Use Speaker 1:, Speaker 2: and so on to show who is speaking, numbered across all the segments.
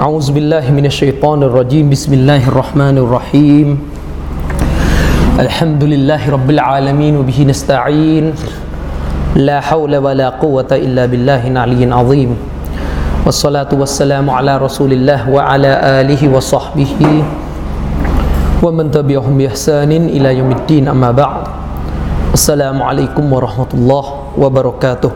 Speaker 1: أعوذ بالله من الشيطان الرجيم بسم الله الرحمن الرحيم الحمد لله رب العالمين وبه نستعين لا حول ولا قوة إلا بالله العلي العظيم والصلاة والسلام على رسول الله وعلى آله وصحبه ومن تبعهم بإحسان إلى يوم الدين أما بعد السلام عليكم ورحمة الله وبركاته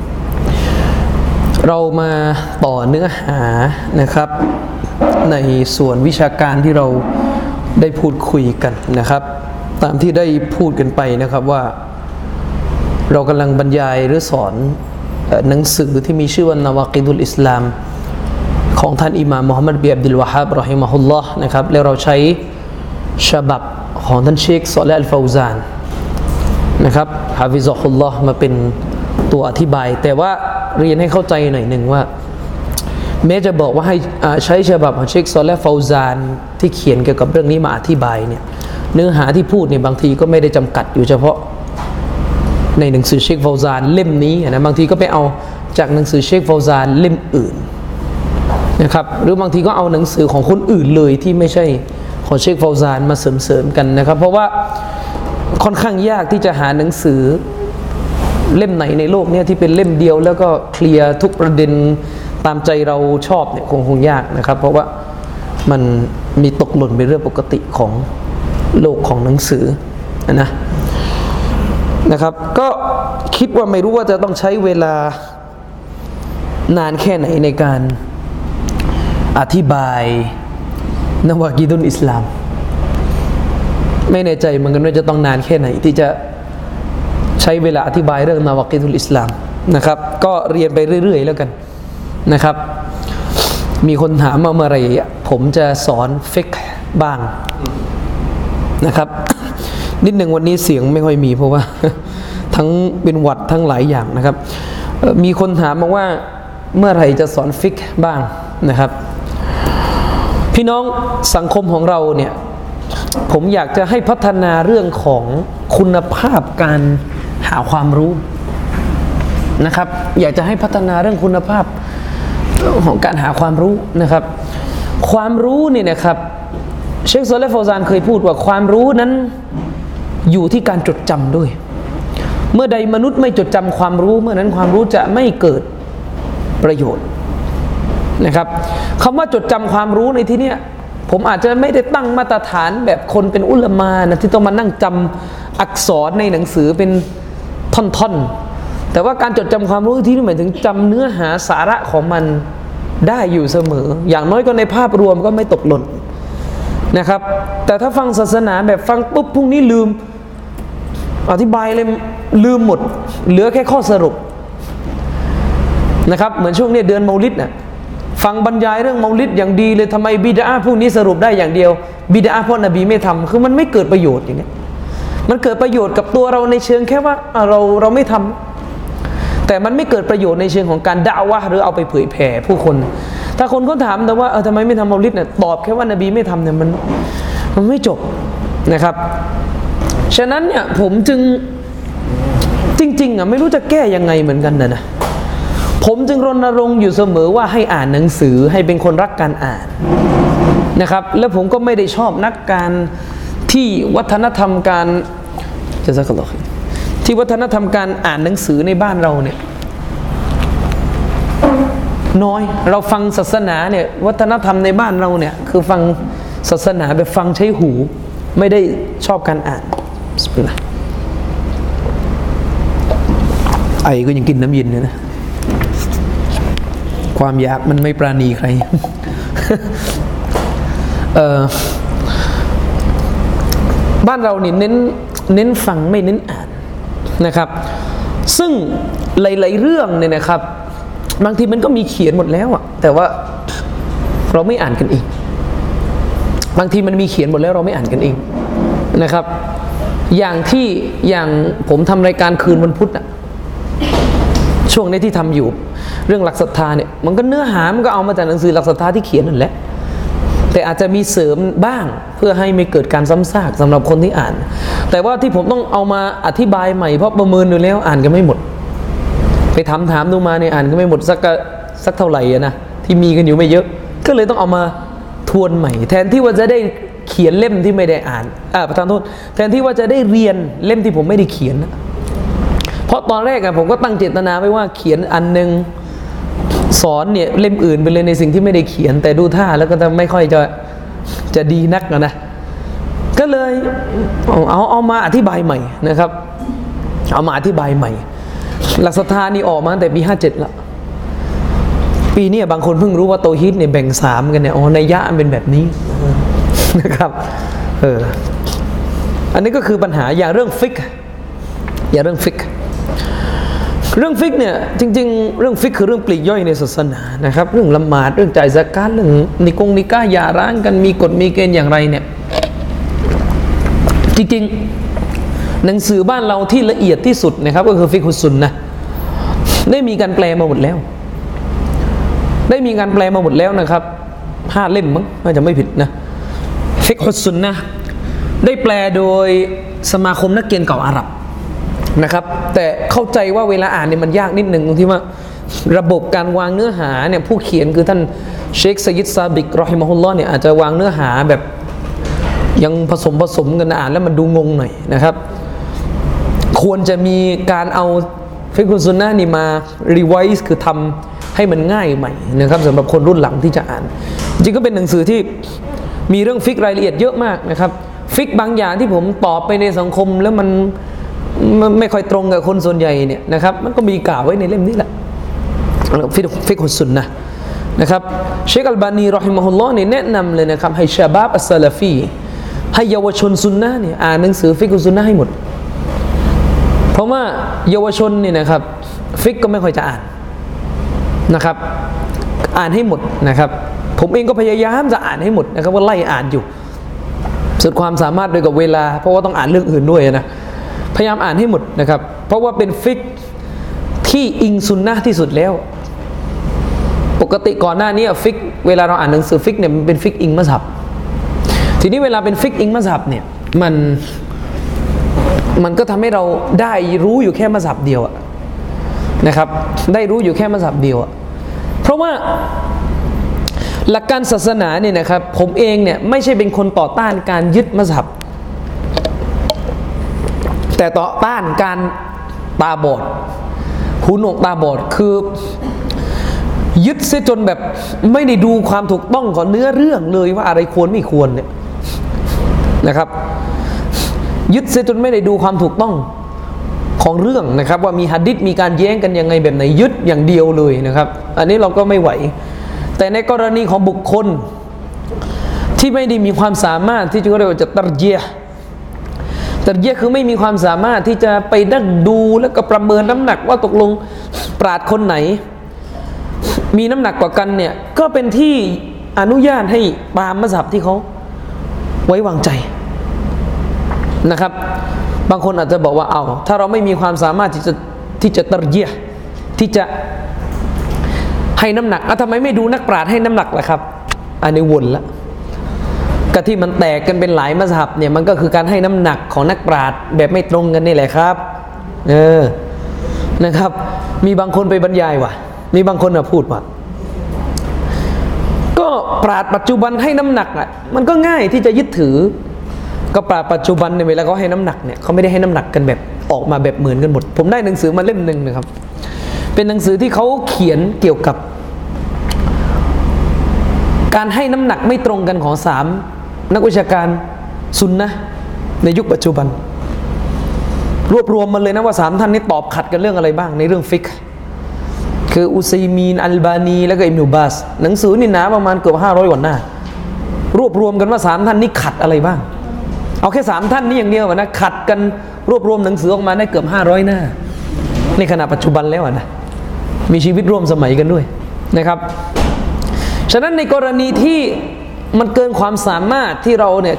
Speaker 1: เรามาต่อเนื้อหานะครับในส่วนวิชาการที่เราได้พูดคุยกันนะครับตามที่ได้พูดกันไปนะครับว่าเรากำลังบรรยายหรือสอนหนังสือที่มีชื่อว่านาวากิดุลอิสลามของท่านอิหม่ามมุฮัมมัดบินอับดุลวะฮาบรอฮิมะฮุลลอฮ์นะครับและเราใช้ฉบับของท่านเชคซอลิฮ์อัลฟาวซานนะครับฮาฟิซะฮุลลอฮ์มาเป็นตัวอธิบายแต่ว่าเรียนให้เข้าใจหน่อยหนึ่งว่าแม้จะบอกว่าให้ใช้ฉบับของเชคซอลิฮ์ฟาวซานที่เขียนเกี่ยวกับเรื่องนี้มาอธิบายเนี่ยเนื้อหาที่พูดเนี่ยบางทีก็ไม่ได้จำกัดอยู่เฉพาะในหนังสือเชคฟาวซานเล่มนี้นะบางทีก็ไปเอาจากหนังสือเชคฟาวซานเล่มอื่นนะครับหรือบางทีก็เอาหนังสือของคนอื่นเลยที่ไม่ใช่ของเชคฟาวซานมาเสริมๆกันนะครับเพราะว่าค่อนข้างยากที่จะหาหนังสือเล่มไหนในโลกเนี่ยที่เป็นเล่มเดียวแล้วก็เคลียร์ทุกประเด็นตามใจเราชอบเนี่ยคงยากนะครับเพราะว่ามันมีตกหล่นเป็นเรื่องปกติของโลกของหนังสือนะครับก็คิดว่าไม่รู้ว่าจะต้องใช้เวลานานแค่ไหนในการอธิบายนาวากิดุลอิสลามไม่แน่ใจเหมือนกันว่าจะต้องนานแค่ไหนที่จะใช้เวลาอธิบายเรื่องนาวากิดุลอิสลามนะครับก็เรียนไปเรื่อยๆแล้วกันนะครับมีคนถามมาเมื่อไหร่ผมจะสอนฟิกห์บ้างนะครับนิดหนึ่งวันนี้เสียงไม่ค่อยมีเพราะว่าทั้งเป็นหวัดทั้งหลายอย่างนะครับมีคนถามมาว่าเมื่อไหร่จะสอนฟิกห์บ้างนะครับพี่น้องสังคมของเราเนี่ยผมอยากจะให้พัฒนาเรื่องของคุณภาพการหาความรู้นะครับอยากจะให้พัฒนาเรื่องคุณภาพของการหาความรู้นะครับความรู้เนี่ยนะครับเชคซอลิฮ์ฟาวซานเคยพูดว่าความรู้นั้นอยู่ที่การจดจำด้วยเมื่อใดมนุษย์ไม่จดจำความรู้เมื่อนั้นความรู้จะไม่เกิดประโยชน์นะครับคำว่าจดจำความรู้ในที่นี้ผมอาจจะไม่ได้ตั้งมาตรฐานแบบคนเป็นอุลามะนะที่ต้องมานั่งจำอักษรในหนังสือเป็นท่อนๆแต่ว่าการจดจำความรู้ที่นี่หมายถึงจำเนื้อหาสาระของมันได้อยู่เสมออย่างน้อยก็ในภาพรวมก็ไม่ตกหล่นนะครับแต่ถ้าฟังศาสนาแบบฟังปุ๊บพรุ่งนี้ลืมอธิบายเลยลืมหมดเหลือแค่ข้อสรุปนะครับเหมือนช่วงนี้เดือนเมาลิดน่ะฟังบรรยายเรื่องเมาลิดอย่างดีเลยทำไมบิดอะห์พวกนี้สรุปได้อย่างเดียวบิดอะห์เพราะนบีไม่ทำคือมันไม่เกิดประโยชน์อย่างนี้มันเกิดประโยชน์กับตัวเราในเชิงแค่ว่าเราไม่ทำแต่มันไม่เกิดประโยชน์ในเชิงของการดะอ์วะห์หรือเอาไปเผยแผ่ผู้คนถ้าคนเขาถามแต่ว่าทำไมไม่ทำเมาลิดเนี่ยตอบแค่ว่านบีไม่ทำเนี่ยมันไม่จบนะครับฉะนั้นเนี่ยผมจึงจริงๆไม่รู้จะแก้ยังไงเหมือนกันนะผมจึงรณรงค์อยู่เสมอว่าให้อ่านหนังสือให้เป็นคนรักการอ่านนะครับแล้วผมก็ไม่ได้ชอบนักการที่วัฒนธรรมการจะสักหน่อยที่วัฒนธรรมการอ่านหนังสือในบ้านเราเนี่ยน้อยเราฟังศาสนาเนี่ยวัฒนธรรมในบ้านเราเนี่ยคือฟังศาสนาแบบฟังใช้หูไม่ได้ชอบการอ่านไอ้ก็ยังกินน้ำเย็นเลยนะความอยากมันไม่ปราณีใคร บ้านเราเนี่ยเน้นฟังไม่เน้นอ่านนะครับซึ่งหลายๆเรื่องเนี่ยนะครับบางทีมันก็มีเขียนหมดแล้วอะแต่ว่าเราไม่อ่านกันเองบางทีมันมีเขียนหมดแล้วเราไม่อ่านกันเองนะครับอย่างผมทำรายการคืนวันพุธอะช่วงนี้ที่ทำอยู่เรื่องหลักศรัทธาเนี่ยมันก็เนื้อหามันก็เอามาจากหนังสือหลักศรัทธาที่เขียนนั่นแหละแต่อาจจะมีเสริมบ้างเพื่อให้ไม่เกิดการซ้ำซากสำหรับคนที่อ่านแต่ว่าที่ผมต้องเอามาอธิบายใหม่เพราะประเมินดูแล้วอ่านกันไม่หมดไปถามดูมาเนี่ยอ่านกันไม่หมดสักเท่าไหร่นะที่มีกันอยู่ไม่เยอะก็เลยต้องเอามาทวนใหม่แทนที่ว่าจะได้เขียนเล่มที่ไม่ได้อ่านประธานโทษแทนที่ว่าจะได้เรียนเล่มที่ผมไม่ได้เขียนเพราะตอนแรกผมก็ตั้งเจตนาไว้ว่าเขียนอันนึงสอนเนี่ยเล่มอื่นไปเลยในสิ่งที่ไม่ได้เขียนแต่ดูท่าแล้วก็จะไม่ค่อยจะดีนักนะก็เลยเอามาอธิบายใหม่นะครับเอามาอธิบายใหม่หลักศรัทธานี่ออกมาตั้งแต่ปี57แล้วปีนี้บางคนเพิ่งรู้ว่าเตาฮีดเนี่ยแบ่ง3กันเนี่ยนัยยะมันเป็นแบบนี้นะครับอันนี้ก็คือปัญหาอย่างเรื่องฟิกเรื่องฟิกเนี่ยจริงๆเรื่องฟิกคือเรื่องปลีกย่อยในศาสนานะครับเรื่องละหมาดเรื่องจ่ายซะกาตเรื่องนิกายหย่าร้างกันมีกฎมีเกณฑ์อย่างไรเนี่ยจริงๆหนังสือบ้านเราที่ละเอียดที่สุดนะครับก็คือฟิกฮุสซุนนะห์ได้มีการแปลมาหมดแล้วนะครับ5 เล่มมั้งน่าจะไม่ผิดนะฟิกฮุสซุนนะห์ได้แปลโดยสมาคมนักเรียนเก่าอาหรับนะครับแต่เข้าใจว่าเวลาอ่านเนี่ยมันยากนิดนึงตรงที่ว่าระบบการวางเนื้อหาเนี่ยผู้เขียนคือท่านเชคซะยิดซาบิกรอฮิมะฮุลลอฮ์เนี่ยอาจจะวางเนื้อหาแบบยังผสมกันอ่านแล้วมันดูงงหน่อยนะครับควรจะมีการเอาฟิกฮุสซุนนะห์นี่มารีไวซ์คือทำให้มันง่ายใหม่นะครับสำหรับคนรุ่นหลังที่จะอ่านจริงก็เป็นหนังสือที่มีเรื่องฟิกรายละเอียดเยอะมากนะครับฟิกบางอย่างที่ผมตอบไปในสังคมแล้วมันไม่ค่อยตรงกับคนส่วนใหญ่เนี่ยนะครับมันก็มีกล่าวไว้ในเล่มนี้แหละฟิกฮุสซุนนะห์นะครับเชคอัลบานีรอฮิมะฮุลลอฮ์เนี่ยแนะนำเลยนะครับให้ชะบาบอัสซะลาฟีให้เยาวชนซุนนะห์เนี่ยอ่านหนังสือฟิกฮุสซุนนะห์ให้หมดเพราะว่าเยาวชนเนี่ยนะครับฟิกก็ไม่ค่อยจะอ่านนะครับอ่านให้หมดนะครับผมเองก็พยายามจะอ่านให้หมดนะครับว่าไล่อ่านอยู่สุดความสามารถโดยกับเวลาเพราะว่าต้องอ่านเรื่องอื่นด้วยนะพยายามอ่านให้หมดนะครับเพราะว่าเป็นฟิกที่อิงซุนนะห์ที่สุดแล้วปกติก่อนหน้านี้ฟิกเวลาเราอ่านหนังสือฟิกเนี่ยมันเป็นฟิกอิงมัซฮับทีนี้เวลาเป็นฟิกอิงมัซฮับเนี่ยมันก็ทำให้เราได้รู้อยู่แค่มัซฮับเดียวนะครับได้รู้อยู่แค่มัซฮับเดียวเพราะว่าหลักการศาสนาเนี่ยนะครับผมเองเนี่ยไม่ใช่เป็นคนต่อต้านการยึดมัซฮับแต่ต่อต้านการตาบอดหูหนวกตาบอดคือยึดเสียจนแบบไม่ได้ดูความถูกต้องของเนื้อเรื่องเลยว่าอะไรควรไม่ควรเนี่ยนะครับยึดเสียจนไม่ได้ดูความถูกต้องของเรื่องนะครับว่ามีหะดีษมีการแย้งกันยังไงแบบไหนยึดอย่างเดียวเลยนะครับอันนี้เราก็ไม่ไหวแต่ในกรณีของบุคคลที่ไม่ได้มีความสามารถที่จะเรียกว่าจะตัรเจียคือไม่มีความสามารถที่จะไปนั่งดูแล้วก็ประเมินน้ำหนักว่าตกลงปราชญ์คนไหนมีน้ำหนักกว่ากันเนี่ยก็เป็นที่อนุญาตให้ตามมัซฮับที่เขาไว้วางใจนะครับบางคนอาจจะบอกว่าถ้าเราไม่มีความสามารถที่จะตัรเจียที่จะให้น้ำหนักทำไมไม่ดูนักปราชญ์ให้น้ำหนักล่ะครับอันนี้วนละก็ที่มันแตกกันเป็นหลายมัซฮับเนี่ยมันก็คือการให้น้ำหนักของนักปราชญ์แบบไม่ตรงกันนี่แหละครับนะครับมีบางคนไปบรรยายว่ะมีบางคนพูดว่าก็ปราชญ์ปัจจุบันให้น้ำหนักมันก็ง่ายที่จะยึดถือก็ปราชญ์ปัจจุบันในเวลาเขาให้น้ำหนักเนี่ยเขาไม่ได้ให้น้ำหนักกันแบบออกมาแบบเหมือนกันหมดผมได้หนังสือมาเล่มนึงนะครับเป็นหนังสือที่เขาเขียนเกี่ยวกับการให้น้ำหนักไม่ตรงกันของ3นักวิชาการซุนนะห์ในยุคปัจจุบันรวบรวมมาเลยนะว่า3ท่านนี้ตอบขัดกันเรื่องอะไรบ้างในเรื่องฟิกคืออุซัยมีนอัลบานีแล้วก็อิบนุบาสหนังสือนี่หนาประมาณเกือบ500กว่าหน้ารวบรวมกันว่า3ท่านนี้ขัดอะไรบ้างเอาแค่3ท่านนี้อย่างเดียวนะขัดกันรวบรวมหนังสือออกมาได้เกือบ500หน้าในขณะปัจจุบันแล้วนะมีชีวิตร่วมสมัยกันด้วยนะครับฉะนั้นในกรณีที่มันเกินความสามารถที่เราเนี่ย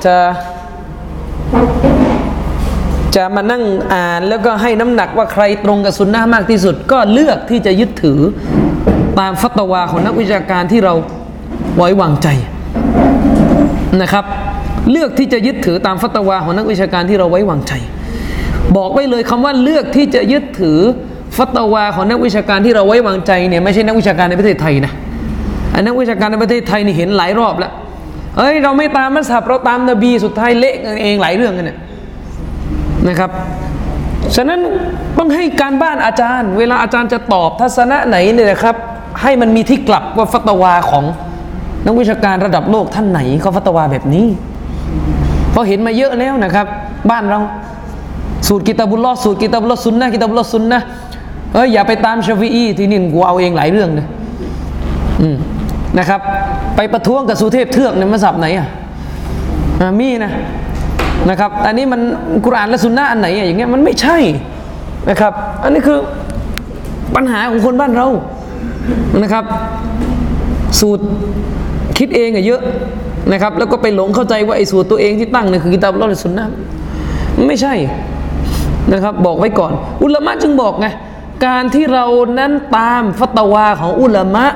Speaker 1: จะมานั่งอ่านแล้วก็ให้น้ำหนักว่าใครตรงกับซุนนะห์มากที่สุดก็เลือกที่จะยึดถือตามฟัตวาของนักวิชาการที่เราไว้วางใจนะครับเลือกที่จะยึดถือตามฟัตวาของนักวิชาการที่เราไว้วางใจบอกไว้เลยคำว่าเลือกที่จะยึดถือฟัตวาของนักวิชาการที่เราไว้วางใจเนี่ยไม่ใช่นักวิชาการในประเทศไทยนะนักวิชาการในประเทศไทยนี่เห็นหลายรอบแล้วเราไม่ตามมัซฮับเราตามนบีสุดท้ายเละกันเองหลายเรื่องกันเนี่ยนะครับฉะนั้นต้องให้การบ้านอาจารย์เวลาอาจารย์จะตอบทัศนะไหนเนี่ยนะครับให้มันมีที่กลับว่าฟัตวาของนักวิชาการระดับโลกท่านไหนเขาฟัตวาแบบนี้เพราะเห็นมาเยอะแล้วนะครับบ้านเราสูตรกิตาบุลลอฮ์สูตรกิตาบุลลอฮ์ซุนนะห์กิตาบุลลอฮ์ซุนนะห์อย่าไปตามชาฟิอีที่นี่กูเอาเองหลายเรื่องนะนะครับไปประท้วงกับสุเทพเทือกในมัซฮับไหนมีนะครับอันนี้มันกุรอานและซุนนะห์อันไหนอย่างเงี้ยมันไม่ใช่นะครับอันนี้คือปัญหาของคนบ้านเรานะครับสูตรคิดเองเยอะนะครับแล้วก็ไปหลงเข้าใจว่าไอ้สูตรตัวเองที่ตั้งเนี่ยคือกิตาบุลลอฮ์และซุนนะห์ไม่ใช่นะครับบอกไว้ก่อนอุลามะจึงบอกไงการที่เรานั้นตามฟัตวาของอุลามะ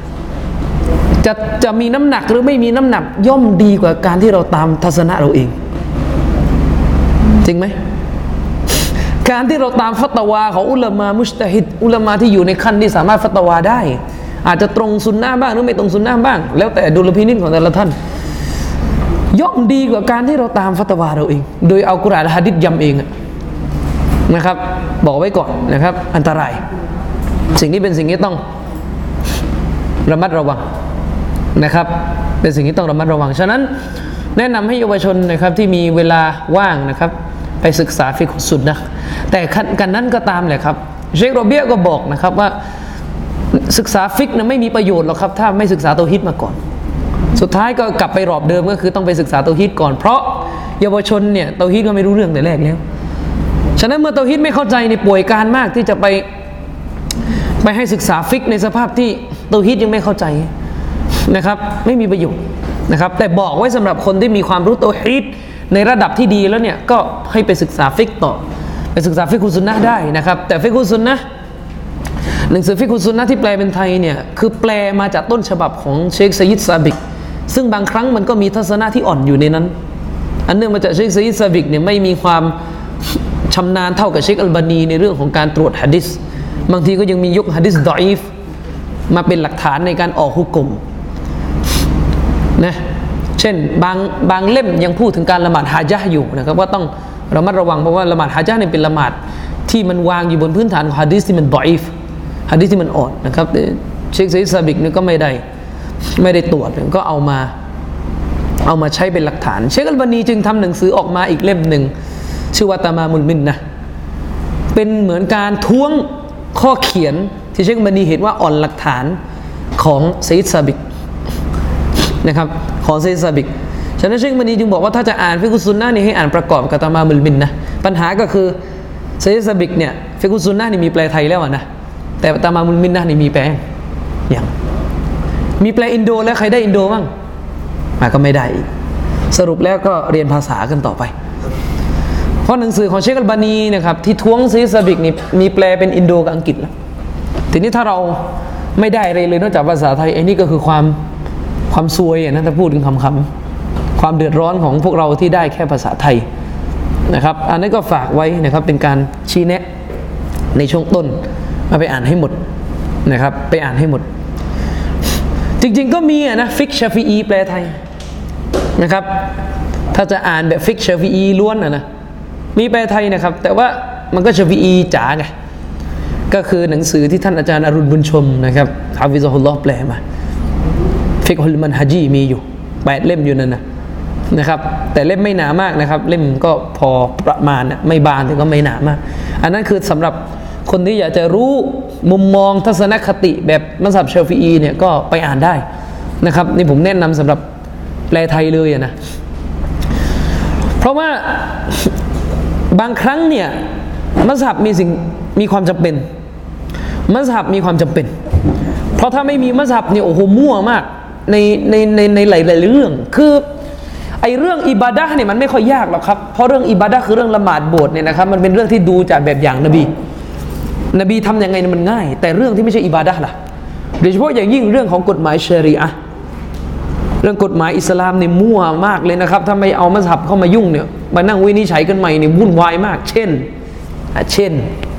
Speaker 1: จะมีน้ำหนักหรือไม่มีน้ำหนักย่อมดีกว่าการที่เราตามทัศนะเราเองจริงไหมการที่เราตามฟัตวาของอุลามะมุจตะฮิดอุลามะที่อยู่ในขั้นที่สามารถฟัตวาได้อาจจะตรงซุนนะห์บ้างหรือไม่ตรงซุนนะห์บ้างแล้วแต่ดุลพินิจของแต่ละท่านย่อมดีกว่าการที่เราตามฟัตวาเราเองโดยเอากุรอานและหะดีษย้ำเองนะครับบอกไว้ก่อนนะครับอันตรายสิ่งนี้เป็นสิ่งที่ต้องระมัดระวังนะครับเป็นสิ่งที่ต้องระมัดระวังฉะนั้นแนะนำให้เยาวชนนะครับที่มีเวลาว่างนะครับไปศึกษาฟิกฮุสซุนนะห์แต่กันนั้นก็ตามแหละครับเชคโรเบียก็บอกนะครับว่าศึกษาฟิกนะไม่มีประโยชน์หรอกครับถ้าไม่ศึกษาเตาฮีดมาก่อนสุดท้ายก็กลับไปรอบเดิมก็คือต้องไปศึกษาเตาฮีดก่อนเพราะเยาวชนเนี่ยเตาฮีดก็ไม่รู้เรื่องแต่แรกแล้วฉะนั้นเมื่อเตาฮีดไม่เข้าใจในป่วยการมากที่จะไปให้ศึกษาฟิกในสภาพที่เตาฮีดยังไม่เข้าใจนะครับไม่มีประโยชน์นะครับแต่บอกไว้สำหรับคนที่มีความรู้เตาฮีดในระดับที่ดีแล้วเนี่ยก็ให้ไปศึกษาฟิกต่อไปศึกษาฟิกฮุสซุนนะห์ได้นะครับแต่ฟิกฮุสซุนนะห์หนังสือฟิกฮุสซุนนะห์ที่แปลเป็นไทยเนี่ยคือแปลมาจากต้นฉบับของเชคซะยิดซาบิกซึ่งบางครั้งมันก็มีทัศนะที่อ่อนอยู่ในนั้นอันเนื่องมาจากเชคซะยิดซาบิกเนี่ยไม่มีความชำนาญเท่ากับเชคอัลบานีในเรื่องของการตรวจหะดีษบางทีก็ยังมียกหะดีษฎออีฟมาเป็นหลักฐานในการออกฮุกมนะเช่นบางเล่มยังพูดถึงการละหมาดฮาญะห์อยู่นะครับว่าต้องระมัดระวังเพราะว่าละหมาดฮาญะห์เนี่ยเป็นละหมาดที่มันวางอยู่บนพื้นฐานของหะดีษที่มันฎออีฟหะดีษที่มันอ่อนนะครับเชคซะยิดซาบิกเนี่ยก็ไม่ได้ตรวจก็เอามาใช้เป็นหลักฐานเชคอัลบานีจึงทำหนังสือออกมาอีกเล่มหนึ่งชื่อว่าตามามุลมินนะเป็นเหมือนการท้วงข้อเขียนที่เชคอัลบานีเห็นว่าอ่อนหลักฐานของซะยิดซาบิกนะครับของซะยิดซาบิกฉะนั้นเชคอัลบานีจึงบอกว่าถ้าจะอ่านฟิกฮุสซุนนะห์นี่ให้อ่านประกอบกับตามามุลมินนะปัญหาก็คือซะยิดซาบิกเนี่ยฟิกฮุสซุนนะห์นี่มีแปลไทยแล้วนะแต่ตามามุลมินนะนี่มีแปลอย่างมีแปลอินโดแล้วใครได้อินโดบ้างก็ไม่ได้สรุปแล้วก็เรียนภาษากันต่อไปเพราะหนังสือของเชคอัลบานีนะครับที่ท้วงซะยิดซาบิกนี่มีแปลเป็นอินโดกับอังกฤษแล้วทีนี้ถ้าเราไม่ได้อะไรเลยนอกจากภาษาไทยไอ้นี่ก็คือความซวยนะถ้าพูดถึงคำความเดือดร้อนของพวกเราที่ได้แค่ภาษาไทยนะครับอันนี้ก็ฝากไว้นะครับเป็นการชี้แนะในช่วงต้นมาไปอ่านให้หมดนะครับไปอ่านให้หมดจริงๆก็มีนะฟิกชาฟีอีแปลไทยนะครับถ้าจะอ่านแบบฟิกชาฟีอีล้วนนะมีแปลไทยนะครับแต่ว่ามันก็ชาฟีอีจ๋าไงก็คือหนังสือที่ท่านอาจารย์อรุณบุญชมนะครับฮาฟิซะฮุลลอฮ์แปลมาฟิกฮุลมันฮะจีมีอยู่8เล่มอยู่นั่นนะครับแต่เล่มไม่หนามากนะครับเล่มก็พอประมาณไม่บานแต่ก็ไม่หนามากอันนั้นคือสำหรับคนที่อยากจะรู้มุมมองทัศนคติแบบมัซฮับชาฟิอีเนี่ยก็ไปอ่านได้นะครับนี่ผมแนะนำสำหรับแปลไทยเลยนะเพราะว่าบางครั้งเนี่ยมัซฮับมีความจำเป็นมัซฮับมีความจำเป็นเพราะถ้าไม่มีมัซฮับเนี่ยโอ้โหมั่วมากในหลายๆเรื่องคือไอ้เรื่องอิบาดะห์เนี่ยมันไม่ค่อยยากหรอกครับเพราะเรื่องอิบาดะห์คือเรื่องละหมาดโบสถ์เนี่ยนะครับมันเป็นเรื่องที่ดูจากแบบอย่างนบีทำยังไงมันง่ายแต่เรื่องที่ไม่ใช่อิบาดะห์ล่ะโดยเฉพาะอย่างยิ่งเรื่องของกฎหมายชะรีอะห์เรื่องกฎหมายอิสลามเนี่ยมั่วมากเลยนะครับถ้าไม่เอามัซฮับเข้ามายุ่งเนี่ยมานั่งวินิจฉัยกันใหม่เนี่ยวุ่นวายมากเช่น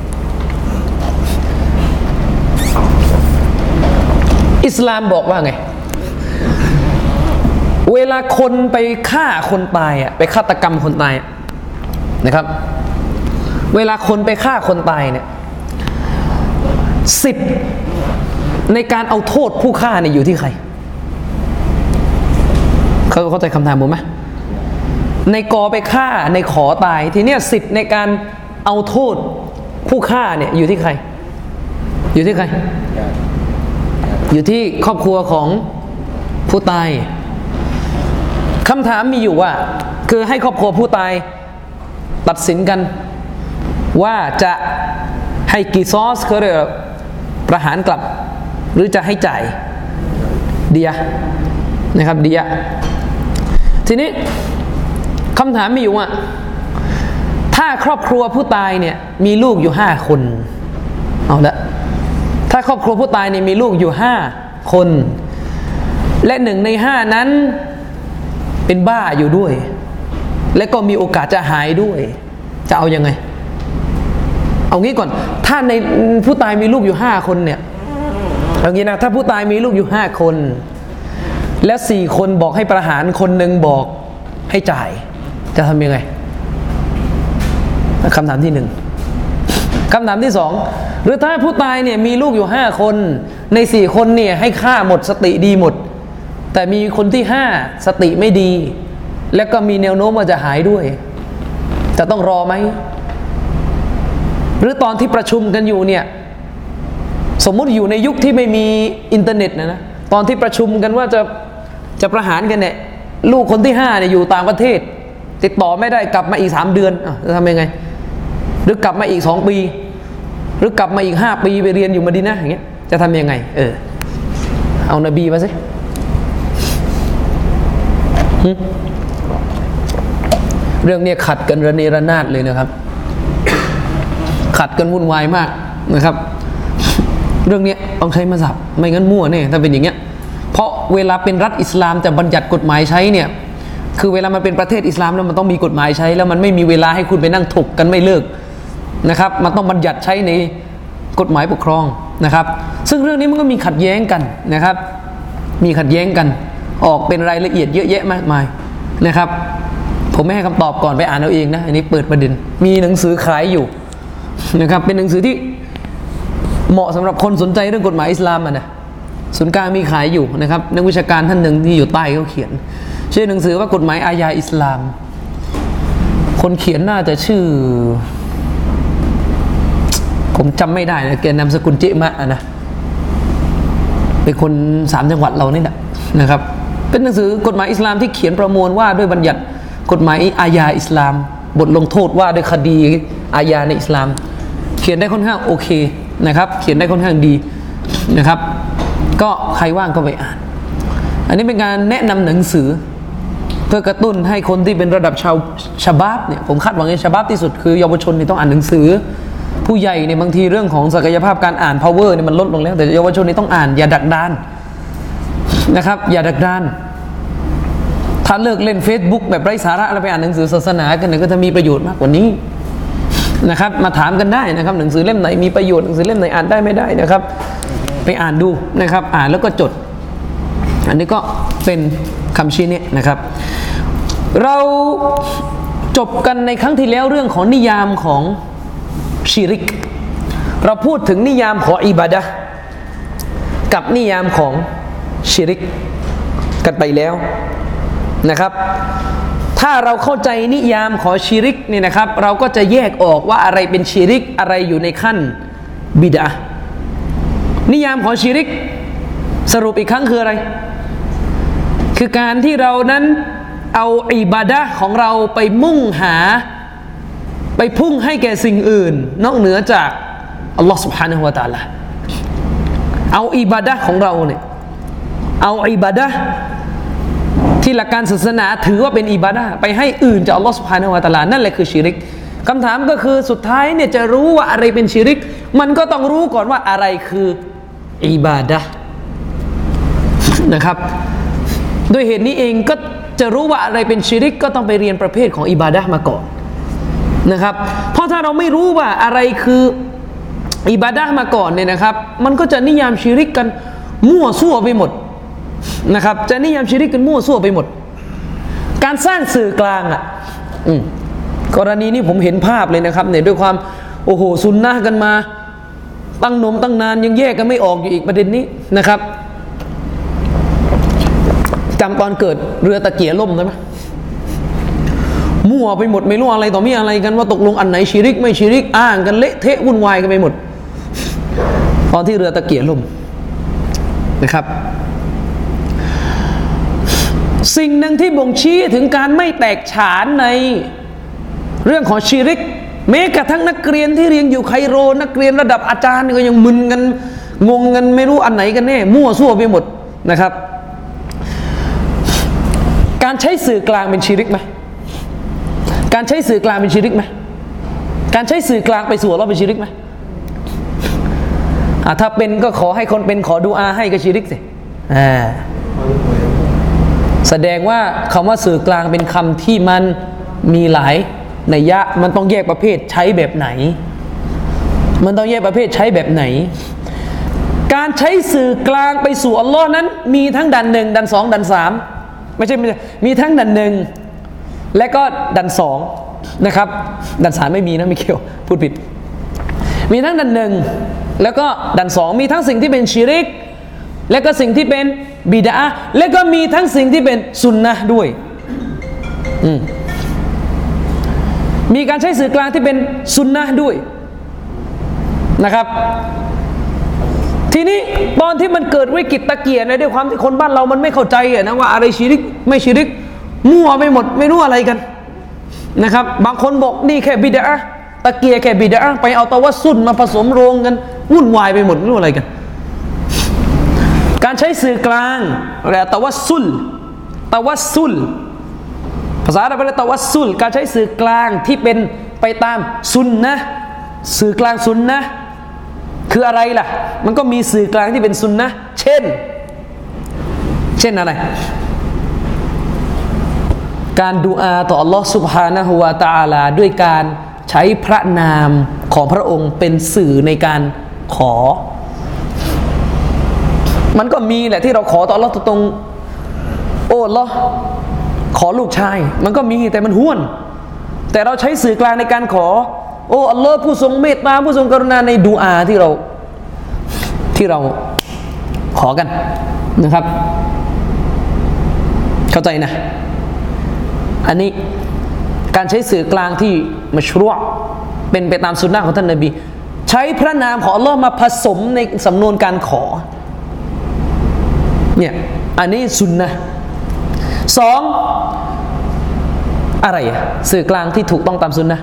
Speaker 1: อิสลามบอกว่าไงเวลาคนไปฆ่าคนตายไปฆาตกรรมคนตายนะครับเวลาคนไปฆ่าคนตายเนี่ยสิทธิ์ในการเอาโทษผู้ฆ่าเนี่ยอยู่ที่ใครเข้าใจคำถามผมไหมในกอไปฆ่าในขอตายทีเนี้ยสิทธิ์ในการเอาโทษผู้ฆ่าเนี่ยอยู่ที่ใครอยู่ที่ใครอยู่ที่ครอบครัวของผู้ตายคำถามมีอยู่ว่าคือให้ครอบครัวผู้ตายตัดสินกันว่าจะให้กี่ซอสเขาเรียกประหารกลับหรือจะให้จ่ายเดียนะครับเดียทีนี้คำถามมีอยู่ว่าถ้าครอบครัวผู้ตายเนี่ยมีลูกอยู่5 คนเอาละถ้าครอบครัวผู้ตายเนี่ยมีลูกอยู่5 คนและ1 ใน 5นั้นเป็นบ้าอยู่ด้วยและก็มีโอกาสจะหายด้วยจะเอายังไงเอางี้ก่อนถ้าในผู้ตายมีลูกอยู่5 คนเนี่ยเอางี้นะถ้าผู้ตายมีลูกอยู่5 คนและ4 คนบอกให้ประหารคนหนึ่งบอกให้จ่ายจะทำยังไงคำถามที่1คำถามที่2หรือถ้าผู้ตายเนี่ยมีลูกอยู่5 คนใน4 คนเนี่ยให้ฆ่าหมดสติดีหมดแต่มีคนที่5สติไม่ดีและก็มีแนวโน้มว่าจะหายด้วยจะต้องรอไหมหรือตอนที่ประชุมกันอยู่เนี่ยสมมุติอยู่ในยุคที่ไม่มีอินเทอร์เน็ตนะตอนที่ประชุมกันว่าจะประหารกันเนี่ยลูกคนที่5เนี่ยอยู่ต่างประเทศติดต่อไม่ได้กลับมาอีก3 เดือนจะทำยังไงหรือกลับมาอีก2 ปีหรือกลับมาอีก5 ปีไปเรียนอยู่มะดีนะห์อย่างเงี้ยจะทำยังไงเอานบีมาสิเรื่องนี้ขัดกันระเนระนาดเลยนะครับขัดกันวุ่นวายมากนะครับเรื่องนี้ต้องใช้มัซฮับไม่งั้นมั่วแน่ถ้าเป็นอย่างเงี้ยเพราะเวลาเป็นรัฐอิสลามจะบัญญัติกฎหมายใช้เนี่ยคือเวลามันเป็นประเทศอิสลามแล้วมันต้องมีกฎหมายใช้แล้วมันไม่มีเวลาให้คุณไปนั่งถกกันไม่เลิกนะครับมันต้องบัญญัติใช้ในกฎหมายปกครองนะครับซึ่งเรื่องนี้มันก็มีขัดแย้งกันนะครับมีขัดแย้งกันออกเป็นรายละเอียดเยอะแยะมากมายนะครับผมไม่ให้คำตอบก่อนไปอ่านเอาเองนะอันนี้เปิดประเด็นมีหนังสือขายอยู่นะครับเป็นหนังสือที่เหมาะสำหรับคนสนใจเรื่องกฎหมายอิสลามนะศูนย์กลางมีขายอยู่นะครับนักวิชาการท่านหนึ่งที่อยู่ใต้เขาเขียนชื่อหนังสือว่ากฎหมายอาญาอิสลามคนเขียนน่าจะชื่อผมจำไม่ได้นะแกนามสกุลเจมะนะเป็นคน3 จังหวัดเรานี่แหละนะครับเป็นหนังสือกฎหมายอิสลามที่เขียนประมวลว่าด้วยบัญญัติกฎหมายอาญาอิสลามบทลงโทษว่าด้วยคดีอาญาในอิสลามเขียนได้ค่อนข้างโอเคนะครับเขียนได้ค่อนข้างดีนะครับก็ใครว่างก็ไปอ่านอันนี้เป็นการแนะนำหนังสือเพื่อกระตุ้นให้คนที่เป็นระดับชาบาบเนี่ยผมคาดหวังในชาบาบที่สุดคือเยาวชนนี่ต้องอ่านหนังสือผู้ใหญ่เนี่ยบางทีเรื่องของศักยภาพการอ่าน power เนี่ยมันลดลงแล้วแต่เยาวชนนี่ต้องอ่านอย่าดักดานนะครับอย่าดักดานถ้าเลิกเล่น Facebook แบบไร้สาระแล้วไปอ่านหนังสือศาสนากันเนี่ยก็จะมีประโยชน์มากกว่านี้นะครับมาถามกันได้นะครับหนังสือเล่มไหนมีประโยชน์หนังสือเล่มไหนอ่านได้ไม่ได้นะครับไปอ่านดูนะครับอ่านแล้วก็จดอันนี้ก็เป็นคำชี้แนะนะครับเราจบกันในครั้งที่แล้วเรื่องของนิยามของชิริกเราพูดถึงนิยามของอิบาดะห์กับนิยามของชิริกกันไปแล้วนะครับถ้าเราเข้าใจนิยามของชิริกเนี่ยนะครับเราก็จะแยกออกว่าอะไรเป็นชิริกอะไรอยู่ในขั้นบิดอะห์นิยามของชิริกสรุปอีกครั้งคืออะไรคือการที่เรานั้นเอาอิบาดะห์ของเราไปมุ่งหาไปพุ่งให้แก่สิ่งอื่นนอกเหนือจากอัลลอฮฺ سبحانه และ تعالى เอาอิบาดะห์ของเราเนี่ยเอาอิบาดะห์ที่หลักการศาสนาถือว่าเป็นอิบาดะห์ไปให้อื่นจากอัลลอฮฺ سبحانه และ تعالى นั่นแหละคือชิริกคำถามก็คือสุดท้ายเนี่ยจะรู้ว่าอะไรเป็นชิริกมันก็ต้องรู้ก่อนว่าอะไรคืออิบาดะห์นะครับด้วยเหตุนี้เองก็จะรู้ว่าอะไรเป็นชิริกก็ต้องไปเรียนประเภทของอิบาดะห์มาก่อนนะครับเพราะถ้าเราไม่รู้ว่าอะไรคืออิบาดะห์มาก่อนเนี่ยนะครับมันก็จะนิยามชิริกกันมั่วซั่วไปหมดนะครับจะนิยามชิริกกันมั่วซั่วไปหมดการสร้างสื่อกลางกรณีนี้ผมเห็นภาพเลยนะครับเนี่ยด้วยความโอ้โหซุนนะห์กันมาตั้งนมตั้งนานยังแยกกันไม่ออกอยู่อีกประเด็นนี้นะครับจำตอนเกิดเรือตะเกียล่มได้ไหมมั่วไปหมดไม่รู้อะไรต่อมีอะไรกันว่าตกลงอันไหนชิริกไม่ชิริกอ้างกันเละเทะวุ่นวายกันไปหมดตอนที่เรือตะเกียล่มนะครับสิ่งหนึ่งที่บ่งชี้ถึงการไม่แตกฉานในเรื่องของชิริกแม้กระทั่งนักเรียนที่เรียนอยู่ไคโรนักเรียนระดับอาจารย์ก็ยังมึนกันงงกันไม่รู้อันไหนกันแน่มั่วซั่วไปหมดนะครับการใช้สื่อกลางเป็นชิริกไหมการใช้สื่อกลางเป็นชิริกไหมการใช้สื่อกลางไปสู่อัลเลาะห์เป็นชิริกไหมถ้าเป็นก็ขอให้คนเป็นขอดุอาให้ก็ชิริกสิแสดงว่าคำว่าสื่อกลางเป็นคำที่มันมีหลายนัยยะมันต้องแยกประเภทใช้แบบไหนมันต้องแยกประเภทใช้แบบไหนการใช้สื่อกลางไปสู่อัลลอฮ์นั้นมีทั้งดันหนึ่งดันสองดันสามไม่ใช่มีทั้งดันหนึ่งและก็ดันสองนะครับดันสามไม่มีนะไม่เกี่ยวพูดผิดมีทั้งดันหนึ่งแล้วก็ดันสองมีทั้งสิ่งที่เป็นชิริกและก็สิ่งที่เป็นบิดอะห์และก็มีทั้งสิ่งที่เป็นสุนนะห์ด้วยมีการใช้สื่อกลางที่เป็นสุนนะห์ด้วยนะครับทีนี้ตอนที่มันเกิดวิกฤตตะเกียในด้วยความที่คนบ้านเรามันไม่เข้าใจนะว่าอะไรชิริกไม่ชิริกมั่วไปหมดไม่รู้อะไรกันนะครับบางคนบอกนี่แค่บิดอะห์ตะเกียแค่บิดอะห์ไปเอาตะวัสซุลมาผสมโรงกันวุ่นวายไปหมดไม่รู้อะไรกันการใช้สื่อกลางเรียกตะวัสซุลภาษาอาหรับเรียกตะวัสซุลการใช้สื่อกลางที่เป็นไปตามซุนนะห์สื่อกลางซุนนะห์คืออะไรล่ะมันก็มีสื่อกลางที่เป็นซุนนะห์เช่นอะไรการดุอาต่ออัลลอฮฺซุบฮานะฮูวะตะอาลาด้วยการใช้พระนามของพระองค์เป็นสื่อในการขอมันก็มีแหละที่เราขอต่ออัลลอฮฺตรงโอ้อัลลอฮฺขอลูกชายมันก็มีแต่มันห้วนแต่เราใช้สื่อกลางในการขอโอ้อัลลอฮฺผู้ทรงเมตตาผู้ทรงกรุณาในดุอาที่เราขอกันนะครับเข้าใจนะอันนี้การใช้สื่อกลางที่มัชรูอ์เป็นไปตามสุนนะของท่านนบีใช้พระนามของอัลลอฮ์มาผสมในสำนวนการขอเนี่ยอันนี้สุนนะสองอะไรสื่อกลางที่ถูกต้องตามสุนนะ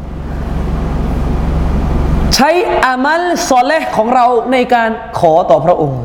Speaker 1: ใช้อามัลซอเลห์ของเราในการขอต่อพระองค์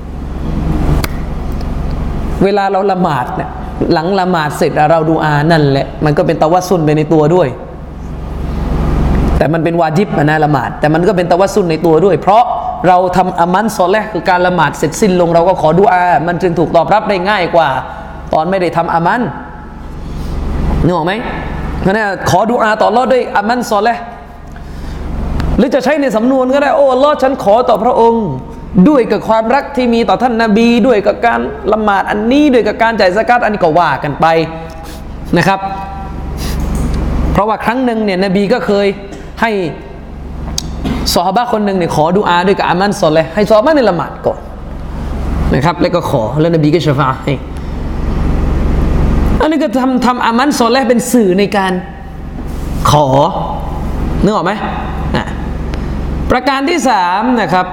Speaker 1: เวลาเราละหมาดเนี่ยหลังละหมาดเสร็จเราดูอานั่นแหละมันก็เป็นตะวัสซุลไปในตัวด้วยแต่มันเป็นวาญิบนะละหมาดแต่มันก็เป็นตะวัสซุลในตัวด้วยเพราะเราทำอามัลซอเลห์คือการละหมาดเสร็จสิ้นลงเราก็ขอดุอามันจึงถูกตอบรับได้ง่ายกว่าตอนไม่ได้ทำอามัลนึกออกไหมเพราะนั้นขอดุอาต่ออัลเลาะห์ด้วยอามัลซอเลห์หรือจะใช้ในสำนวนก็ได้โอ้อัลเลาะห์ฉันขอต่อพระองค์ด้วยกับความรักที่มีต่อท่านนบีด้วยกับการละหมาดอันนี้ด้วยกับการจ่ายซะกาตอันนี้ก็ว่ากันไปนะครับเพราะว่าครั้งหนึ่งเนี่ยนบีก็เคยให้ซอฮาบะห์คนหนึ่งเนี่ยขอดุอาด้วยกับอามัลซอเลห์ให้ซอฮาบะห์ในละหมาดก่อนนะครับแล้วก็ขอแล้วนบีก็ชะฟาอะห์ให้อันนี้ก็ทำอามัลซอเลห์เป็นสื่อในการขอนึกออกไหมประการที่สามนะครับ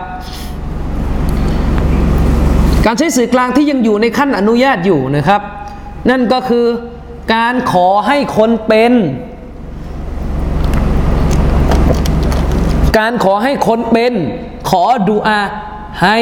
Speaker 1: การใช้สื่อกลางที่ยังอยู่ในขั้นอนุญาตอยู่นะครับนั่นก็คือการขอให้คนเป็นขอดุอาให้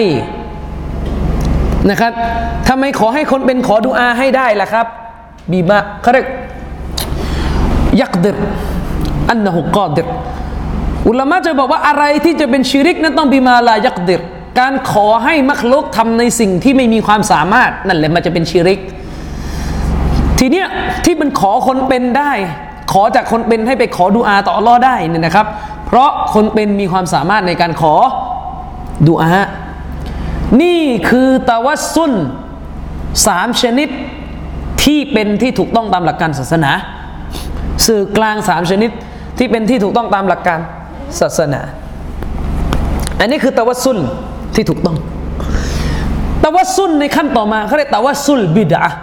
Speaker 1: นะครับทำไมขอให้คนเป็นขอดุอาให้ได้ล่ะครับบีมาเขาเรียกยักดิรอันนะฮุกอดิรอุลามะจะบอกว่าอะไรที่จะเป็นชิริกนั้นต้องบีมาลายักดิรการขอให้มักลุกทำในสิ่งที่ไม่มีความสามารถนั่นแหละมันจะเป็นชิริกทีเนี้ยที่มันขอคนเป็นได้ขอจากคนเป็นให้ไปขอดุอาต่ออัลเลาะห์ได้เนี่ยนะครับเพราะคนเป็นมีความสามารถในการขอดุอานี่คือตะวัสซุล 3ชนิดที่เป็นที่ถูกต้องตามหลักการศาสนาสื่อกลาง3ชนิดที่เป็นที่ถูกต้องตามหลักการศาสนาอันนี้คือตะวัสซุลที่ถูกต้องตะวัสซุลในขั้นต่อมาเขาเรียกตะวัสซุลบิดอะห์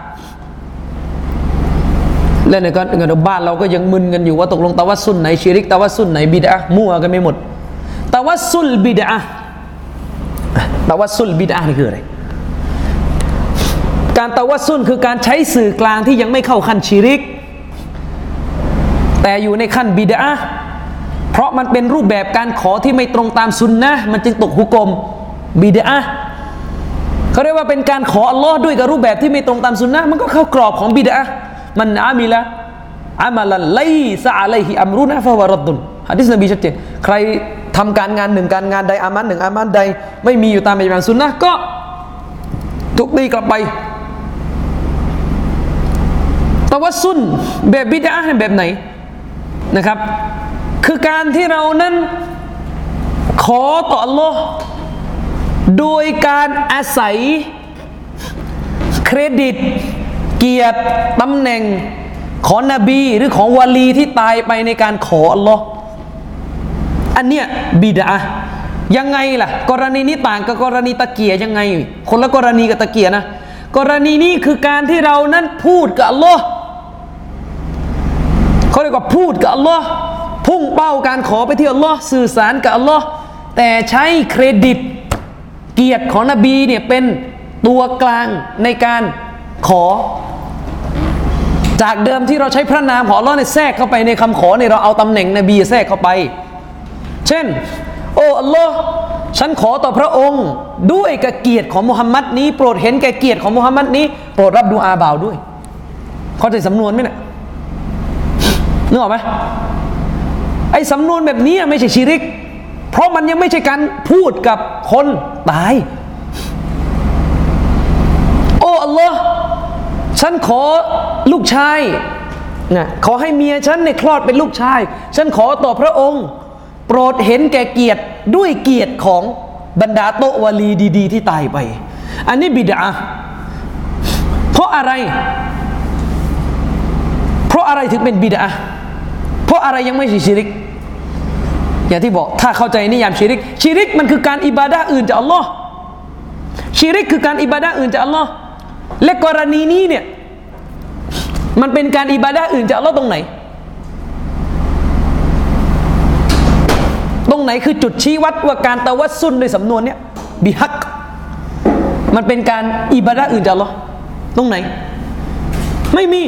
Speaker 1: และในการบ้านเราก็ยังมึนกันอยู่ว่าตกลงตะวัสซุลไหนชิริกตะวัสซุลไหนบิดอะห์มั่วกันไม่หมดตะวัสซุลบิดอะห์ตะวัสซุลบิดอะห์นี่คืออะไรการตะวัสซุลคือการใช้สื่อกลางที่ยังไม่เข้าขั้นชิริกแต่อยู่ในขั้นบิดอะห์เพราะมันเป็นรูปแบบการขอที่ไม่ตรงตามซุนนะห์มันจึงตกหุกมบิดอะห์เขาเรียกว่าเป็นการขออัลลอฮ์ด้วยกับรูปแบบที่ไม่ตรงตามซุนนะห์มันก็เข้ากรอบของบิดอะห์มันอามิละอามัลันไลซะอะลัยฮิอัมรุนะฟะวะรัดดุนหะดีษนบีชัดเจนใครทำการงานหนึ่งการงานใดอามันหนึ่งอามันใดไม่มีอยู่ตามแบบซุนนะห์ก็ถูกตีกลับไปตะวัสซุลแบบบิดอะห์แบบไหนนะครับคือการที่เรานั้นขอต่ออัลลอฮ์โดยการอาศัยเครดิตเกียรติตำแหน่งของนบีหรือของวาลีที่ตายไปในการขออัลลอฮ์อันเนี้ยบิดอะห์ยังไงล่ะกรณีนี้ต่างกับกรณีตะเกียยังไงคนละกรณีกับตะเกียนะกรณีนี้คือการที่เรานั้นพูดกับอัลลอฮ์เขาเรียกว่าพูดกับอัลลอฮ์พุ่งเป้าการขอไปที่อัลลอฮ์สื่อสารกับอัลลอฮ์แต่ใช้เครดิตเกียรติของนบีเนี่ยเป็นตัวกลางในการขอจากเดิมที่เราใช้พระนามของอัลลอฮ์เนี่ยแทรกเข้าไปในคำขอเนี่ยเราเอาตำแหน่งนบีแทรกเข้าไปเช่นโอ้อัลลอฮ์ฉันขอต่อพระองค์ด้วยกับเกียรติของมุฮัมมัดนี้โปรดเห็นแก่เกียรติของมุฮัมมัดนี้โปรดรับดุอาบ่าวด้วยเขาใจสำนวนไหมเนี่ยนึกออกไหมไอ้สำนวนแบบนี้ไม่ใช่ชิริกเพราะมันยังไม่ใช่การพูดกับคนตายโอ้อัลลอฮ์ฉันขอลูกชายนะขอให้เมียฉันในคลอดเป็นลูกชายฉันขอต่อพระองค์โปรดเห็นแก่เกียรติด้วยเกียรติของบรรดาโตวาลีดีๆที่ตายไปอันนี้บิดอะห์เพราะอะไรถึงเป็นบิดอะห์เพราะอะไรยังไม่ใช่ชิริกอย่างที่บอกถ้าเข้าใจนิยามชิริกมันคือการอิบาดะห์อื่นจากอัลลอฮ์ชิริกคือการอิบาดะห์อื่นจากอัลลอฮ์และกรณีนี้เนี่ยมันเป็นการอิบาดะห์อื่นจากอัลลอฮ์ตรงไหนคือจุดชี้วัดว่าการตะวัสซุลในสำนวนเนี้ยบิฮักมันเป็นการอิบาดะห์อื่นจากอัลลอฮ์ตรงไหนไม่มี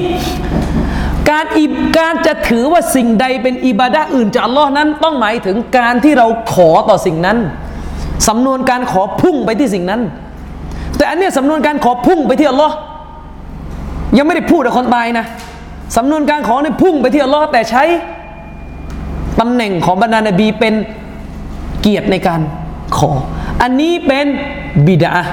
Speaker 1: การจะถือว่าสิ่งใดเป็นอิบาดะห์อื่นจากอัลลอฮ์นั้นต้องหมายถึงการที่เราขอต่อสิ่งนั้นสำนวนการขอพุ่งไปที่สิ่งนั้นแต่อันเนี้ยสำนวนการขอพุ่งไปที่อัลลอฮ์ยังไม่ได้พูดกับคนตายนะสำนวนการขอเนี่ยพุ่งไปที่อัลลอฮ์แต่ใช้ตำแหน่งของบรรดานบีเป็นเกียรติในการขออันนี้เป็นบิดอะห์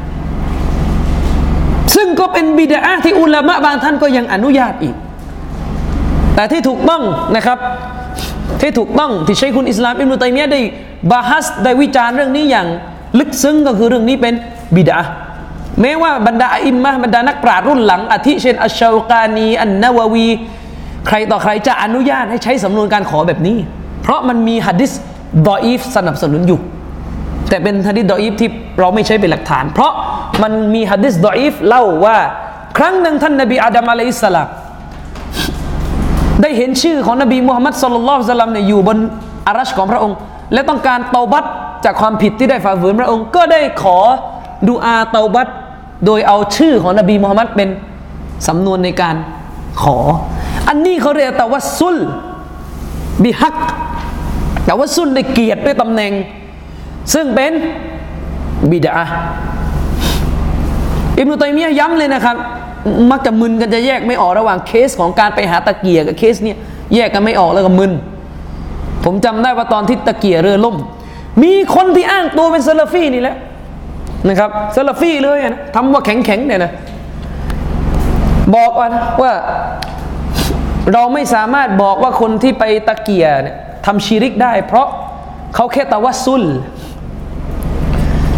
Speaker 1: ซึ่งก็เป็นบิดอะห์ที่อุลามะบางท่านก็ยังอนุญาตอีกแต่ที่ถูกต้องนะครับที่ถูกต้องที่ชัยคุลอิสลามอิบนุตัยมียะห์ได้บาฮัสได้วิจารณ์เรื่องนี้อย่างลึกซึ้งก็คือเรื่องนี้เป็นบิดอะห์แม้ว่าบรรดาอิมมะห์บรรดานักปราชญ์รุ่นหลังอาทิเช่นอัชชาวกานีอันนะวะวีใครต่อใครจะอนุญาตให้ใช้สำนวนการขอแบบนี้เพราะมันมีหะดีษฎออีฟสนับสนุนอยู่แต่เป็นหะดีษฎออีฟที่เราไม่ใช้เป็นหลักฐานเพราะมันมีหะดีษฎออีฟเล่าว่าครั้งหนึ่งท่านนบีอาดัมอะลัยฮิสสลามได้เห็นชื่อของนบีมุฮัมมัดศ็อลลัลลอฮุอะลัยฮิวะซัลลัมเนี่ยอยู่บนอารัชของพระองค์และต้องการเตาบัตจากความผิดที่ได้ฝ่าฝืนพระองค์ก็ได้ขอดุอาเตาบัตโดยเอาชื่อของนบีมุฮัมมัดเป็นสำนวนในการขออันนี้เขาเรียกตะวัสซุลบิฮักตะวัสซุลด้วยเกียรติด้วยตำแหน่งซึ่งเป็นบิดอะห์อิบนุตัยมียะห์ย้ำเลยนะครับมักจะมึนกันจะแยกไม่ออกระหว่างเคสของการไปหาตะเกียกับเคสเนี่ยแยกกันไม่ออกแล้วก็มึนผมจำได้ว่าตอนที่ตะเกียเรือล่มมีคนที่อ้างตัวเป็นซะลาฟีนี่แหละนะครับซะลาฟีเลยนะทำว่าแข็งๆเนี่ยนะบอกว่าเราไม่สามารถบอกว่าคนที่ไปตะเกียเนี่ยทำชิริกได้เพราะเขาแค่ตะวัสซุล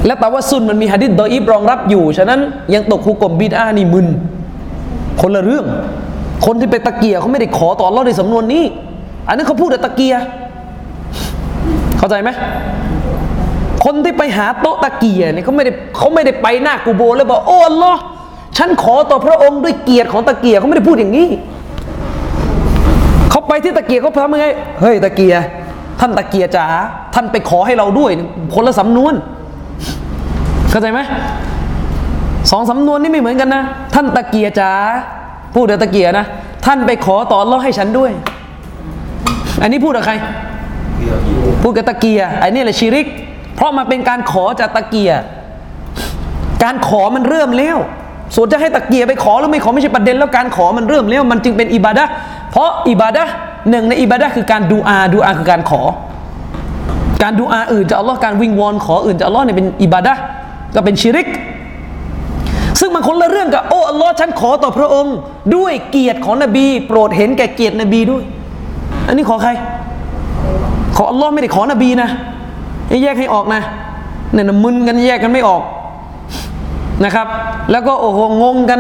Speaker 1: และตะวัสซุลมันมีหะดีษดออีฟรองรับอยู่ฉะนั้นยังตกหุกมบิดอะห์นี่มึนคนละเรื่องคนที่ไปตะเกียเขาไม่ได้ขอต่ออัลเลาะห์ในสำนวนนี้อันนั้นเขาพูดแต่ตะเกียเข้าใจไหมคนที่ไปหาโต๊ะตะเกียเนี่ยเขาไม่ได้ไปหน้ากูโบแล้วบอกโอ้อัลเลาะห์ฉันขอต่อพระองค์ด้วยเกียรติของตะเกียเขาไม่ได้พูดอย่างนี้เขาไปที่ตะเกียเขาทำยังไงเฮ้ยตะเกียท่านตะเกียจ๋าท่านไปขอให้เราด้วยคนละสำนวนเข้าใจไหมสองสำนวนนี้ไม่เหมือนกันนะท่านตะเกียจ๋าพูดเดี๋ยวตะเกียนะท่านไปขอต่ออัลเลาะห์ให้ฉันด้วยอันนี้พูดกับใครพูดกับตะเกียอันนี้แหละชิริกเพราะมันเป็นการขอจากตะเกียการขอมันเริ่มแล้วส่วนจะให้ตะเกียไปขอหรือไม่ขอไม่ใช่ประเด็นแล้วการขอมันเริ่มแล้วมันจึงเป็นอิบาดะห์เพราะอิบาดะห์หนึ่งในอิบาดะห์คือการดูอาคือการขอการดูอาอื่นจากอัลเลาะห์การวิงวอนขออื่นจากอัลเลาะห์เนี่ยเป็นอิบาดะห์ก็เป็นชิริกซึ่งมันคนละเรื่องกับโอ้อัลเลาะห์ฉันขอต่อพระองค์ด้วยเกียรติของนบีโปรดเห็นแก่เกียรตินบีด้วยอันนี้ขอใครขออัลเลาะห์ไม่ได้ขอนบีนะแยกให้ออกนะเนี่ยมึนกันแยกกันไม่ออกนะครับแล้วก็โอ้โหงงกัน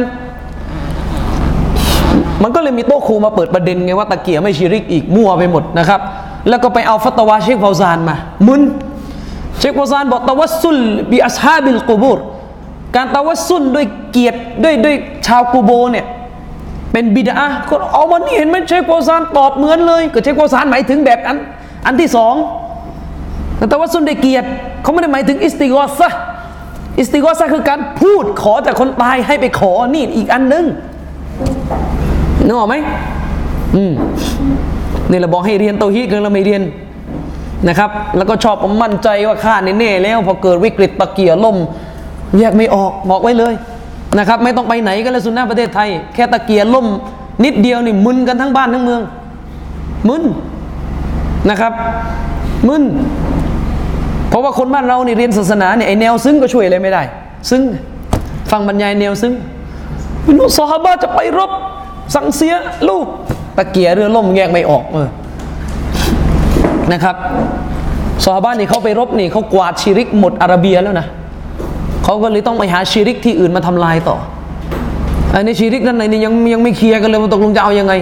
Speaker 1: มันก็เลยมีโต๊ะครูมาเปิดประเด็นไงว่าตะเกียไม่ชิริกอีกมั่วไปหมดนะครับแล้วก็ไปเอาฟัตวาเชคฟาวซานมามึนเชคฟาวซานบอกตะวัสซุลบิอัศฮาบิลกุบูรการตะวัสซุลด้วยเกียรติด้วยชาวกูโบเนี่ยเป็นบิดอะห์คนเอาวันนี้เห็นไหมเชคฟาวซานตอบเหมือนเลยก็เชคฟาวซานหมายถึงแบบอันที่สองแต่ตะวัสซุลด้วยเกียรติเขาไม่ได้หมายถึงอิสติฆอซะห์อิสติฆอซะห์คือการพูดขอจากคนตายให้ไปขอนี่อีกอันนึงนึกออกไหมนี่เราบอกให้เรียนเตาฮีดกันเราไม่เรียนนะครับแล้วก็ชอบผมมั่นใจว่าข้าแน่ๆแล้วพอเกิดวิกฤตตะเกียล่มแยกไม่ออกบอกไว้เลยนะครับไม่ต้องไปไหนกันเลยซุนนะห์ประเทศไทยแค่ตะเกียล่มนิดเดียวนี่มึนกันทั้งบ้านทั้งเมืองมึนนะครับมึนเพราะว่าคนบ้านเรานี่เรียนศาสนาเนี่ยไอแนวซึ้งก็ช่วยอะไรไม่ได้ซึ้งฟังบรรยายแนวซึ้งซอฮาบะห์จะไปรบสั่งเสียลูกตะเกียเรือล่มแยกไม่ออกนะครับซอฮาบะห์นี่เขาไปรบนี่เขากวาดชิริกหมดอาระเบียแล้วนะเขาก็เลยต้องไปหาชิริกที่อื่นมาทำลายต่ออันนี้ชิริกนั่นไหนนี่ยังไม่เคลียร์กันเลยว่าตกลงจะเอายังไง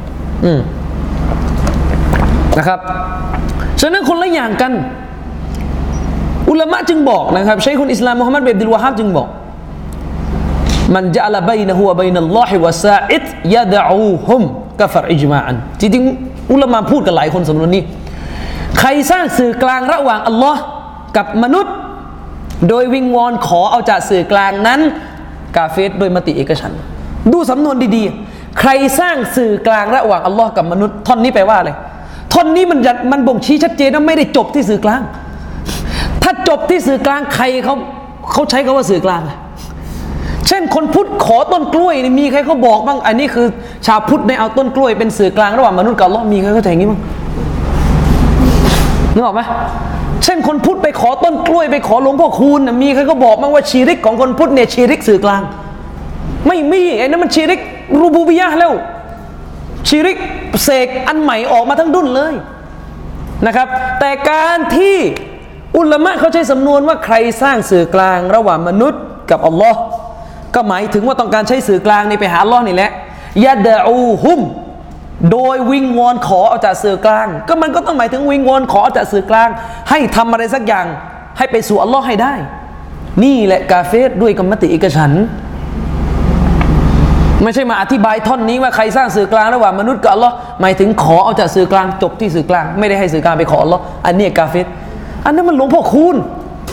Speaker 1: นะครับฉะนั้นคนละอย่างกันอุลามะจึงบอกนะครับชัยคุลอิสลามมุฮัมมัดบินอับดุลวะฮาบจึงบอกมันจะละบัยนะฮุวะบัยนัลลอฮิวะซาอิดยะดะอูฮุมกัฟรอิจมาอันจริงๆอุลามะพูดกันหลายคนสำนวนนี้ใครสร้างสื่อกลางระหว่างอัลลอฮ์กับมนุษย์โดยวิงวอนขอเอาจากสื่อกลางนั้นกาเฟรโดยมติเอกฉันท์ดูสำนวนดีๆใครสร้างสื่อกลางระหว่างอัลลอฮ์กับมนุษย์ท่อนนี้แปลว่าอะไรท่อนนี้มันบ่งชี้ชัดเจนว่าไม่ได้จบที่สื่อกลางถ้าจบที่สื่อกลางใครเขาใช้คำว่าสื่อกลางเช่นคนพุทธขอต้นกล้วยนี่มีใครเขาบอกบ้างอันนี้คือชาวพุทธได้เอาต้นกล้วยเป็นสื่อกลางระหว่างมนุษย์กับอัลเลาะห์มีใครเข้าใจอย่างนี้บ้างนึกออกไหมเช่นคนพุทธไปขอต้นกล้วยไปขอหลวงพ่อคูณมีใครเขาบอกบ้างว่าชีริกของคนพุทธเนี่ยชีริกสื่อกลางไม่มีไอ้นั่นมันชีริกรูบูบิยะห์แล้วชีริกเสกอันใหม่ออกมาทั้งดุนเลยนะครับแต่การที่อุลามะเขาใช้สำนวนว่าใครสร้างสื่อกลางระหว่างมนุษย์กับอัลลอฮ์ก็หมายถึงว่าต้องการใช้สื่อกลางนี่ไปหาอัลลอฮ์นี่แหละยะดะอูฮุมโดยวิงวอนขอเอาจากสื่อกลางก็มันก็ต้องหมายถึงวิงวอนขอเอาจากสื่อกลางให้ทำอะไรสักอย่างให้ไปสู่อัลลอฮ์ให้ได้นี่แหละกาเฟรด้วยมติเอกฉันท์ไม่ใช่มาอธิบายท่อนนี้ว่าใครสร้างสื่อกลางระหว่างมนุษย์กับอัลลอฮ์หมายถึงขอเอาจากสื่อกลางจบที่สื่อกลางไม่ได้ให้สื่อกลางไปขออัลลอฮ์อันนี้กาเฟรอันนั้นมันหลวงพ่อคูณ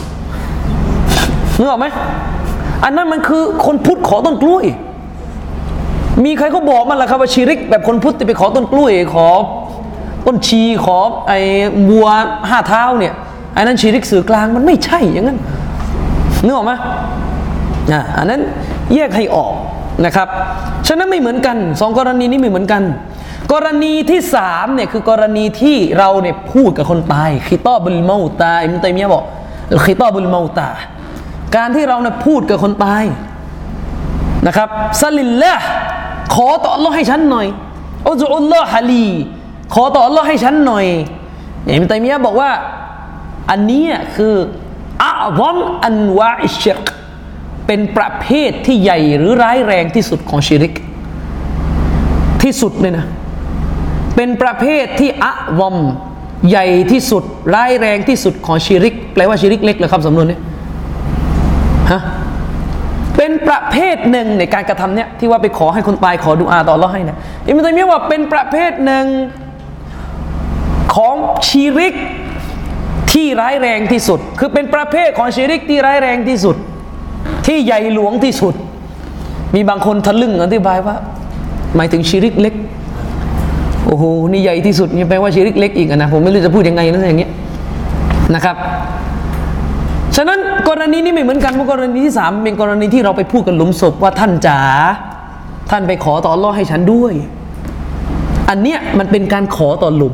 Speaker 1: นึกออกไหมอันนั้นมันคือคนพุทธขอต้นกล้วยมีใครเขาบอกมันล่ะครับว่าชิริกแบบคนพุทธที่ไปขอต้นกล้วยขอต้นชีขอไอ้วัว5 เท้าเนี่ยอันนั้นชิริกสื่อกลางมันไม่ใช่อย่างนั้นนึกออกไหมอันนั้นแยกให้ออกนะครับฉะนั้นไม่เหมือนกันสองกรณีนี้ไม่เหมือนกันกรณีที่3เนี่ยคือกรณีที่เราเนี่ยพูดกับคนตายคิตอบุลเมาตาอิบนุตัยมียะห์บอกคิตอบุลเมาตาการที่เราเนี่ยพูดกับคนตายนะครับซะลิลละขอต่ออัลเลาะห์ให้ฉันหน่อยอุซุลลอฮะลีขอต่ออัลเลาะห์ให้ฉันหน่อยอิบนุตัยมียะห์บอกว่าอันนี้คืออะซอมอันวาอิชชิรกเป็นประเภทที่ใหญ่หรือร้ายแรงที่สุดของชิริกที่สุดเลยนะเป็นประเภทที่อะซอมใหญ่ที่สุดร้ายแรงที่สุดของชิริกแปลว่าชิริกเล็กเหรอครับสำนวนนี้ฮะเป็นประเภทหนึ่งในการกระทำเนี่ยที่ว่าไปขอให้คนตายขอดุอาต่ออัลเลาะห์ให้นะอิบนุตัยมียะห์ว่าเป็นประเภทหนึ่งของชิริกที่ร้ายแรงที่สุดคือเป็นประเภทของชิริกที่ร้ายแรงที่สุดที่ใหญ่หลวงที่สุดมีบางคนทะลึ่งอธิบายว่าหมายถึงชิริกเล็กโอ้โหนี่ใหญ่ที่สุดนี่แปลว่าชิริกเล็กอีกนะผมไม่รู้จะพูดยังไงนะอย่างเงี้ยนะครับฉะนั้นกรณีนี้ไม่เหมือนกันเพราะกรณีที่สามเป็นกรณีที่เราไปพูดกันหลุมศพว่าท่านจ๋าท่านไปขอต่ออัลเลาะห์ให้ฉันด้วยอันเนี้ยมันเป็นการขอต่อหลุม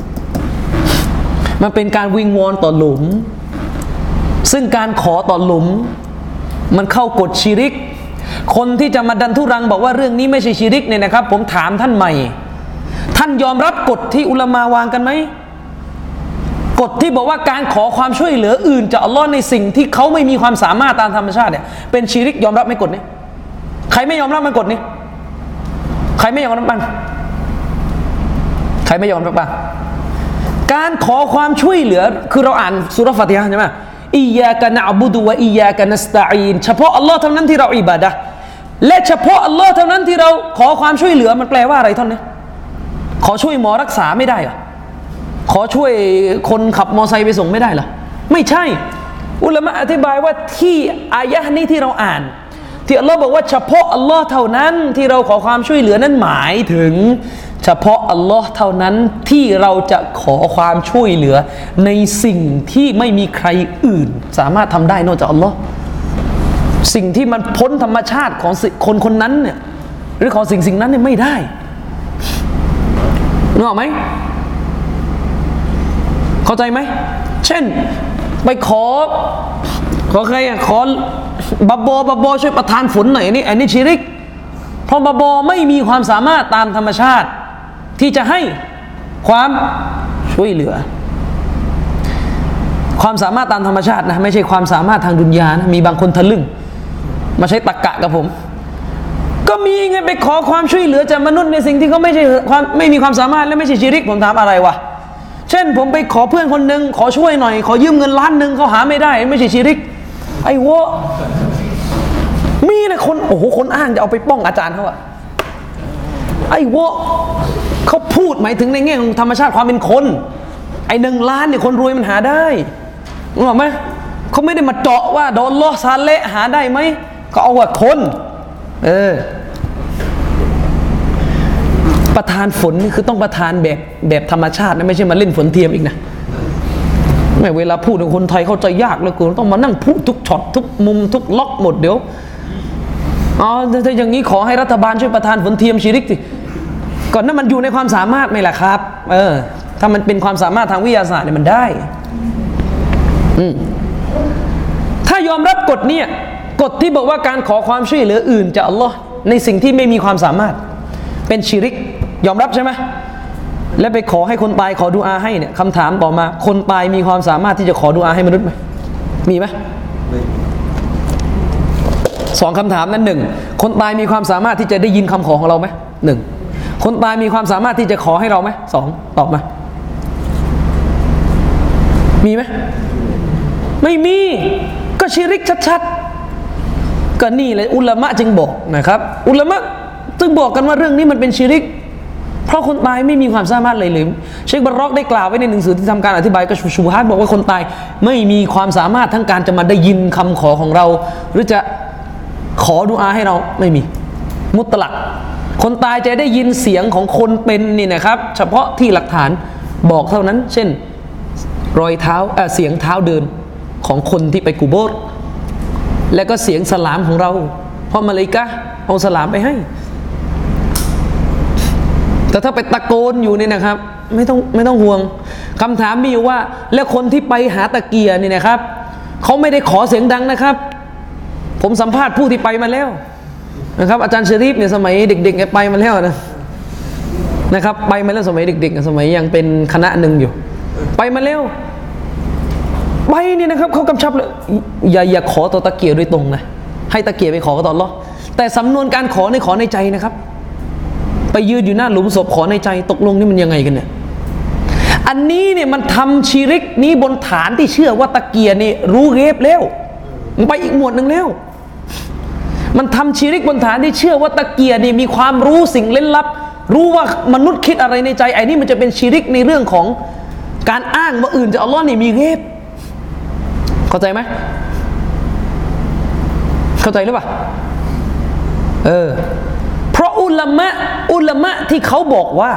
Speaker 1: มันเป็นการวิงวอนต่อหลุมซึ่งการขอต่อหลุมมันเข้ากฎชิริกคนที่จะมาดันทุรังบอกว่าเรื่องนี้ไม่ใช่ชิริกเนี่ยนะครับผมถามท่านใหม่ท่านยอมรับกฎที่อุลามาวางกันไหมกฎที่บอกว่าการขอความช่วยเหลืออื่นจากอัลลอฮ์ในสิ่งที่เขาไม่มีความสามารถตามธรรมชาติเนี่ยเป็นชิริกยอมรับไหมกฎนี้ใครไม่ยอมรับมันกฎนี้ใครไม่ยอมรับบ้างใครไม่ยอมรับบ้างการขอความช่วยเหลือคือเราอ่านซูเราะห์ฟาติฮะห์ใช่ไหมอิยากะนะอ์บุดุวะอิยากะนัสตะอีนเฉพาะอัลลอฮ์เท่านั้นที่เราอิบาดะห์และเฉพาะอัลลอฮ์เท่านั้นที่เราขอความช่วยเหลือมันแปลว่าอะไรท่านเนี่ยขอช่วยหมอรักษาไม่ได้เหรอขอช่วยคนขับมอไซค์ไปส่งไม่ได้เหรอไม่ใช่อุลามะอธิบายว่าที่อายะห์นี้ที่เราอ่านที่อัลลอฮ์บอกว่าเฉพาะอัลลอฮ์เท่านั้นที่เราขอความช่วยเหลือนั้นหมายถึงเฉพาะอัลลอฮ์เท่านั้นที่เราจะขอความช่วยเหลือในสิ่งที่ไม่มีใครอื่นสามารถทำได้นอกจากอัลลอฮ์สิ่งที่มันพ้นธรรมชาติของคนคนนั้นเนี่ยหรือของสิ่งนั้นเนี่ยไม่ได้นึกออกไหมเข้าใจไหมเช่นไปขอใครขอบาบอช่วยประทานฝนหน่อยนี่อันนี้ชิริกเพราะบาบอไม่มีความสามารถตามธรรมชาติที่จะให้ความช่วยเหลือความสามารถตามธรรมชาตินะไม่ใช่ความสามารถทางดุนยานะมีบางคนทะลึ่งมาใช้ตรรกะกับผมก็มีไงไปขอความช่วยเหลือจากมนุษย์ในสิ่งที่เขาไม่มีความสามารถและไม่ใช่ชิริกผมถามอะไรวะเช่นผมไปขอเพื่อนคนหนึ่งขอช่วยหน่อยขอยืมเงินล้านหนึ่งเขาหาไม่ได้ไม่ใช่ชิริกไอ้วะมีนะคนโอ้โหคนอ้างจะเอาไปป้องอาจารย์เขาอะไอ้วะเขาพูดหมายถึงในแง่ของธรรมชาติความเป็นคนไอ้1 ล้านเนี่ยคนรวยมันหาได้รู้ไหมเขาไม่ได้มาเจาะว่าโดนลอซาเลหาได้ไหมเขาเอาว่าคนประทานฝนนี่คือต้องประทานแบบธรรมชาตินะไม่ใช่มาเล่นฝนเทียมอีกนะไม่เวลาพูดถึงคนไทยเข้าใจยากเลยกูต้องมานั่งพูดทุกช็อตทุกมุมทุกล็อกหมดเดี๋ยวถ้าอย่างนี้ขอให้รัฐบาลช่วยประทานฝนเทียมชิริกสิก่อนนั้นมันอยู่ในความสามารถไหมล่ะครับถ้ามันเป็นความสามารถทางวิทยาศาสตร์เนี่ยมันได้ถ้ายอมรับกฎเนี่ยกฎที่บอกว่าการขอความช่วยเหลืออื่นจากอัลลอฮ์ในสิ่งที่ไม่มีความสามารถเป็นชิริกยอมรับใช่ไหมและไปขอให้คนตายขอดุอาให้เนี่ยคำถามต่อมาคนตายมีความสามารถที่จะขอดุอาให้มนุษย์ไหมมีไหม2 คำถามนั้น1คนตายมีความสามารถที่จะได้ยินคำขอของเราไหม1คนตายมีความสามารถที่จะขอให้เราไหม2ตอบมามีไหมไม่มีก็ชิริกชัดๆก็นี่เลยอุลามะจึงบอกนะครับอุลามะจึงบอกกันว่าเรื่องนี้มันเป็นชิริกเพราะคนตายไม่มีความสามารถเลยเชคบารอกได้กล่าวไว้ในหนังสือที่ทำการอธิบายกับชูฮัดบอกว่าคนตายไม่มีความสามารถทั้งการจะมาได้ยินคำขอของเราหรือจะขอดุอาให้เราไม่มีมุตลักคนตายจะได้ยินเสียงของคนเป็นนี่นะครับเฉพาะที่หลักฐานบอกเท่านั้นเช่นรอยเท้าเสียงเท้าเดินของคนที่ไปกุโบร์และก็เสียงสลามของเราเพราะมะลาอิกะฮ์เอาสลามไปให้แต่ถ้าไปตะโกนอยู่นี่นะครับไม่ต้องห่วงคำถามมีอยู่ว่าแล้วคนที่ไปหาตะเกียร์นี่นะครับเขาไม่ได้ขอเสียงดังนะครับผมสัมภาษณ์ผู้ที่ไปมาแล้วนะครับอาจารย์ชะรีฟเนี่ยสมัยเด็กๆไปมาแล้วนะครับไปมาแล้วสมัยเด็กๆสมัยยังเป็นคณะหนึ่งอยู่ไปมาแล้วไปไปเนี่ยนะครับเขากำชับเลยอย่าขอต่อตะเกียบโดยตรงนะให้ตะเกียบไปขอต่ออัลเลาะห์แต่สำนวนการขอในใจนะครับไปยืนอยู่หน้าหลุมศพขอในใจตกลงนี่มันยังไงกันเนี่ยอันนี้เนี่ยมันทำชิริกนี้บนฐานที่เชื่อว่าตะเกียบนี่รู้เกบแล้วมันไปอีกหมวดหนึ่งแล้วมันทำชิริกบนฐานที่เชื่อว่าตะเกียบนี่มีความรู้สิ่งเล่นลับรู้ว่ามนุษย์คิดอะไรในใจไอ้นี่มันจะเป็นชิริกในเรื่องของการอ้างว่าอื่นจากอัลลอฮ์นี่มีเกบเข้าใจไหมเข้าใจหรือเปล่าเพราะอุลามะที่เขาบอกว่า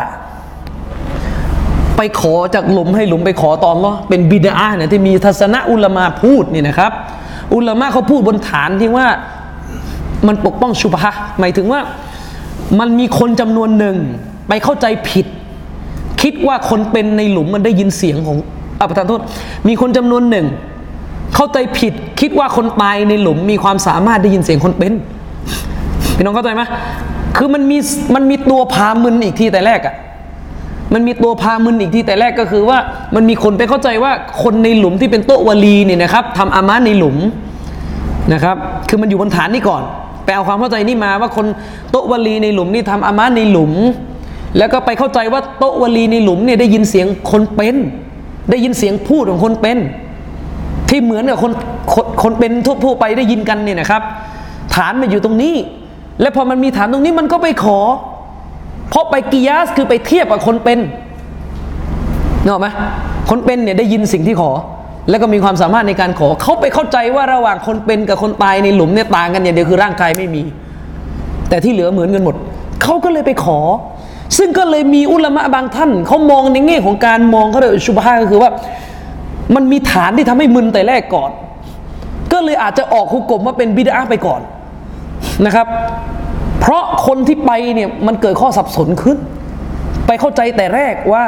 Speaker 1: ไปขอจากหลุมให้หลุมไปขอตอนล้อเป็นบิดอะห์เนี่ยที่มีทัศนะอุลามะพูดนี่นะครับอุลามะเขาพูดบนฐานที่ว่ามันปกป้องชุบฮะห์หมายถึงว่ามันมีคนจำนวนหนึ่งไปเข้าใจผิดคิดว่าคนเป็นในหลุมมันได้ยินเสียงของประทานโทษมีคนจำนวนหนึ่งเข้าใจผิดคิดว่าคนตายในหลุมมีความสามารถได้ยินเสียงคนเป็นพี่น้องเข้าใจไหมคือมันมีตัวพามึนอีกทีแต่แรกอ่ะมันมีตัวพามึนอีกทีแต่แรกก็คือว่ามันมีคนไปเข้าใจว่าคนในหลุมที่เป็นโต๊ะวะลีเนี่ยนะครับทำอามาในหลุมนะครับคือมันอยู่บนฐานนี้ก่อนไปเอาความเข้าใจนี่มาว่าคนโต๊ะวะลีในหลุมนี่ทำอามาในหลุมแล้วก็ไปเข้าใจว่าโต๊ะวะลีในหลุมเนี่ยได้ยินเสียงคนเป็นได้ยินเสียงพูดของคนเป็นที่เหมือนกับคนเป็นทั่วไปได้ยินกันเนี่ยนะครับฐานมันอยู่ตรงนี้และพอมันมีฐานตรงนี้มันก็ไปขอเพราะไปกิยาสคือไปเทียบกับคนเป็นนึกออกไหมคนเป็นเนี่ยได้ยินสิ่งที่ขอแล้วก็มีความสามารถในการขอเขาไปเข้าใจว่าระหว่างคนเป็นกับคนตายในหลุมเนี่ยต่างกันอย่างเดียวคือร่างกายไม่มีแต่ที่เหลือเหมือนกันหมดเขาก็เลยไปขอซึ่งก็เลยมีอุลามะบางท่านเขามองในแง่ของการมองเขาเลยชุบฮะห์ก็คือว่ามันมีฐานที่ทำให้มึนแต่แรกก่อนก็เลยอาจจะออกหุกมว่าเป็นบิดอะห์ไปก่อนนะครับเพราะคนที่ไปเนี่ยมันเกิดข้อสับสนขึ้นไปเข้าใจแต่แรกว่า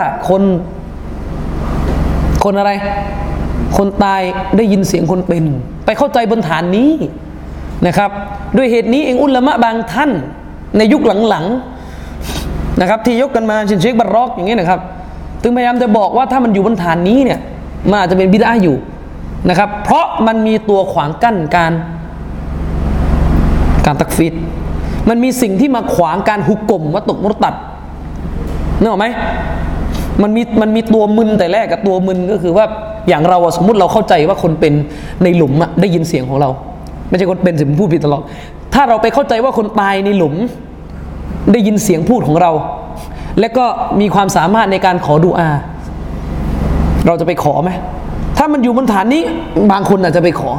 Speaker 1: คนอะไรคนตายได้ยินเสียงคนเป็นไปเข้าใจบนฐานนี้นะครับด้วยเหตุนี้เองอุลามะบางท่านในยุคหลังๆนะครับที่ยกกันมาเช่นเชคบัรรอกอย่างเงี้ยนะครับถึงพยายามจะบอกว่าถ้ามันอยู่บนฐานนี้เนี่ยมันอาจจะเป็นบิดอะห์อยู่นะครับเพราะมันมีตัวขวางกั้นการตักฟีรมันมีสิ่งที่มาขวางการหุกกลมว่าตกมุรตัดนึกออกไหมมันมีตัวมึนแต่แรกกับตัวมึนก็คือว่าอย่างเราสมมุติเราเข้าใจว่าคนเป็นในหลุมได้ยินเสียงของเราไม่ใช่คนเป็นสิผมพูดผิดตลอดถ้าเราไปเข้าใจว่าคนตายในหลุมได้ยินเสียงพูดของเราและก็มีความสามารถในการขอดุอาเราจะไปขอไหมถ้ามันอยู่บนฐานนี้บางคนอาจจะไปขอ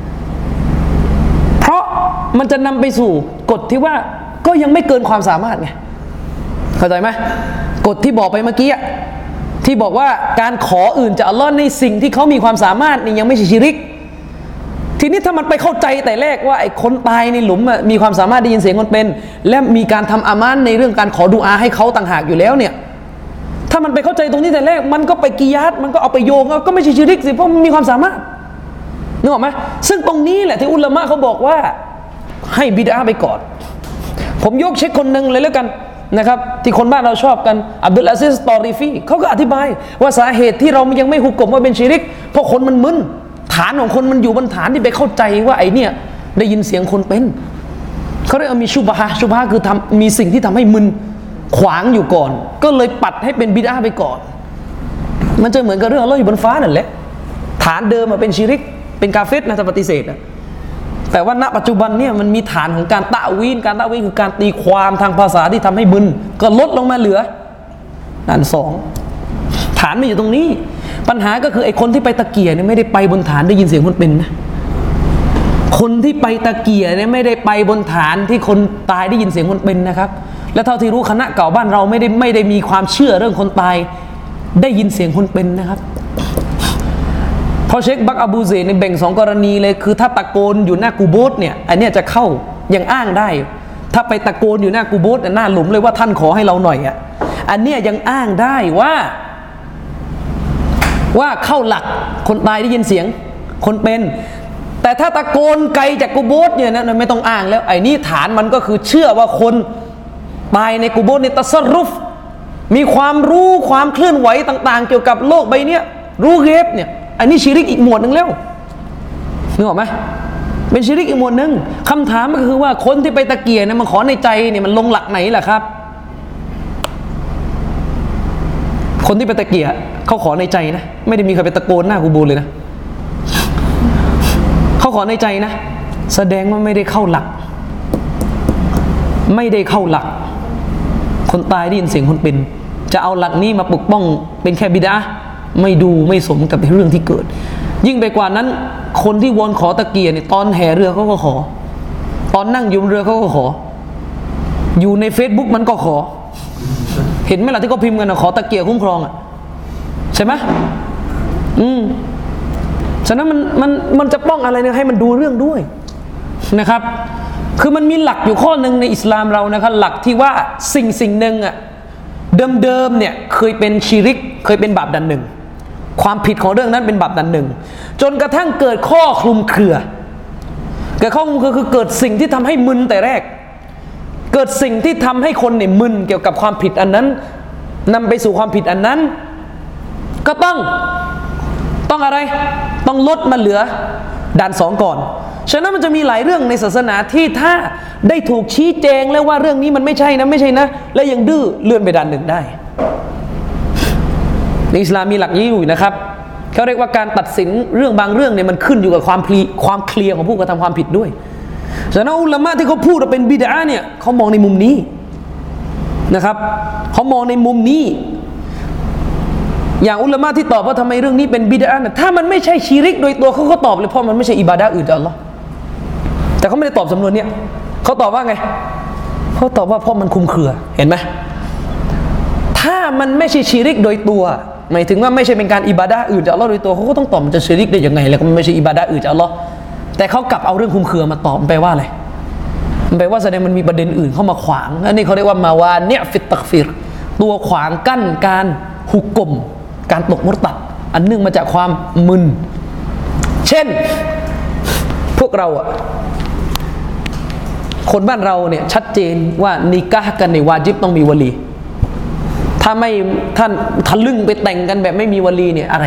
Speaker 1: เพราะมันจะนำไปสู่กฎที่ว่าก็ยังไม่เกินความสามารถไงเข้าใจไหมกฎที่บอกไปเมื่อกี้ที่บอกว่าการขออื่นจากอัลลอฮ์ในสิ่งที่เขามีความสามารถนี่ยังไม่ใช่ชิริกทีนี้ถ้ามันไปเข้าใจแต่แรกว่าไอ้คนตายในหลุมมีความสามารถได้ยินเสียงคนเป็นและมีการทำอามานในเรื่องการขอดุอาให้เขาต่างหากอยู่แล้วเนี่ยถ้ามันไปเข้าใจตรงนี้แต่แรกมันก็ไปกิยาสมันก็เอาไปโยงก็ไม่ใช่ชิริกสิเพราะมันมีความสามารถนึกออกไหมซึ่งตรงนี้แหละที่อุลามะเขาบอกว่าให้บิดอะห์ไปก่อนผมยกเช็คคนหนึ่งเลยแล้วกันนะครับที่คนบ้านเราชอบกันอับดุลอาซิซตอรีฟีเขาก็อธิบายว่าสาเหตุที่เรายังไม่หุกกลมว่าเป็นชิริกเพราะคนมันมึนฐานของคนมันอยู่บนฐานที่ไปเข้าใจว่าไอเนี่ยได้ยินเสียงคนเป็นเขาเรียกว่ามีชุบฮะคือมีสิ่งที่ทำให้มึนขวางอยู่ก่อนก็เลยปัดให้เป็นบิดอะห์ไปก่อนมันจะเหมือนกับเรื่องอัลเลาะห์อยู่บนฟ้านั่นแหละฐานเดิมมาเป็นชิริกเป็นกาเฟรนะถ้าปฏิเสธนะแต่ว่าณปัจจุบันเนี่ยมันมีฐานของการตะวีนคือการตีความทางภาษาที่ทำให้มึนก็ลดลงมาเหลือฐานสองฐานไม่อยู่ตรงนี้ปัญหาก็คือไอ้คนที่ไปตะเกียเนี่ยไม่ได้ไปบนฐานได้ยินเสียงคนเป็นนะคนที่ไปตะเกียเนี่ยไม่ได้ไปบนฐานที่คนตายได้ยินเสียงคนเป็นนะครับและเท่าที่รู้คณะเก่าบ้านเราไม่ได้มีความเชื่อเรื่องคนตายได้ยินเสียงคนเป็นนะครับเพราะเชคบักอบูเซในแบ่งสองกรณีเลยคือถ้าตะโกนอยู่หน้ากูโบสเนี่ยอันเนี้ยจะเข้ายังอ้างได้ถ้าไปตะโกนอยู่หน้ากูโบสหน้าหลุมเลยว่าท่านขอให้เราหน่อยอ่ะอันเนี้ยยังอ้างได้ว่าเข้าหลักคนตายได้ยินเสียงคนเป็นแต่ถ้าตะโกนไกลจากกูโบสเนี่ยนะไม่ต้องอ้างแล้วไอ้นี่ฐานมันก็คือเชื่อว่าคนตายในกูโบสเนี่ยตัสรุฟมีความรู้ความเคลื่อนไหวต่างๆเกี่ยวกับโลกใบนี้รู้เกฟเนี่ยอันนี้ชิริกอีกหมวดหนึ่งแล้วนึกออกไหมเป็นชิริกอีกหมวดหนึ่งคำถามก็คือว่าคนที่ไปตะเกียเนี่ยมันขอในใจเนี่ยมันลงหลักไหนล่ะครับคนที่ไปตะเกียเขาขอในใจนะไม่ได้มีใครไปตะโกนหน้ากูบูเลยนะเขาขอในใจนะแสดงว่าไม่ได้เข้าหลักไม่ได้เข้าหลักคนตายได้ยินเสียงคนเป็นจะเอาหลักนี้มาปกป้องเป็นแค่บิดาไม่ดูไม่สมกับเรื่องที่เกิดยิ่งไปกว่านั้นคนที่วนขอตะเกียเนี่ยตอนแห่เรือเขาก็ขอตอนนั่งอยู่บนเรือเขาก็ขออยู่ใน Facebook มันก็ขอเห็นไหมล่ะที่เขาพิมพ์กันนะขอตะเกียคุ้มครองอ่ะใช่ไหมฉะนั้นมันจะป้องอะไรเนี่ยให้มันดูเรื่องด้วยนะครับคือมันมีหลักอยู่ข้อหนึ่งในอิสลามเรานะครับหลักที่ว่าสิ่งหนึ่งอ่ะเดิมเนี่ยเคยเป็นชิริกเคยเป็นบาปดันหนึ่งความผิดของเรื่องนั้นเป็นบาปดันหนึ่งจนกระทั่งเกิดข้อคลุมเครือเกิดข้อคลุมเครือคือเกิดสิ่งที่ทำให้มึนแต่แรกเกิดสิ่งที่ทำให้คนเนี่ยมึนเกี่ยวกับความผิดอันนั้นนำไปสู่ความผิดอันนั้นก็ต้องอะไรต้องลดมาเหลือด่านสองก่อนฉะนั้นมันจะมีหลายเรื่องในศาสนาที่ถ้าได้ถูกชี้แจงแล้วว่าเรื่องนี้มันไม่ใช่นะและยังดื้อเลื่อนไปด่านหนึ่งได้ในอิสลามมีหลักนี้อยู่นะครับเขาเรียกว่าการตัดสินเรื่องบางเรื่องเนี่ยมันขึ้นอยู่กับความเคลียร์ของผู้กระทำความผิดด้วยฉะนั้นอุลามะที่เขาพูดว่าเป็นบิดอะห์เนี่ยเขามองในมุมนี้นะครับเขามองในมุมนี้อย่างอุลามะที่ตอบว่าทำไมเรื่องนี้เป็นบิดอะห์เนี่ยถ้ามันไม่ใช่ชิริกโดยตัวเขาก็ตอบเลยเพราะมันไม่ใช่อิบาดะห์อื่นจากอัลเลาะห์แต่เขาไม่ได้ตอบสำนวนเนี้ยเขาตอบว่าไงเขาตอบว่าเพราะมันคลุมเครือเห็นไหมถ้ามันไม่ใช่ชิริกโดยตัวหมายถึงว่าไม่ใช่เป็นการอิบาดะห์อื่นจากอัลเลาะห์โดยตัวเขาก็ต้องตอบมันจะชิริกได้ยังไงแล้วก็มันไม่ใช่อิบาดะห์อื่นจากอัลเลาะห์แต่เขากลับเอาเรื่องคลุมเครือมาตอบมันแปลว่าอะไรมันแปลว่าแสดงมันมีประเด็นอื่นเข้ามาขวางอันนี้เขาเรียกว่ามาวาเนะฟิตตักฟิรตัวขวางกั้นการหุกกลมการตกมุรตัดอันเนื่องมาจากความมึนเช่นพวกเราอะคนบ้านเราเนี่ยชัดเจนว่านิกะห์กันในวาญิบต้องมีวลีถ้าไม่ท่านทะลึ่งไปแต่งกันแบบไม่มีวลีเนี่ยอะไร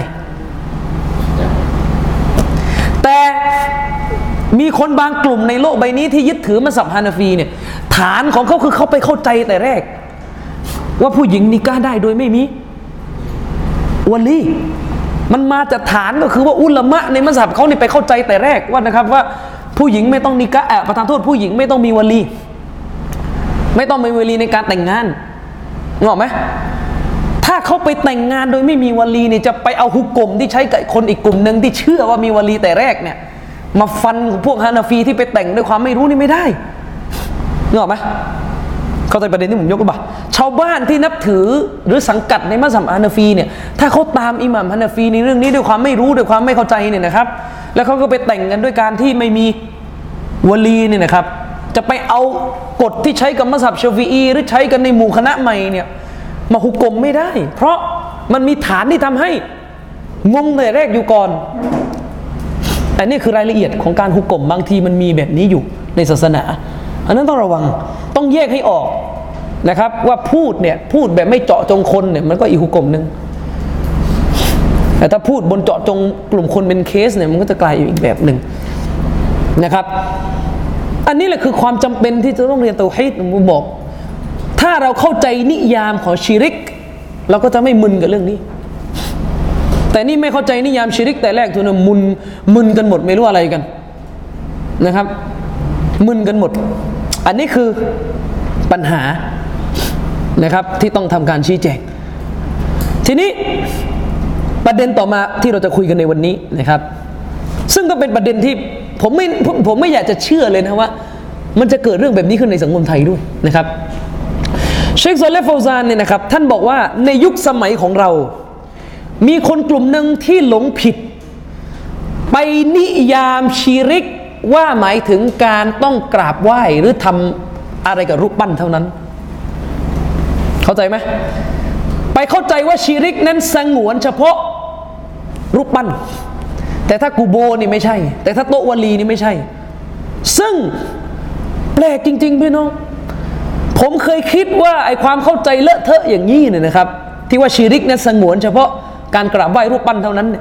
Speaker 1: แต่มีคนบางกลุ่มในโลกใบนี้ที่ยึดถือมัซฮับฮานาฟีเนี่ยฐานของเขาคือเขาไปเข้าใจแต่แรกว่าผู้หญิงนิกะห์ได้โดยไม่มีวลีมันมาจากฐานก็คือว่าอุลามะในมัซฮับเขาเนี่ยไปเข้าใจแต่แรกว่านะครับว่าผู้หญิงไม่ต้องนิกะห์ประทานโทษผู้หญิงไม่ต้องมีวลีไม่ต้องมีวลีในการแต่งงานงงไหมถ้าเขาไปแต่งงานโดยไม่มีวลีเนี่ยจะไปเอาฮุกกลมที่ใช้กับคนอีกกลุ่มหนึ่งที่เชื่อว่ามีวลีแต่แรกเนี่ยมาฟันพวกฮานาฟีที่ไปแต่งด้วยความไม่รู้นี่ไม่ได้งงไหมเข้าใจประเด็นที่ผมยกขึ้นมาชาวบ้านที่นับถือหรือสังกัดในมัซฮับฮานาฟีเนี่ยถ้าเขาตามอิหม่ามฮานาฟีในเรื่องนี้ด้วยความไม่รู้ด้วยความไม่เข้าใจเนี่ยนะครับแล้วเขาก็ไปแต่งกันด้วยการที่ไม่มีวลีเนี่ยนะครับจะไปเอากฎที่ใช้กับมัซฮับชาฟิอีหรือใช้กันในหมู่คณะใหม่เนี่ยมาหุกกลมไม่ได้เพราะมันมีฐานที่ทำให้งงแต่แรกอยู่ก่อนแต่นี่คือรายละเอียดของการหุกกลมบางทีมันมีแบบนี้อยู่ในศาสนาอันนั้นต้องระวังต้องแยกให้ออกนะครับว่าพูดแบบไม่เจาะจงคนเนี่ยมันก็อีกหุกกลมนึงแต่ถ้าพูดบนเจาะจงกลุ่มคนเป็นเคสเนี่ยมันก็จะกลายอีกแบบหนึ่งนะครับอันนี้แหละคือความจำเป็นที่จะต้องเรียนเตาฮีดผมบอกถ้าเราเข้าใจนิยามของชิริกเราก็จะไม่มึนกับเรื่องนี้แต่นี่ไม่เข้าใจนิยามชิริกแต่แรกทุนมึนกันหมดไม่รู้อะไรกันนะครับมึนกันหมดอันนี้คือปัญหานะครับที่ต้องทำการชี้แจงทีนี้ประเด็นต่อมาที่เราจะคุยกันในวันนี้นะครับซึ่งก็เป็นประเด็นที่ผมไม่อยากจะเชื่อเลยนะว่ามันจะเกิดเรื่องแบบนี้ขึ้นในสังคมไทยด้วยนะครับเชคซอเลห์ฟาวซานเนี่ยนะครับท่านบอกว่าในยุคสมัยของเรามีคนกลุ่มหนึ่งที่หลงผิดไปนิยามชิริกว่าหมายถึงการต้องกราบไหว้หรือทำอะไรกับรูปปั้นเท่านั้นเข้าใจไหมไปเข้าใจว่าชิริกนั้นสงวนเฉพาะรูปปั้นแต่ถ้ากูโบนี่ไม่ใช่แต่ถ้าโตะวลีนี่ไม่ใช่ซึ่งแปลกจริงๆพี่น้องผมเคยคิดว่าไอ้ความเข้าใจเลอะเทอะอย่างนี้เนี่ยนะครับที่ว่าชิริกนั้นสงวนเฉพาะการกราบไหว้รูปปั้นเท่านั้นเนี่ย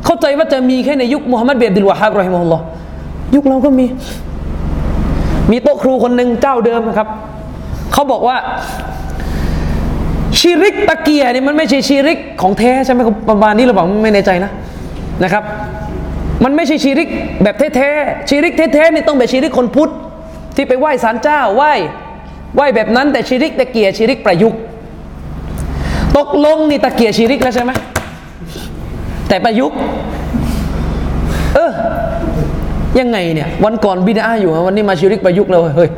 Speaker 1: เข้าใจว่าจะมีแค่ในยุคมุฮัมมัดบินอับดุลวะฮาบรอฮิมะฮุลลอฮ์ยุคเราก็มีโต๊ะครูคนหนึ่งเจ้าเดิมนะครับเขาบอกว่าชิริกตะเกียนี่มันไม่ใช่ชิริกของแท้ใช่ไหมประมาณนี้หรือเปล่าไม่แน่ใจนะครับมันไม่ใช่ชิริกแบบแท้ๆชิริกแท้ๆนี่ต้องแบบชิริกคนพุทธที่ไปไหว้ศาลเจ้าไหว้แบบนั้นแต่ชิริกตะเกียชิริกประยุกต์ตกลงนี่ตะเกียชิริกแล้วใช่ไหมแต่ประยุกต์ยังไงเนี่ยวันก่อนบิดาอยู่วันนี้มาชิริกประยุกต์เลยเฮ้ย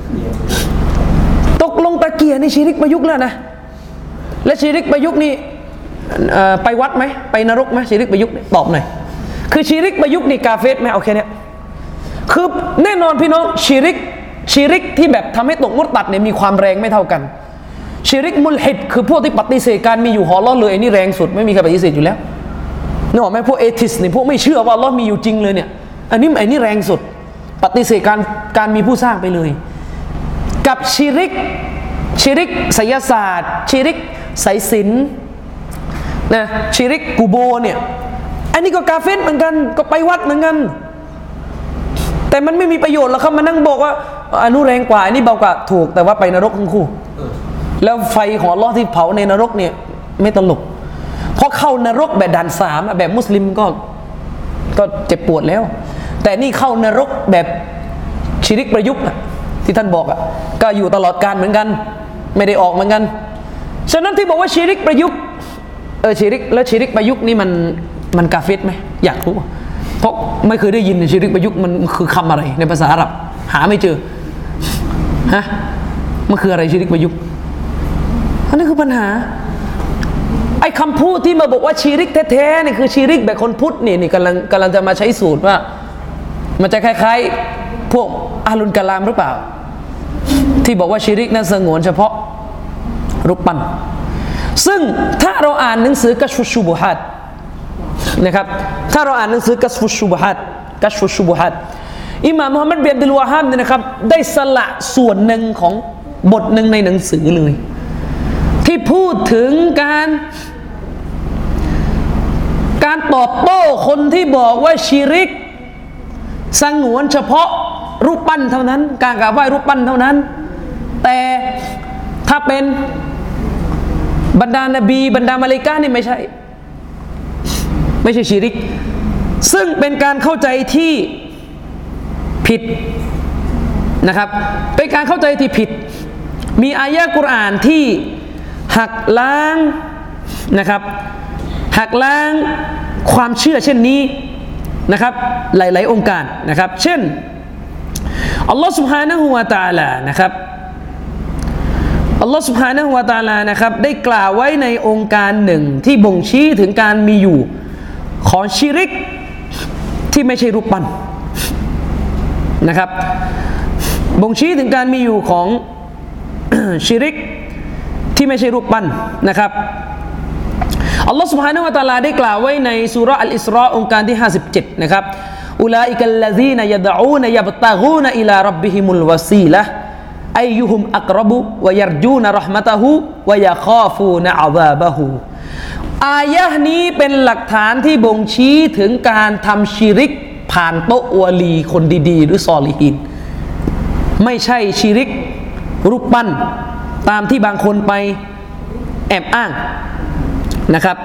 Speaker 1: ตกลงตะเกียนี่ชิริกประยุกต์แล้วนะและชิริกประยุกต์นี่ไปวัดไหมไปนรกไหมชิริกประยุกต์ตอบหน่อยคือชิริกประยุกต์นี่กาเฟรไหมโอเคเนี่ยคือแน่นอนพี่น้องชิริกที่แบบทำให้ตกมุตตัดเนี่ยมีความแรงไม่เท่ากันชิริกมุลฮิดคือพวกที่ปฏิเสธการมีอยู่ของอัลเลาะห์เลยไอ้นี่แรงสุดไม่มีใครปฏิเสธอยู่แล้วนึกออกไหมพวกเอทิสนี่พวกไม่เชื่อว่าอัลเลาะห์มีอยู่จริงเลยเนี่ยอันนี้แรงสุดปฏิเสธการมีผู้สร้างไปเลยกับชิริกไสยศาสตร์ชิริกไสยศิลป์นะชิริกกูโบเนี่ยอันนี้ก็กาเฟรเหมือนกันก็ไปวัดเหมือนกันแต่มันไม่มีประโยชน์หรอกครับมานั่งบอกว่าอันนู้นแรงกว่าอันนี้เบากว่าถูกแต่ว่าไปนรกทั้งคู่แล้วไฟของอัลเลาะห์ที่เผาในนรกเนี่ยไม่ตลกเพราะเข้านรกแบบด่าน3แบบมุสลิมก็เจ็บปวดแล้วแต่นี่เข้านรกแบบชิริกประยุกต์ที่ท่านบอกก็อยู่ตลอดกาลเหมือนกันไม่ได้ออกเหมือนกันฉะนั้นที่บอกว่าชิริกประยุกต์ชิริกและชิริกประยุกต์นี่มันกาเฟรไหมอยากรู้เพราะไม่เคยได้ยินชิริกประยุกต์มันคือคำอะไรในภาษาอาหรับหาไม่เจอมันคืออะไรชิริกประยุกต์อันนี้คือปัญหาไอ้คำพูดที่มาบอกว่าชิริกแท้ๆนี่คือชิริกแบบคนพุทธนี่กำลังจะมาใช้สูตรว่ามันจะคล้ายๆพวกอาลุนกะลามหรือเปล่าที่บอกว่าชิริกนั้นสงวนเฉพาะรูปปั้นซึ่งถ้าเราอ่านหนังสือกัชฟุชูบุฮัดนะครับถ้าเราอ่านหนังสือกัชฟุชูบุฮัดอิหม่ามมุฮัมมัดบินอับดุลวะฮาบเนี่ยนะครับได้สละส่วนหนึ่งของบทหนึ่งในหนังสือเลยที่พูดถึงการตอบโต้คนที่บอกว่าชิริกสงวนเฉพาะรูปปั้นเท่านั้นการกราบไหว้รูปปั้นเท่านั้นแต่ถ้าเป็นบรรดานบีบรรดามะลาอิกะฮ์นี่ไม่ใช่ชิริกซึ่งเป็นการเข้าใจที่ผิดนะครับเป็นการเข้าใจที่ผิดมีอายะห์กุรอานที่หักล้างนะครับหักล้างความเชื่อเช่นนี้นะครับหลายๆองค์การนะครับเช่นอัลลอฮฺ سبحانه และ تعالى นะครับอัลลอฮฺ سبحانه และ تعالى นะครับได้กล่าวไว้ในองค์การหนึ่งที่บ่งชี้ถึงการมีอยู่ของชิริกที่ไม่ใช่รูปปั้นนะครับบ่งชี้ถึงการมีอยู่ของ ชิริกที่ไม่ใช่รูปปั้นนะครับอัลลอฮฺ سبحانه และ تعالى ได้กล่าวไว้ในซูเราะห์อัลอิสราองค์การที่57นะครับอุลาอิกัลลซีนยะดะอูนยับตะกูนอิลาร็อบบิฮิมุลวะซีละฮ์อัยยุฮุมอักรบุวะยัรจูนเราะห์มะตะฮูวะยะคาฟูนอะซาบะฮูอายะห์นี้เป็นหลักฐานที่บ่งชี้ถึงการทำชิริกผ่านโต๊ะวะลีคนดีๆหรือซอลิฮีนไม่ใช่ชิริกรูปปั้นตามที่บางคนไปแอบอ้างนะครับ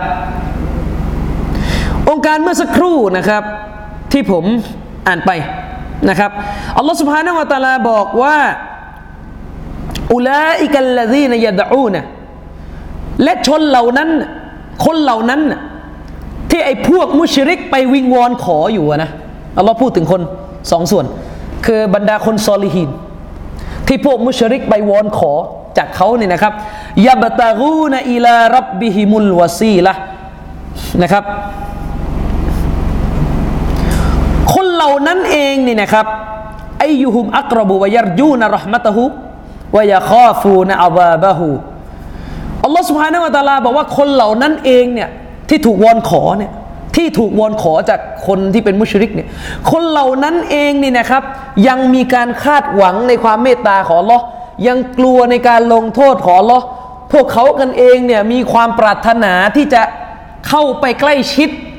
Speaker 1: องค์การเมื่อสักครู่นะครับที่ผมอ่านไปนะครับอัลลอฮฺ سبحانه และ تعالى บอกว่าอุลาอิกัลลซีนยะดะอูนและชนเหล่านั้นคนเหล่านั้นที่ไอ้พวกมุชริกไปวิงวอนขออยู่นะอัลลอฮฺพูดถึงคนสองส่วนคือบรรดาคนซอลิฮีนที่พวกมุชริกไปวอนขอจากเขาเนี่ยนะครับยับตะกูนอิลาร็อบบิฮิมุลวะซีละฮ์นะครับคนเหล่านั้นเองนี่นะครับอัยยุฮุมอักรบุวะยัรจูนเราะห์มะตะฮูวะยะคาฟูนอะซาบะฮูอัลลอฮฺ سبحانه และ تعالى บอกว่าคนเหล่านั้นเองเนี่ยที่ถูกวอนขอเนี่ยที่ถูกวอนขอจากคนที่เป็นมุชริกเนี่ยคนเหล่านั้นเองนี่นะครับยังมีการคาดหวังในความเมตตาของอัลเลาะห์ยังกลัวในการลงโทษของอัลเลาะห์พวกเขากันเองเนี่ยมีความปรารถนาที่จะเข้าไปใกล้ชิด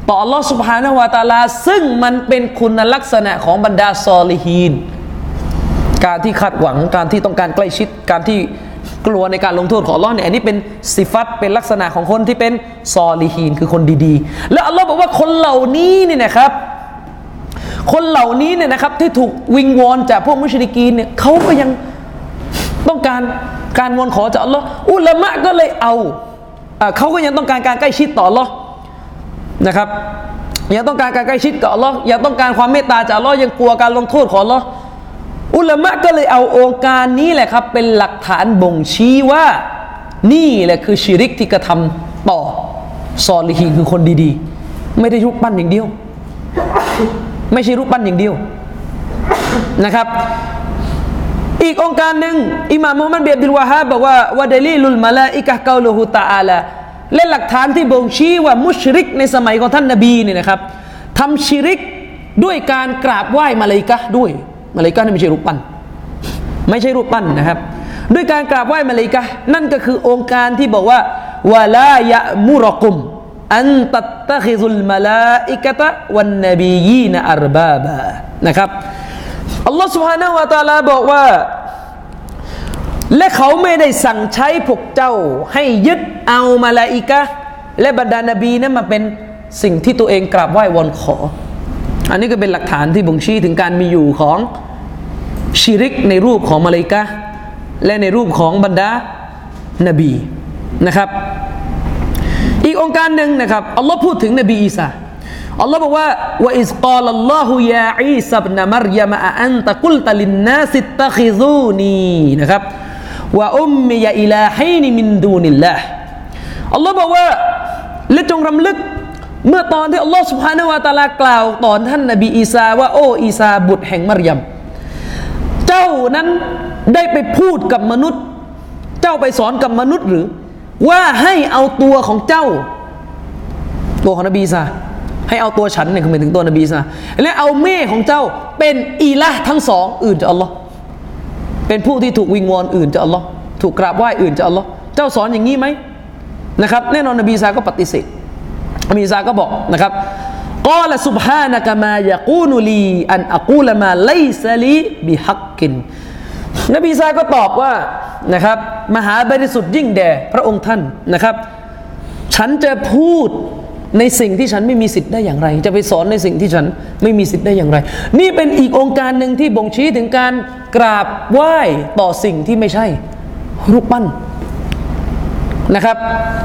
Speaker 1: ต่ออัลลอฮฺซุบฮานะฮูวะตะอาลาซึ่งมันเป็นคุณลักษณะของบรรดาซอลิฮีนการที่คาดหวังการที่ต้องการใกล้ชิดการที่กลัวในการลงโทษของอัลลอฮ์เนี่ยอันนี้เป็นสิฟัตเป็นลักษณะของคนที่เป็นซอลิฮีนคือคนดีๆแล้วอัลลอฮ์บอกว่าคนเหล่านี้เนี่ยนะครับคนเหล่านี้เนี่ยนะครับที่ถูกวิงวอนจากพวกมุชริกีนเนี่ยเขาก็ยังต้องการวอนขอจากอัลลอฮ์อุลามะก็เลยเขาก็ยังต้องการการใกล้ชิดต่ออัลลอฮ์นะครับยังต้องการการใกล้ชิดกับอัลลอฮ์ยังต้องการความเมตตาจากอัลลอฮ์ยังกลัวการลงโทษของอัลลอฮ์อุลามะก็เลยเอาองค์การนี้แหละครับเป็นหลักฐานบ่งชี้ว่านี่แหละคือชิริกที่กระทำต่อซอลิฮีนคือคนดีๆไม่ได้รูปปั้นอย่างเดียวไม่ใช่รูปปั้นอย่างเดียวนะครับอีกองค์การหนึ่งอิหม่ามมุฮัมมัดบินอับดุลวะฮาบบอกว่าวะดะลีลุลมะลาอิกะฮ์กอลูฮุตะอาลาและหลักฐานที่บ่งชี้ว่ามุชริกในสมัยของท่านนบีเนี่ยนะครับทำชิริกด้วยการกราบไหว้มะลาอิกะฮ์ด้วยมะลาอิกะฮ์นี่ไม่ใช่รูปปั้นนะครับด้วยการกราบไหว้มะลาอิกะฮ์นั่นก็คือองค์การที่บอกว่าวะลายะมุรกุมอันตัตตะคิซุลมะลาอิกะตะวันนบียีนอัรบาบะนะครับอัลลอฮฺ سبحانه และ تعالى บอกว่าและเขาไม่ได้สั่งใช้พวกเจ้าให้ยึดเอามะลาอิกะฮ์และบรรดานบีนั้นมาเป็นสิ่งที่ตัวเองกราบไหว้วอนขออันนี้ก็เป็นหลักฐานที่บ่งชี้ถึงการมีอยู่ของชิริกในรูปของมะลาอิกะฮ์และในรูปของบรรดานบีนะครับอีกองค์การหนึ่งนะครับอัลลอฮ์พูดถึงนบีอีสาอัลลอฮ์บอกว่าวะอิซกาลัลลอฮุยาอีซาอิบนะมัรยะมะอันตะกุลตะลินนาสิตตะคิซูนีนะครับวะอุมมิยะอิลาฮีนมินดูนิลลาห์อัลลอฮ์บอกว่าและจงรำลึกเมื่อตอนที่อัลลอฮ์ سبحانه และ تعالى กล่าวต่อท่านนบีอีสาว่าโอ้อีสาบุตรแห่งมัรยมเจ้านั้นได้ไปพูดกับมนุษย์เจ้าไปสอนกับมนุษย์หรือว่าให้เอาตัวของเจ้าตัวของนบีอีสาให้เอาตัวฉันเนี่ยคือหมายถึงตัวนบีอีสาและเอาแม่ของเจ้าเป็นอิละห์ทั้งสองอื่นจากอัลลอฮ์เป็นผู้ที่ถูกวิงวอนอื่นจากอัลลอฮ์ถูกกราบไหว้อื่นจากอัลลอฮ์เจ้าสอนอย่างนี้ไหมนะครับแน่นอนนบีอีสาก็ปฏิเสธนบีอีสาก็บอกนะครับกอละซุบฮานะกะมายะกูนุลีอันอะกูลมาไลซะลีบิฮักกินนบีอีสาก็ตอบว่านะครับมหาบริสุทธิ์ยิ่งแด่พระองค์ท่านนะครับฉันจะพูดในสิ่งที่ฉันไม่มีสิทธิ์ได้อย่างไรจะไปสอนในสิ่งที่ฉันไม่มีสิทธิ์ได้อย่างไรนี่เป็นอีกองค์การหนึ่งที่บ่งชี้ถึงการกราบไหว้ต่อสิ่งที่ไม่ใช่รูปปั้นนะครับ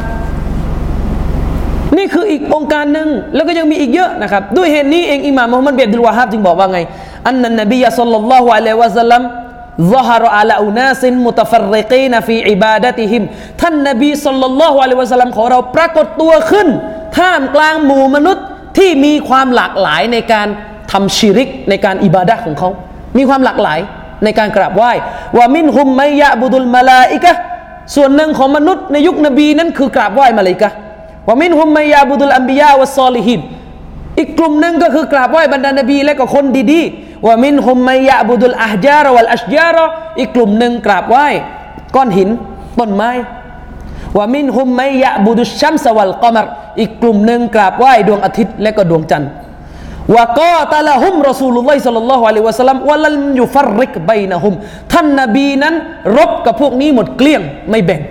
Speaker 1: นี่คืออีกองค์การหนึ่งแล้วก็ยังมีอีกเยอะนะครับด้วยเหตุนี้เองอิหม่ามมุฮัมมัดบินอับดุลวะฮาบจึงบอกว่าไงอันนันนบีศ็อลลัลลอฮุอะลัยฮิวะซัลลัมظهر على أناس متفرقين في عبادتهم ท่านนบีศ็อลลัลลอฮุอะลัยฮิวะซัลลัมของเราปรากฏตัวขึ้นท่ามกลางหมู่มนุษย์ที่มีความหลากหลายในการทำชิริกในการอิบาดะห์ของเขามีความหลากหลายในการกราบไหว้ว่ามินฮุมมัยยะบุดุลมะลาอิกะฮ์ส่วนหนึ่งของมนุษย์ในยุคนบีนั้นคือกราบไหว้มะลาอิกะฮ์ว่ามินฮุมมัยยะบุดุลอัมบิยาวัสซอลิฮีนอีกกลุ่มหนึ่งก็คือกราบไหว้บรรดานบีและก็คนดีๆว่ามินฮุมมัยยะบุดุลอะฮญาวัลอัชญาอีกกลุ่มหนึ่งกราบไหว้ก้อนหินต้นไม้ว่ามินฮุมมัยยะบุดุชชัมซะวัลกอมัรอีกกลุ่มหนึ่งกราบไหว้ดวงอาทิตย์และก็ดวงจันทร์วะกอตะละฮุมรอซูลุลลอฮิศ็อลลัลลอฮุอะลัยฮิวะซัลลัมวะลัมยุฟัรริกบัยนะฮุมท่านนบีนั้นรบกับพวกนี้หมดเกลี้ยงไม่แบ่ง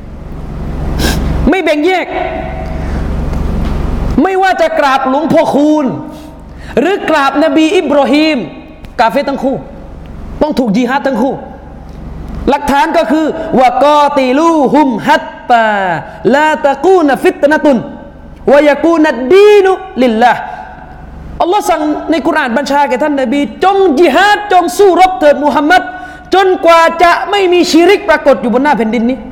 Speaker 1: แยกไม่ว่าจะกราบหลวงพ่อคูณหรือกราบนบีอิบราฮีมกาเฟรทั้งคู่ต้องถูกญิฮาดทั้งคู่หลักฐานก็คือวะกอติลูฮุมฮัตตาลาตะกูนฟิตนะตุนวะยะกูนัดดีนุลิลลาห์อัลลอฮ์สั่งในกุรอานบัญชาแก่ท่านนบีจงญิฮาดจงสู้รบเถิดมุฮัมมัดจนกว่าจะไม่มีชิริกปรากฏอยู่บนหน้าแผ่นดินนี้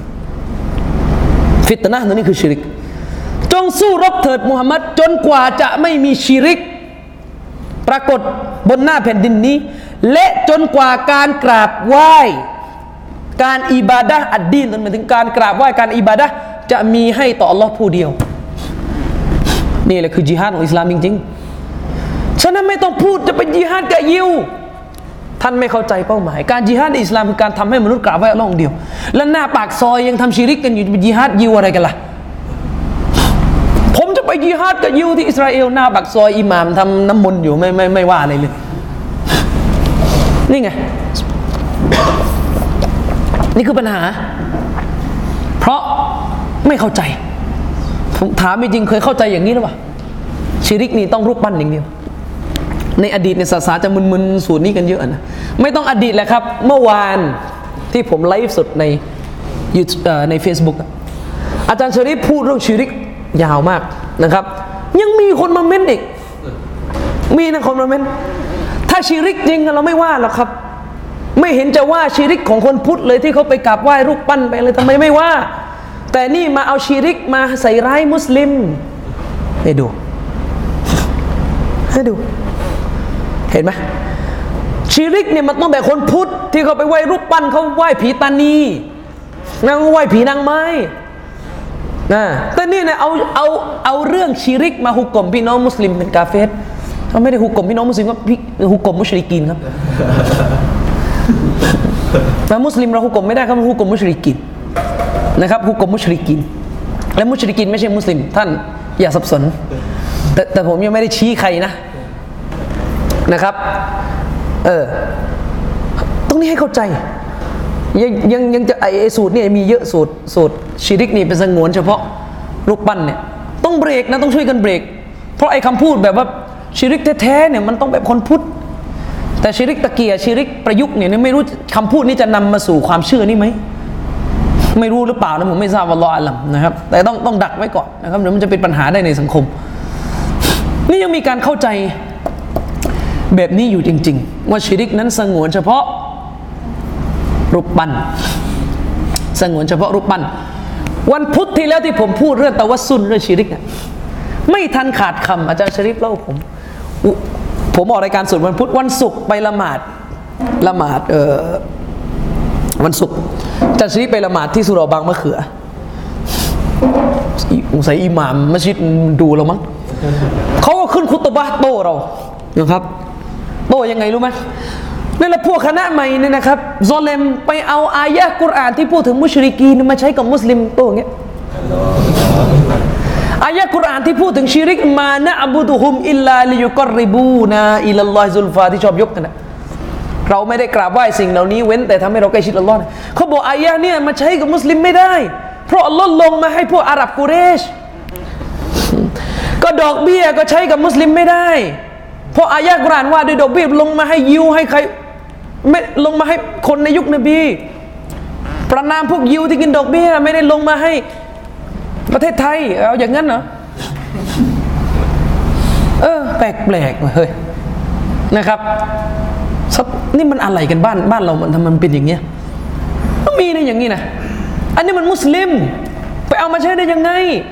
Speaker 1: ฟิตนะห์นี่คือชิริกจงสู้รบเถิดมุฮัมมัดจนกว่าจะไม่มีชิริกปรากฏบนหน้าแผ่นดินนี้และจนกว่าการกราบไหว้การอิบาดะห์อัดดีนหมายถึงการกราบไหว้การอิบาดะห์จะมีให้ต่ออัลลอฮ์ผู้เดียวนี่แหละคือญิฮาดของอิสลามจริงๆฉะนั้นไม่ต้องพูดจะเป็นญิฮาดกับยิวท่านไม่เข้าใจเป้าหมายการญิฮาดในอิสลามคือการทำให้มนุษย์กราบไหว้อัลลอฮ์องเดียวและหน้าปากซอยยังทำชิริกกันอยู่เป็นญิฮาดยิวอะไรกันล่ะผมจะไปญิฮาดกับยิวที่อิสราเอลหน้าปากซอยอิหม่ามทำน้ำมนต์อยู่ไม่ว่าอะไรเลยนี่ไงนี่คือปัญหาเพราะไม่เข้าใจผมถามจริงเคยเข้าใจอย่างนี้หรือเปล่าชิริกนี่ต้องรูปปั้นอย่างเดียวในอดีตในศาสนาจะมึนๆสูตรนี้กันเยอะนะไม่ต้องอดีตแหละครับเมื่อวานที่ผมไลฟ์สดใน Facebook อาจารย์ชริฟพูดเรื่องชิริกยาวมากนะครับยังมีคนมาเม้นอีกมีนะคนมาเม้นถ้าชิริกจริงเราไม่ว่าหรอกครับไม่เห็นจะว่าชิริกของคนพุทธเลยที่เขาไปกราบไหว้รูปปั้นไปเลยทำไมไม่ว่าแต่นี่มาเอาชิริกมาใส่ร้ายมุสลิมให้ดูเห็นไหมชิริกเนี่ยมันต้องแต่คนพุทธที่เขาไปไหว้รูปปั้นเขาไหว้ผีตานีนางไหว้ผีนางไม้นะแต่นี่เนี่ยเอาเรื่องชิริกมาหุกกลมพี่น้องมุสลิมเป็นกาเฟรเขาไม่ได้หุกกลมพี่น้องมุสลิมก็หุกกลมมุชริกีนครับแต่มุสลิมเราหุกกลมไม่ได้ครับหุกกลมมุชริกีนนะครับหุกกลมมุชริกีนและมุชริกีนไม่ใช่มุสลิมท่านอย่าสับสนแต่ผมยังไม่ได้ชี้ใครนะครับตรงนี้ให้เข้าใจยังจะไอสูตรนี่มีเยอะสูตรชิริกนี่เป็นสงวนเฉพาะรูปปั้นเนี่ยต้องเบรกนะต้องช่วยกันเบรกเพราะไอ้คำพูดแบบว่าชิริกแท้ๆเนี่ยมันต้องแบบคนพุทธแต่ชิริกตะเกียชิริกประยุกต์เนี่ยไม่รู้คำพูดนี้จะนำมาสู่ความเชื่อนี่ไหมไม่รู้หรือเปล่านะผมไม่ทราบวัลลอฮุอาลัมนะครับแต่ต้องดักไว้ก่อนนะครับเดี๋ยวมันจะเป็นปัญหาได้ในสังคมนี่ยังมีการเข้าใจแบบนี้อยู่จริงๆว่าชิริกนั้นสงวนเฉพาะรูปปั้นสงวนเฉพาะรูปปั้นวันพุธที่แล้วที่ผมพูดเรื่องตะวัสซุลเรื่องชิริกไม่ทันขาดคำอาจารย์ชริฟเล่าผมออกรายการสดวันพุธวันศุกร์ไปละหมาดวันศุกร์อาจารย์ชริฟไปละหมาดที่สุเหร่าบางมะเขือใส่อิหม่ามมัสยิดดูเรามั้งเขาก็ขึ้นคุตบะห์โต้เรานะครับโต้ยังไงรู้ไหมนี่แหละพวกคณะใหม่เนี่ยนะครับซอเลมไปเอาอายะห์กุรอานที่พูดถึงมุชริกีนมาใช้กับมุสลิมโต้อย่างเงี้ยอายะห์กุรอานที่พูดถึงชิริกมานะอบุดุฮุมอิลลาลิยุกอริบูนาอิลัลลอฮิซุลฟาที่ชอบยกกันนะเราไม่ได้กราบไหว้สิ่งเหล่านี้เว้นแต่ทำให้เราใกล้ชิดอัลลอฮ์เขาบอกอายะห์เนี่ยมาใช้กับมุสลิมไม่ได้เพราะอัลลอฮ์ลงมาให้พวกอาหรับกุเรชก็ดอกเบี้ยก็ใช้กับมุสลิมไม่ได้เพราะอายะห์กุรอานว่าด้วยดอกเบี้ยลงมาให้ยิวให้ใครไม่ลงมาให้คนในยุคนบีประนามพวกยิวที่กินดอกเบี้ยไม่ได้ลงมาให้ประเทศไทยเอาอย่างนั้นเหรอแปลกเฮ้ยนะครับนี่มันอะไรกันบ้านเรามันทำมันเป็นอย่างเงี้ยมันมีในอย่างนี้นะอันนี้มันมุสลิมไปเอามาใช้ได้ยังไง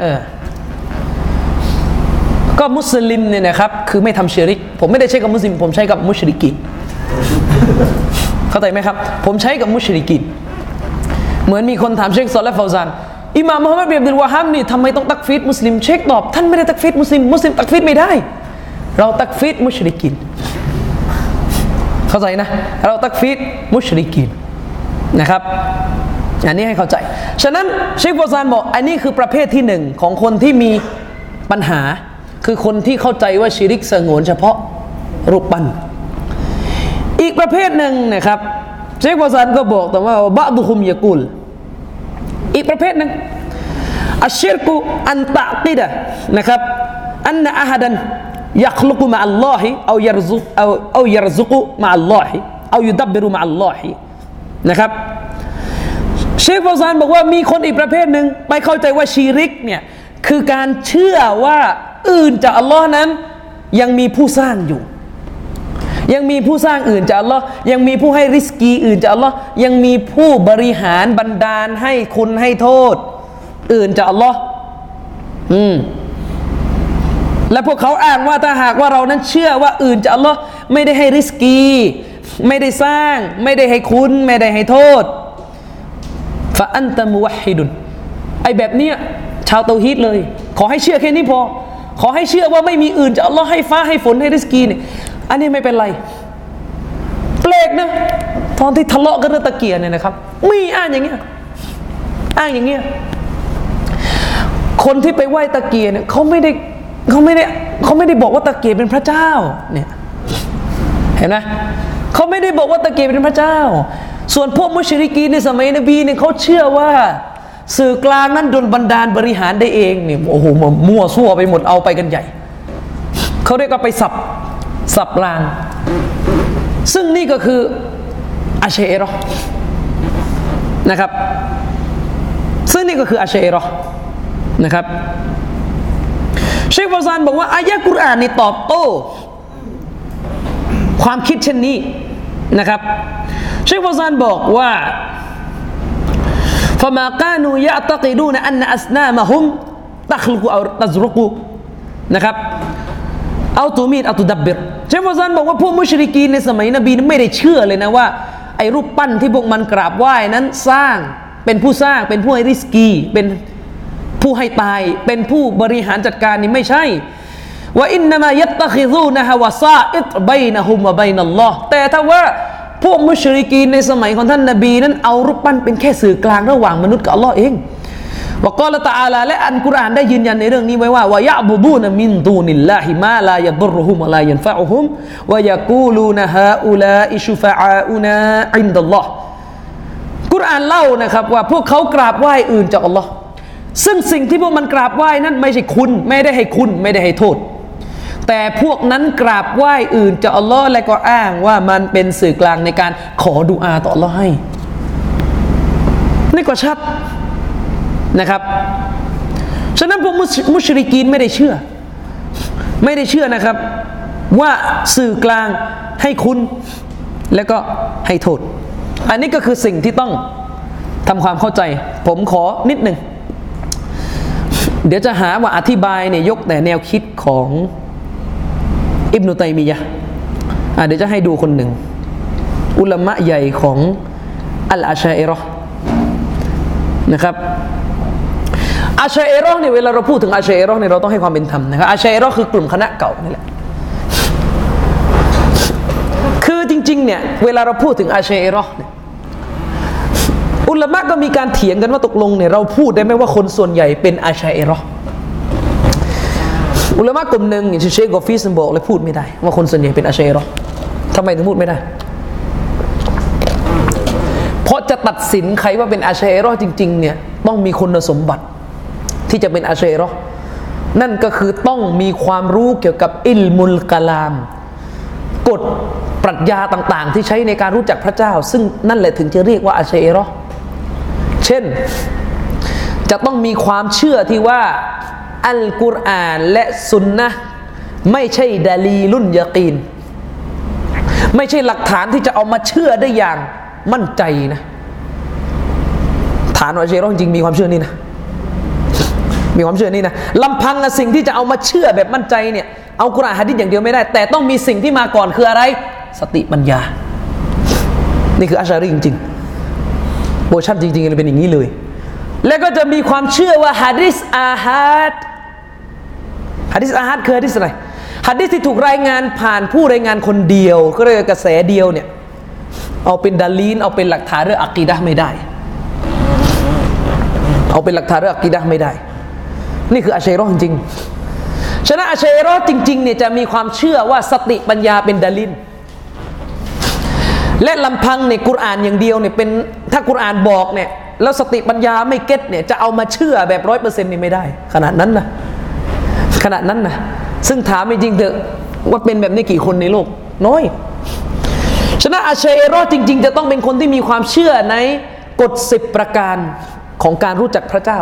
Speaker 1: ก็มุสลิมเนี่ยนะครับคือไม่ทำชิริกผมไม่ได้ใช้กับมุสลิมผมใช้กับมุชริกีนเข้าใจไหมครับผมใช้กับมุชริกีนเหมือนมีคนถามเชคซอเลห์ฟาวซานอิหม่ามมุฮัมมัดบินอับดุลวะฮับนี่ทำไมต้องตักฟีรมุสลิมเชคตอบท่านไม่ได้ตักฟีรมุสลิมตักฟีรไม่ได้เราตักฟีรมุชริกีนเข้าใจนะเราตักฟีรมุชริกีนนะครับอันนี้ให้เข้าใจฉะนั้นเชคฟาวซานบอกอันนี้คือประเภทที่หนึ่งของคนที่มีปัญหาคือคนที่เข้าใจว่าชิริกสงวนเฉพาะรูปปั้นอีกประเภทหนึ่งนะครับเชคฟาวซานก็บอกแต่ว่าบะดุฮุมยะกุลอีกประเภทหนึ่งอัชชิรกุอันตะกิดะนะครับอันนะอะฮัดันยัคลุกุมะอัลลอฮิเอายารซุกุมะอัลลอฮิเอายุดับบิรุมะอัลลอฮินะครับเชคฟาวซานบอกว่ามีคนอีกประเภทหนึ่งไปเข้าใจว่าชิริกเนี่ยคือการเชื่อว่าอื่นจากอัลลอฮ์นั้นยังมีผู้สร้างอยู่ยังมีผู้สร้างอื่นจากอัลลอฮ์ยังมีผู้ให้ริสกีอื่นจากอัลลอฮ์ยังมีผู้บริหารบันดาลให้คุณให้โทษอื่นจากอัลลอฮ์และพวกเขาอ้างว่าถ้าหากว่าเรานั้นเชื่อว่าอื่นจากอัลลอฮ์ไม่ได้ให้ริสกีไม่ได้สร้างไม่ได้ให้คุณไม่ได้ให้โทษฟะอันตะมุวะฮิดุนไอแบบเนี้ยชาวเตาฮีดเลยขอให้เชื่อแค่นี้พอขอให้เชื่อว่าไม่มีอื่นจากอัลลอฮ์ให้ฟ้าให้ฝนให้ริสกีเนี่ยอันนี้ไม่เป็นไรแปลกนะตอนที่ทะเลาะกันเรื่องตะเกียร์เนี่ยนะครับมีอ้างอย่างเงี้ยคนที่ไปไหว้ตะเกียเนี่ยเขาไม่ได้บอกว่าตะเกียเป็นพระเจ้าเนี่ยเห็นไหมเขาไม่ได้บอกว่าตะเกียเป็นพระเจ้าส่วนพวกมุชริกีนในสมัยนบีเนี่ยเขาเชื่อว่าสื่อกลางนั้นโดนบันดาลบริหารได้เองเนี่ยโอ้โหมั่วซั่วไปหมดเอาไปกันใหญ่เขาเรียกว่าไปสับรางซึ่งนี่ก็คืออัชอะรีนะครับซึ่งนี่ก็คืออัชอะรีนะครับเชคฟาวซานบอกว่าอายะกุรอานนี่ตอบโต้ความคิดเช่นนี้นะครับเชคฟาวซานบอกว่าفما كانوا يعتقدون أن أصنامهم تخلق أو تزرق นะครับเอาตูมีดเอาตูดับเบิรเชคฟาวซานบอกว่าพวกมุชริกีนในสมัยนบีไม่ได้เชื่อเลยนะว่าไอ้รูปปั้นที่พวกมันกราบไหว้นั้นสร้างเป็นผู้สร้างเป็นผู้ให้ริสกีเป็นผู้ให้ตายเป็นผู้บริหารจัดการนี่ไม่ใช่ว่าอินนามายัตตะคิซูนะฮะวะซาอิตบัยนะฮุมวะบัยนัลลอฮ์แต่ถ้าว่าพวกมุชริกีนในสมัยของท่านนบีนั้นเอารูปปั้นเป็นแค่สื่อกลางระหว่างมนุษย์กับอัลลอฮ์เองวะกอละตะอาลาและอัลกุรอานได้ยืนยันในเรื่องนี้ไว้ว่าวะยะบุดูนมินดูนิลลาฮิมาลายัดุรรุฮุมวะลายันฟะอุฮุมวะยะกูลูนะฮาอุลาอิชุฟะอาอุนาอินดัลลอฮ์กุรอานเล่านะครับว่าพวกเขากราบไหว้อื่นจากอัลลอฮ์ซึ่งสิ่งที่พวกมันกราบไหว้นั้นไม่ใช่คุณไม่ได้ให้คุณไม่ได้ให้โทษแต่พวกนั้นกราบไหว้อื่นจากอัลลอฮ์และก็อ้างว่ามันเป็นสื่อกลางในการขอดุอาต่ออัลลอฮ์ให้นี่ก็ชัดนะครับฉะนั้นพวกมุชริกีนไม่ได้เชื่อนะครับว่าสื่อกลางให้คุณและก็ให้โทษอันนี้ก็คือสิ่งที่ต้องทำความเข้าใจผมขอนิดหนึ่งเดี๋ยวจะหาว่าอธิบายเนี่ยยกแต่แนวคิดของอิบนุตัยมียะห์เดี๋ยวจะให้ดูคนหนึ่งอุลามะใหญ่ของอัลอาชัยเราะห์นะครับอาชัยเราะห์เนี่ยเวลาเราพูดถึงอาชัยเราะห์เนี่ยเราต้องให้ความเป็นธรรมนะครับอาชัยเราะห์คือกลุ่มคณะเก่านี่แหละคือจริงๆเนี่ยเวลาเราพูดถึงอาชัยเราะห์เนี่ยอุลามะก็มีการเถียงกันว่าตกลงเนี่ยเราพูดได้ไหมว่าคนส่วนใหญ่เป็นอาชัยเราะห์อุลามะกลุ่มหนึ่งอย่างเชคกอฟิสบอกเลยพูดไม่ได้ว่าคนส่วนใหญ่เป็นอาชัยเราะห์ทำไมถึงพูดไม่ได้เพราะจะตัดสินใครว่าเป็นอาชัยเราะห์จริงๆเนี่ยต้องมีคุณสมบัติที่จะเป็นอาชัยเราะห์นั่นก็คือต้องมีความรู้เกี่ยวกับอิลมุลกะลามกฎปรัชญาต่างๆที่ใช้ในการรู้จักพระเจ้าซึ่งนั่นแหละถึงจะเรียกว่าอาชัยเราะห์เช่นจะต้องมีความเชื่อที่ว่าอัลกุรอานและซุนนะห์ไม่ใช่ดะลีลุนยะกีนไม่ใช่หลักฐานที่จะเอามาเชื่อได้อย่างมั่นใจนะฐานอาชัยเราะห์จริงมีความเชื่อนี่นะมีความเชื่อนี่นะลำพังสิ่งที่จะเอามาเชื่อแบบมั่นใจเนี่ยเอากุรอานหะดีษอย่างเดียวไม่ได้แต่ต้องมีสิ่งที่มาก่อนคืออะไรสติปัญญานี่คืออัชอะรีจริงๆโบชั่นจริงๆเลยเป็นอย่างนี้เลยแล้วก็จะมีความเชื่อว่าหะดีษอาฮัดคือหะดีษอะไรหะดีษที่ถูกรายงานผ่านผู้รายงานคนเดียวก็เรียกกระแสเดียวเนี่ยเอาเป็นดะลีลเอาเป็นหลักฐานเรื่องอะกีดะห์ไม่ได้เอาเป็นหลักฐานเรื่องอะกีดะห์ไม่ได้นี่คืออาชัยเราะห์จริงๆฉะนั้นอาชัยเราะห์จริงๆเนี่ยจะมีความเชื่อว่าสติปัญญาเป็นดะลีลและลำพังในกุรอานอย่างเดียวเนี่ยเป็นถ้ากุรอานบอกเนี่ยแล้วสติปัญญาไม่เก็ตเนี่ยจะเอามาเชื่อแบบ 100% นี่ไม่ได้ขนาดนั้นนะซึ่งถามจริงๆเถอะว่าเป็นแบบนี้กี่คนในโลกน้อยฉะนั้นอาชัยเราะห์จริงๆจะต้องเป็นคนที่มีความเชื่อในกฎ10ประการของการรู้จักพระเจ้า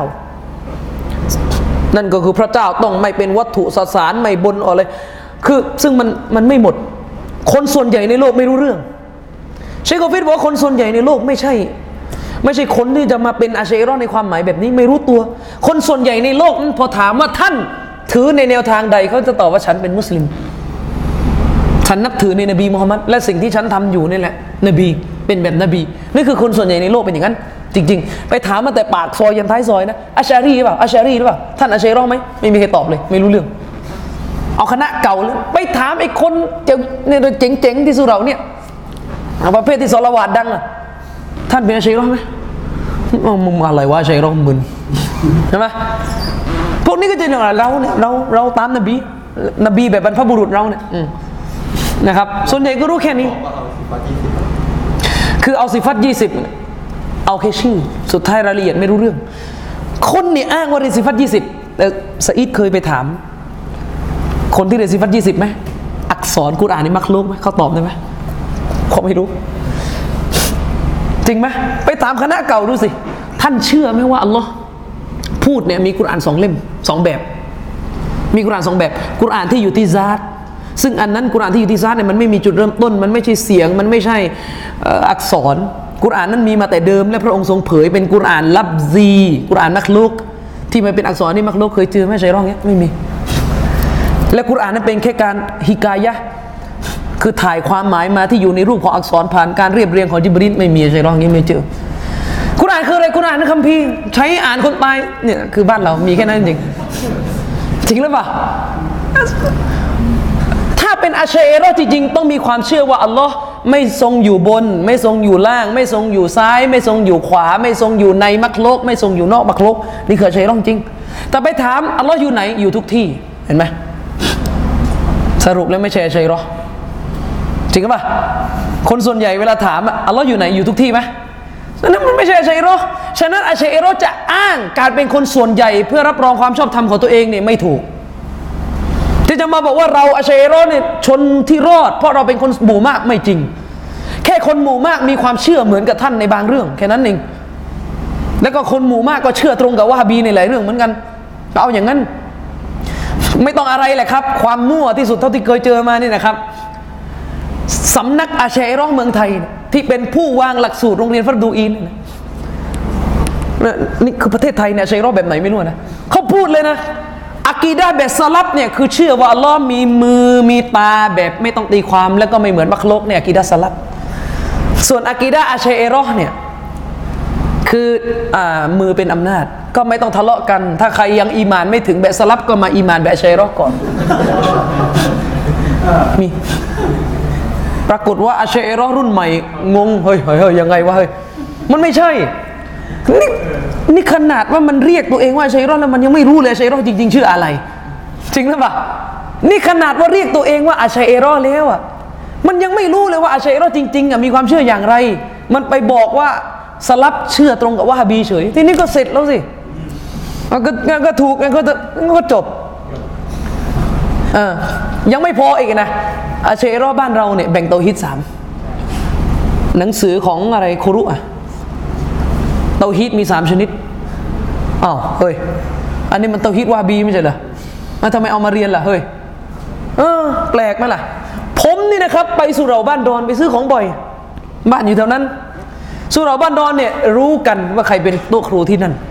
Speaker 1: นั่นก็คือพระเจ้าต้องไม่เป็นวัตถุสสารไม่บนอะไรคือซึ่งมันไม่หมดคนส่วนใหญ่ในโลกไม่รู้เรื่องเชคกอฟิดบอกว่าคนส่วนใหญ่ในโลกไม่ใช่คนที่จะมาเป็นอาชัยเราะห์ในความหมายแบบนี้ไม่รู้ตัวคนส่วนใหญ่ในโลกนั้นพอถามว่าท่านถือในแนวทางใดเขาจะตอบว่าฉันเป็นมุสลิมฉันนับถือในนบีมุฮัมมัดและสิ่งที่ฉันทำอยู่นี่แหละนบีเป็นแบบนบีนี่คือคนส่วนใหญ่ในโลกเป็นอย่างนั้นจริงๆไปถามมาแต่ปากซอยยันท้ายซอยนะอัชอะรีหรือเปล่าท่านอาชัยเราะห์ไหมไม่มีใครตอบเลยไม่รู้เรื่องเอาคณะเก่าเลยไปถามไอ้คนเนี่ยเจ๋งๆที่สุเราเนี่ยประเภทที่ศอลาวาตดังอ่ะท่านเป็นอาชัยเราะห์ไหมมึงอะไรวะอาชัยเราะห์มึนใช่ไหมวกนี้ก็จะอย่างเราเนี่ยเราตามนบีแบบบรรพบุรุษเราเนี่ยนะครับส่วนใหญ่ก็รู้แค่นี้คือเอาสิฟัต20เอาแค่ชื่อสุดท้ายรายละเอียดไม่รู้เรื่องคนเนี่ยอ้างว่าเรียนสิฟัต20แต่ซะอีดเคยไปถามคนที่เรียนสิฟัต20ไหมอักษรกุรอานนี่มักลุกไหมเขาตอบได้ไหมเขาไม่รู้จริงไหมไปถามคณะเก่าดูสิท่านเชื่อไหมว่าอัลลอฮ์พูดเนี่ยมีกุรอาน2 เล่ม 2 แบบมีกุรอาน2 แบบกุรอานที่อยู่ที่ซาตซึ่งอันนั้นกุรอานที่อยู่ที่ซาตเนี่ยมันไม่มีจุดเริ่มต้นมันไม่ใช่เสียงมันไม่ใช่อักษรกุรอานนั้นมีมาแต่เดิมและพระองค์ทรงเผยเป็นกุรอานลับซีกุรอานมักลุกที่มันเป็นอักษรนี่มักลุกเคยเจอไหมใช่ร้องเงี้ยไม่มีและกุรอานนั้นเป็นแค่การฮิกายะห์คือถ่ายความหมายมาที่อยู่ในรูปของอักษรผ่านการเรียบเรียงของญิบรีลไม่มีใช่ร้องเงี้ยไม่เจอกุรอานคืออะไรกุรอานนั้นคัมภีร์ใช้อ่านคนตายเนี่ยคือบ้านเรามีแค่นั้นจริงจริงหรือเปล่าถ้าเป็นอาชัยเราะห์จริงๆต้องมีความเชื่อว่าอัลลอฮ์ไม่ทรงอยู่บนไม่ทรงอยู่ล่างไม่ทรงอยู่ซ้ายไม่ทรงอยู่ขวาไม่ทรงอยู่ในมักลุกไม่ทรงอยู่นอกมักลุกนี่คืออาชัยเราะห์จริงแต่ไปถามอัลลอฮ์อยู่ไหนอยู่ทุกที่เห็นไหมสรุปแล้วไม่ใช่อาชัยเราะห์จริงป่ะคนส่วนใหญ่เวลาถามอัลลอฮ์อยู่ไหนอยู่ทุกที่ไหมนั่นมันไม่ใช่อาชัยเราะห์ฉะนั้นอาชัยเราะห์จะอ้างการเป็นคนส่วนใหญ่เพื่อรับรองความชอบธรรมของตัวเองเนี่ยไม่ถูกที่จะมาบอกว่าเราอาชัยเราะห์เนี่ยชนที่รอดเพราะเราเป็นคนหมู่มากไม่จริงแค่คนหมู่มากมีความเชื่อเหมือนกับท่านในบางเรื่องแค่นั้นเองแล้วก็คนหมู่มากก็เชื่อตรงกับวะฮาบีในหลายเรื่องเหมือนกันเอาอย่างนั้นไม่ต้องอะไรแหละครับความมั่วที่สุดเท่าที่เคยเจอมานี่นะครับสำนักอาชัยเราะห์เมืองไทยที่เป็นผู้วางหลักสูตรโรงเรียนฟัรดูอีนนี่คือประเทศไทยเนี่ยอาชัยเราะห์แบบไหนไม่รู้นะเขาพูดเลยนะอะกีดะห์แบบสลับเนี่ยคือเชื่อว่าอัลลอฮ์มีมือมีตาแบบไม่ต้องตีความแล้วก็ไม่เหมือนมักลุกเนี่ยอะกีดะห์สลับส่วนอะกีดะห์อาชัยเราะห์เนี่ยคือมือเป็นอำนาจก็ไม่ต้องทะเลาะกันถ้าใครยังอีหม่านไม่ถึงแบบสลับก็มาอีหม่านแบบอาชัยเราะห์ก่อนมีปรากฏว่าอาชัยเราะห์รุ่นใหม่งงเฮ้ยยังไงวะเฮ้ยมันไม่ใช่นี่ขนาดว่ามันเรียกตัวเองว่าอาชัยเราะห์แล้วมันยังไม่รู้เลยอาชัยเราะห์จริงๆชื่ออะไรจริงหรือเปล่านี่ขนาดว่าเรียกตัวเองว่าอาชัยเราะห์แล้วอ่ะมันยังไม่รู้เลยว่าอาชัยเราะห์จริงๆมีความเชื่ออย่างไรมันไปบอกว่าสลับเชื่อตรงกับวะฮาบีเฉยทีนี้ก็เสร็จแล้วสิก็ถูกก็จบยังไม่พออีกนะอาชัยเราะห์บ้านเราเนี่ยแบ่งเตาฮีด3หนังสือของอะไรคุรุอะเตาฮีดมี3ชนิดอ้าวเฮ้ยอันนี้มันเตาฮีดวะฮาบีไม่ใช่เหรอทำไมเอามาเรียนล่ะเฮ้ยแปลกไหมล่ะผมนี่นะครับไปสุเหร่าบ้านดอนไปซื้อของบ่อยบ้านอยู่แถวนั้นสุเหร่าบ้านดอนเนี่ยรู้กันว่าใครเป็นโต๊ะครูที่นั่น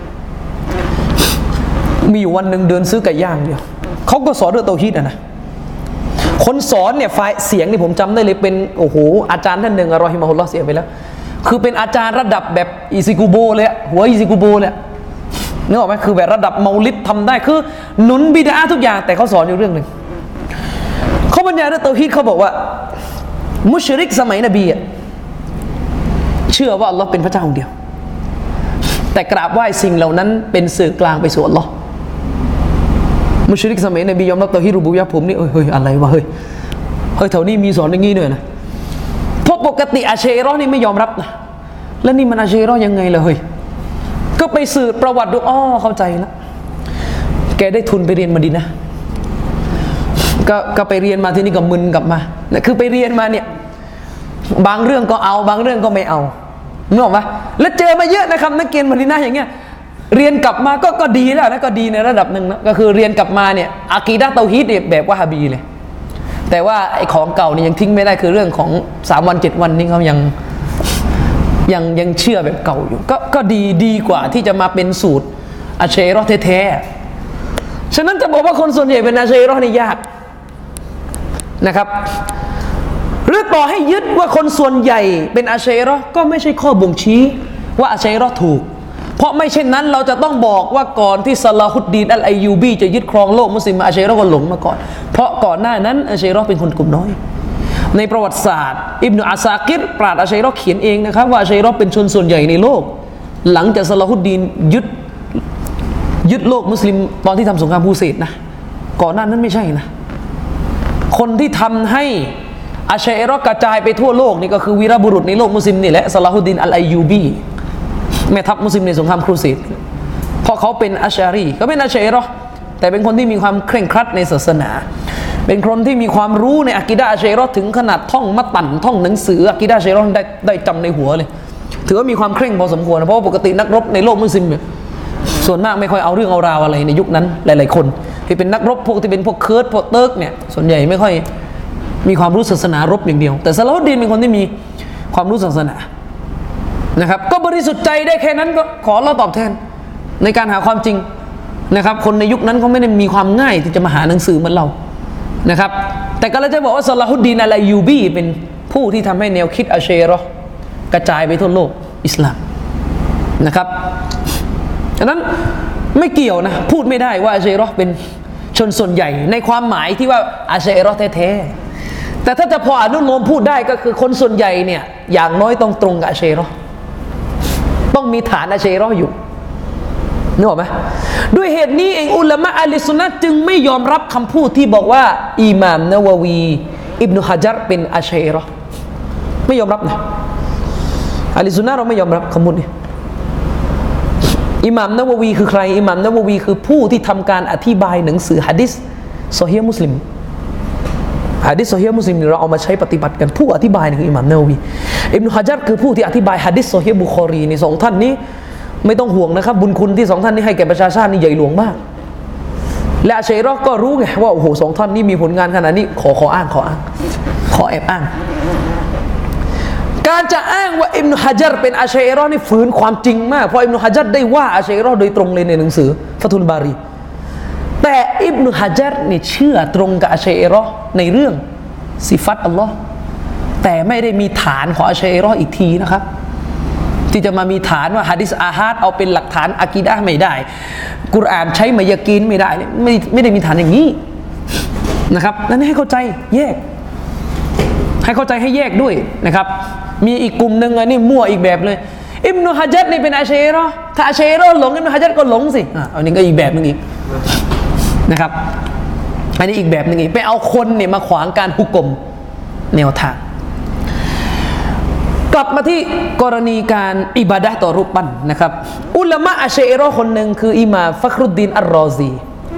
Speaker 1: มีอยู่วันหนึ่งเดินซื้อไก่ย่างเดียวเขาก็สอนเรื่องเตาฮีดนะคนสอนเนี่ยฝ่ายเสียงนี่ผมจำได้เลยเป็นโอ้โหอาจารย์ท่านหนึ่งรอฮิมะฮุลลอฮ์เสียไปแล้วคือเป็นอาจารย์ระดับแบบอิซิกุโบเลยหัวอิซิกุโบเลยนึกออกไหมคือแบบระดับเมาลิดทำได้คือหนุนบิดาทุกอย่างแต่เขาสอนอยู่เรื่องหนึ่งเขาบรรยายเรื่องเตาฮีดเขาบอกว่ามุชริกสมัยนบีเชื่อว่าอัลลอฮ์เป็นพระเจ้าองค์เดียวแต่กราบไหว้สิ่งเหล่านั้นเป็นสื่อกลางไปสู่อัลลอฮ์มุชริกสมัยนบียอมรับเตาฮีดรุบูบิยะห์ผมนี่เฮ้ยอะไรวะเฮ้ยแถวนี้มีสอนอย่างงี้ด้วยนะเพราะปกติอาชัยเราะห์นี่ไม่ยอมรับนะแล้วนี่มันอาชัยเราะห์ยังไงล่ะเฮ้ยก็ไปสืบประวัติดูเข้าใจแล้วแกได้ทุนไปเรียนมะดีนะห์ก็ไปเรียนมาที่นี่ก็มึนกลับมาแล้วคือไปเรียนมาเนี่ยบางเรื่องก็เอาบางเรื่องก็ไม่เอานึกออกปะแล้วเจอมาเยอะนะครับนักเรียนมะดีนะห์อย่างเงี้ยเรียนกลับมาก็ดีแล้วนะก็ดีในระดับหนึ่งนะก็คือเรียนกลับมาเนี่ยอะกีดะห์เตาฮีดเนี่ยแบบวะฮาบีเลยแต่ว่าไอ้ของเก่านี่ยังทิ้งไม่ได้คือเรื่องของ3 วัน 7 วันนี่เขายังเชื่อแบบเก่าอยู่ก็ดีกว่าที่จะมาเป็นสูตรอาชัยเราะห์แท้ๆฉะนั้นจะบอกว่าคนส่วนใหญ่เป็นอาชัยเราะห์นี่ยากนะครับหรือต่อให้ยึดว่าคนส่วนใหญ่เป็นอาชัยเราะห์ก็ไม่ใช่ข้อบ่งชี้ว่าอาชัยเราะห์ถูกเพราะไม่เช่นนั้นเราจะต้องบอกว่าก่อนที่ซะลาฮุดดีนอัลอัยยูบีจะยึดครองโลกมุสลิมอาชัยเราะห์ก็หลงมาก่อนเพราะก่อนหน้านั้นอาชัยเราะห์เป็นคนกลุ่มน้อยในประวัติศาสตร์อิบนุอาซากิรปราชญ์อาชัยเราะห์เขียนเองนะครับว่าอาชัยเราะห์เป็นชนส่วนใหญ่ในโลกหลังจากซะลาฮุดดีนยึดยึดโลกมุสลิมตอนที่ทำสงครามครูเสดนะก่อนหน้านั้นไม่ใช่นะคนที่ทำให้อัชอะรีกระจายไปทั่วโลกนี่ก็คือวีรบุรุษในโลกมุสลิมนี่แหละซะลาฮุดดีนอัลอัยยูบีแม่ทัพมุสลิมในสงครามครูเสดเพราะเขาเป็นอัชอะรีเขาเป็นอัชอะรีแต่เป็นคนที่มีความเคร่งครัดในศาสนาเป็นคนที่มีความรู้ในอะกีดะห์อัชอะรีถึงขนาดท่องมัตตันท่องหนังสืออะกีดะห์อัชอะรีได้จำในหัวเลยถือว่ามีความเคร่งพอสมควรนะเพราะว่าปกตินักรบในโลกมุสลิมเนี่ยส่วนมากไม่ค่อยเอาเรื่องเอาราวอะไรในยุคนั้นหลายๆคนที่เป็นนักรบพวกที่เป็นพวกเคิร์ดพวกเติร์กเนี่ยส่วนใหญ่ไม่ค่อยมีความรู้ศาสนารบอย่างเดียวแต่ซะลาฮุดดีนเป็นคนที่มีความรู้ศาสนานะครับก็บริสุทธิ์ใจได้แค่นั้นก็ขออัลเลาะห์ตอบแทนในการหาความจริงนะครับคนในยุคนั้นเขาไม่ได้มีความง่ายที่จะมาหาหนังสือเหมือนเรานะครับแต่ก็เราจะบอกว่าซะลาฮุดดีนอัลอัยยูบีเป็นผู้ที่ทำให้แนวคิดอัชอะรีกระจายไปทั่วโลกอิสลามนะครับฉะนั้นไม่เกี่ยวนะพูดไม่ได้ว่าอัชอะรีเป็นชนส่วนใหญ่ในความหมายที่ว่าอัชอะรีแท้ๆแต่ถ้าจะพออนุโลมพูดได้ก็คือคนส่วนใหญ่เนี่ยอย่างน้อยต้องตรงกับอัชอะรีต้องมีฐานอัชอะรีอยู่นึกออกไหมด้วยเหตุนี้เองอุลามะอะห์ซุนนะห์จึงไม่ยอมรับคำพูดที่บอกว่าอิหม่ามนะวะวีอิบนุฮะญัรเป็นอัชอะรีไม่ยอมรับนะอะห์ซุนนะห์เราไม่ยอมรับคำพูดนี้อิหม่ามนะวะวีคือใครอิหม่ามนะวะวีคือผู้ที่ทำการอธิบายหนังสือหะดีษซอฮีฮ์มุสลิมหะดีษซอฮีฮ์มุสลิมเราเอามาใช้ปฏิบัติกันผู้อธิบายคืออิหม่ามนะวะวีอิบนุฮะญัรคือผู้ที่อธิบายหะดีษซอฮีฮ์บุคอรีนี่สองท่านนี้ไม่ต้องห่วงนะครับบุญคุณที่สองท่านนี้ให้แก่ประชาชาตินี่ใหญ่หลวงมากและอัชอะรีก็รู้ไงว่าโอ้โหสองท่านนี้มีผลงานขนาดนี้ขออ้างขอแอบอ้างการจะอ้างว่าอิบนุฮะญัรเป็นอัชอะรีนี่ฝืนความจริงมากเพราะอิบนุฮะญัรได้ว่าอัชอะรีโดยตรงเลยในหนังสือฟะตุลบารีแต่อิบนุฮะญัรนี่เชื่อตรงกับอัชอะรีในเรื่องสิฟัตอัลลอฮ์แต่ไม่ได้มีฐานของอัชอะรีอีกทีนะครับที่จะมามีฐานว่าหะดีษอาฮาดเอาเป็นหลักฐานอะกีดะห์ไม่ได้กุรอานใช้มายากีนไม่ได้ไม่ได้มีฐานอย่างนี้นะครับนั้นให้เข้าใจแยกให้เข้าใจให้แยกด้วยนะครับมีอีกกลุ่มหนึ่งอันนี้มั่วอีกแบบเลยอิบนุฮะญัรนี่เป็นอัชอะรีถ้าอัชอะรีหลงอิบนุฮะญัรก็หลงสิอันนี้ก็อีกแบบนึงอีกนะครับอันนี้อีกแบบนึงอีกไปเอาคนเนี่ยมาขวางการฮุกกลมแนวทางกลับมาที่กรณีการอิบาดะห์ต่อรูปปั้นนะครับอุลามะอัชอะรีคนหนึ่งคืออิหม่ามฟักรุดดีนอัลรอซี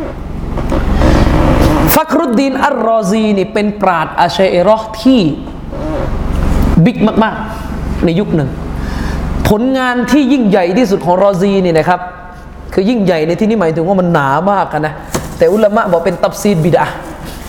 Speaker 1: ฟักรุดดีนอัลรอซีนี่เป็นปราชญ์อัชอะรีที่บิ๊กมากๆในยุคหนึ่งผลงานที่ยิ่งใหญ่ที่สุดของรอซีนี่นะครับคือยิ่งใหญ่ในที่นี้หมายถึงว่ามันหนามากนะแต่อุลามะบอกเป็นตัฟซีรบิดอะห์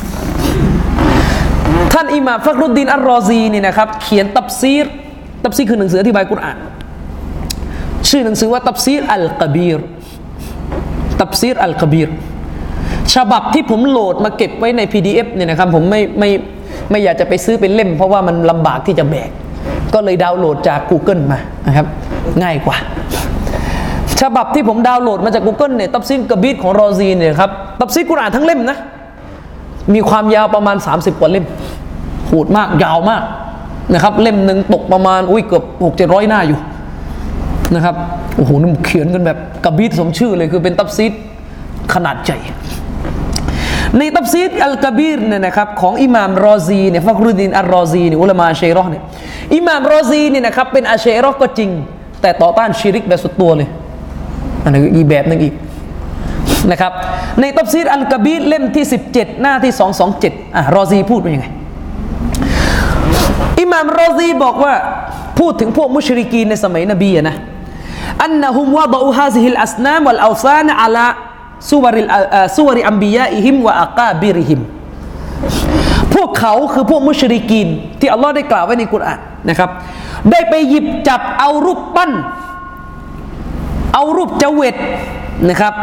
Speaker 1: ท่านอิหม่ามฟักรุดดีนอัลรอซีนี่นะครับเขียนตัฟซีรคือหนังสืออธิบายกุรอานชื่อหนังสือว่าตัฟซีรอัลกะบีรตัฟซีรอัลกะบีรฉบับที่ผมโหลดมาเก็บไว้ใน PDF เนี่ยนะครับผมไม่อยากจะไปซื้อเป็นเล่มเพราะว่ามันลำบากที่จะแบกก็เลยดาวน์โหลดจาก Google มานะครับง่ายกว่าฉบับที่ผมดาวน์โหลดมาจาก Google เนี่ยตัฟซีรกะบีรของรอซีเนี่ยครับตัฟซีรกุรอานทั้งเล่มนะมีความยาวประมาณ30กว่าเล่มโหดมากยาวมากนะครับเล่มหนึ่งตกประมาณเกือบ600-700 หน้าอยู่นะครับโอ้โหนี่เขียนกันแบบกะบีรสมชื่อเลยคือเป็นตัฟซีรขนาดใหญ่ในตัฟซีรอัลกะบีรเนี่ยนะครับของอิหม่ามรอซีเนี่ยฟักรุดดีนอัลรอซีเนี่ยอุลามะอัชอะรีเนี่ยอิหม่ามรอซีเนี่ยนะครับเป็นอัชอะรีก็จริงแต่ต่อต้านชิริกแบบสุดตัวเลยอันนี้อีกแบบนึงอีกนะครับในตัฟซีรอัลกะบีรเล่มที่17หน้าที่227รอซีพูดว่ายังไงอิหม่ามรอซีบอกว่าพูดถึงพวกมุชริกีนในสมัยนบีนะอันนะฮุมวะฎอฮาซิฮิลอัสนามวัลเอาซานอะลาซุวริอัมบิยาอิฮิมวะอะกาบิริฮิมพวกเขาคือพวกมุชริกีนที่อัลลอฮ์ได้กล่าวไว้ในกุรอานนะครับได้ไปหยิบจับเอารูปปั้นเอารูปเจวิตนะครับ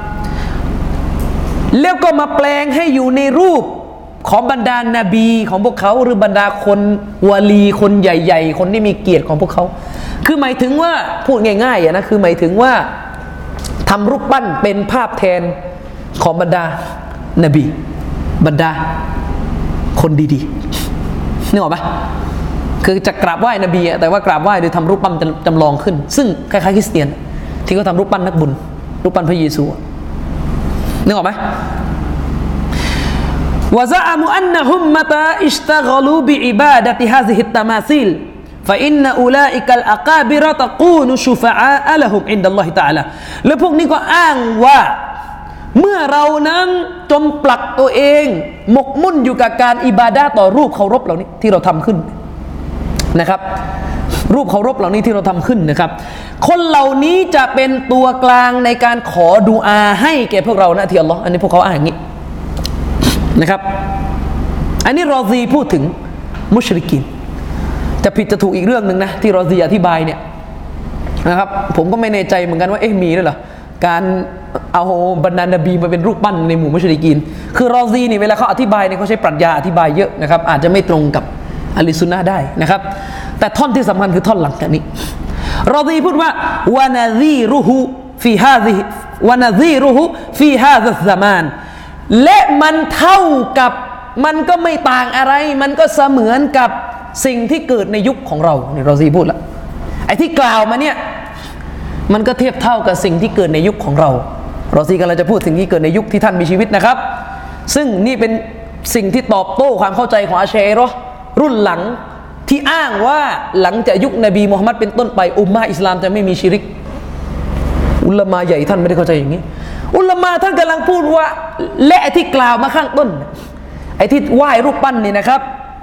Speaker 1: แล้วก็มาแปลงให้อยู่ในรูปของบรรดานาบีของพวกเขาหรือบรรดาคนวาลีคนใหญ่ๆคนที่มีเกียรติของพวกเขาคือหมายถึงว่าพูดง่ายๆนะคือหมายถึงว่าทำรูปปั้นเป็นภาพแทนของบรรดานบีบรรดาคนดีๆนึกออกปะคือจะกราบไหว้นบีแต่ว่ากราบไหว้โดยทำรูปปั้นจำลองขึ้นซึ่งคล้ายๆคริสเตียนที่เขาทำรูปปั้นนักบุญรูปปั้นพระเยซูนึกออกไหมวะซะอะมุอันนะฮุมมะตาอิชตะฆลูบิอิบาดะติฮาซิฮิตตะมาซิลฟะอินนะอูลาอิกัลอะกาบิรตะกูนุชุฟะอาอะละฮุมอินดัลลอฮิตะอาลาและพวกนี้ก็อ้างว่าเมื่อเรานั้นจมปลักตัวเองหมกมุ่นอยู่กับการอิบาดะห์ต่อรูปเคารพเหล่านี้ที่เราทำขึ้นนะครับรูปเคารพเหล่านี้ที่เราทำขึ้นนะครับคนเหล่านี้จะเป็นตัวกลางในการขอดุอาให้แก่พวกเรานะที่อัลลอฮ์อันนี้พวกเขาอ้างอย่างนี้นะครับอันนี้รอซีพูดถึงมุชริกีนจะผิดจะถูกอีกเรื่องนึงนะที่รอซีอธิบายเนี่ยนะครับผมก็ไม่แน่ใจเหมือนกันว่ามีด้วยเหรอการเอาบรรดานบีมาเป็นรูปปั้นในหมู่มุชริกีนคือรอซีนี่เวลาเขาอธิบายเนี่ยเขาใช้ปรัชญาอธิบายเยอะนะครับอาจจะไม่ตรงกับอะลิซุนนะห์ได้นะครับแต่ท่อนที่สำคัญคือท่อนหลังจากนี้รอซีพูดว่าวะนะซีรุฮุฟีฮาซิฮิวะนะซีรุฮุฟีฮาซิซซะมานและมันเท่ากับมันก็ไม่ต่างอะไรมันก็เสมือนกับสิ่งที่เกิดในยุคของเรานี่รอซีพูดละไอ้ที่กล่าวมาเนี่ยมันก็เทียบเท่ากับสิ่งที่เกิดในยุคของเรารอซีกำลังจะพูดสิ่งที่เกิดในยุคที่ท่านมีชีวิตนะครับซึ่งนี่เป็นสิ่งที่ตอบโต้ความเข้าใจของอาชัยรอรุ่นหลังที่อ้างว่าหลังจากยุคนบีมุฮัมมัดเป็นต้นไปอุมมะฮ์อิสลามจะไม่มีชิริกอุลามะใหญ่ท่านไม่ได้เข้าใจอย่างนี้อุลามะท่านกำลังพูดว่าและที่กล่าวมาข้างต้นไอ้ที่ไหว้รูปปั้นนี่นะครับ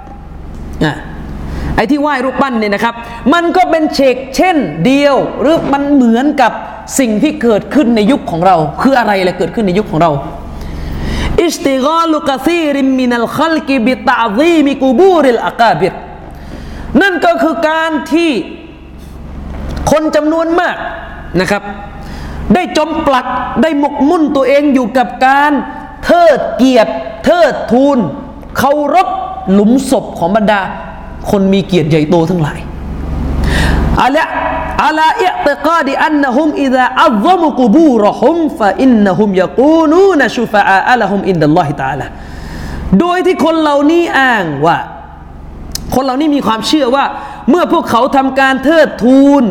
Speaker 1: ไอ้ที่ไหว้รูปปั้นนี่นะครับมันก็เป็นเช่นเดียวหรือมันเหมือนกับสิ่งที่เกิดขึ้นในยุคของเราคืออะไรล่ะเกิดขึ้นในยุคของเราอิชติฆาลุกะซีริมมินัลคัลกิบิตะซีมิกุบูริลอะกาบิรนั่นก็คือการที่คนจำนวนมากนะครับได้จมปลักได้หมกมุ่นตัวเองอยู่กับการเทิดเกียรติเทิดทูนเคารพหลุมศพของบรรดาคนมีเกียรติใหญ่โตทั้งหลายอะลาอิอ์ติกาดอันนะฮุมอิซาอัซซะมุกุบูรฮุมฟะอินนะฮุมยะกูนูนชุฟะอาละฮุมอินดัลลอฮิตะอาลาโดยที่คนเหล่านี้อ้างว่าคนเหล่านี้มีความเชื่อว่าเมื่อพวกเขาทำการเทิดทูน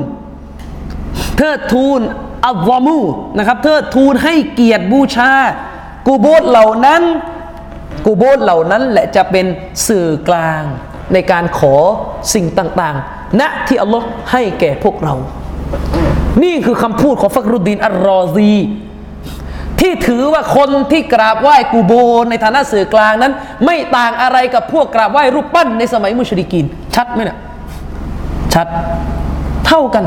Speaker 1: อัลซอมูนะครับเทิดทูนให้เกียรติบูชากูโบสเหล่านั้นแหละจะเป็นสื่อกลางในการขอสิ่งต่างๆณที่อัลลอฮ์ให้แก่พวกเรานี่คือคำพูดของฟักรุดดีนอัลรอซีที่ถือว่าคนที่กราบไหว้กูโบในฐานะสื่อกลางนั้นไม่ต่างอะไรกับพวกกราบไหว้รูปปั้นในสมัยมุชริกีนชัดไหมเนี่ยชัดเท่ากัน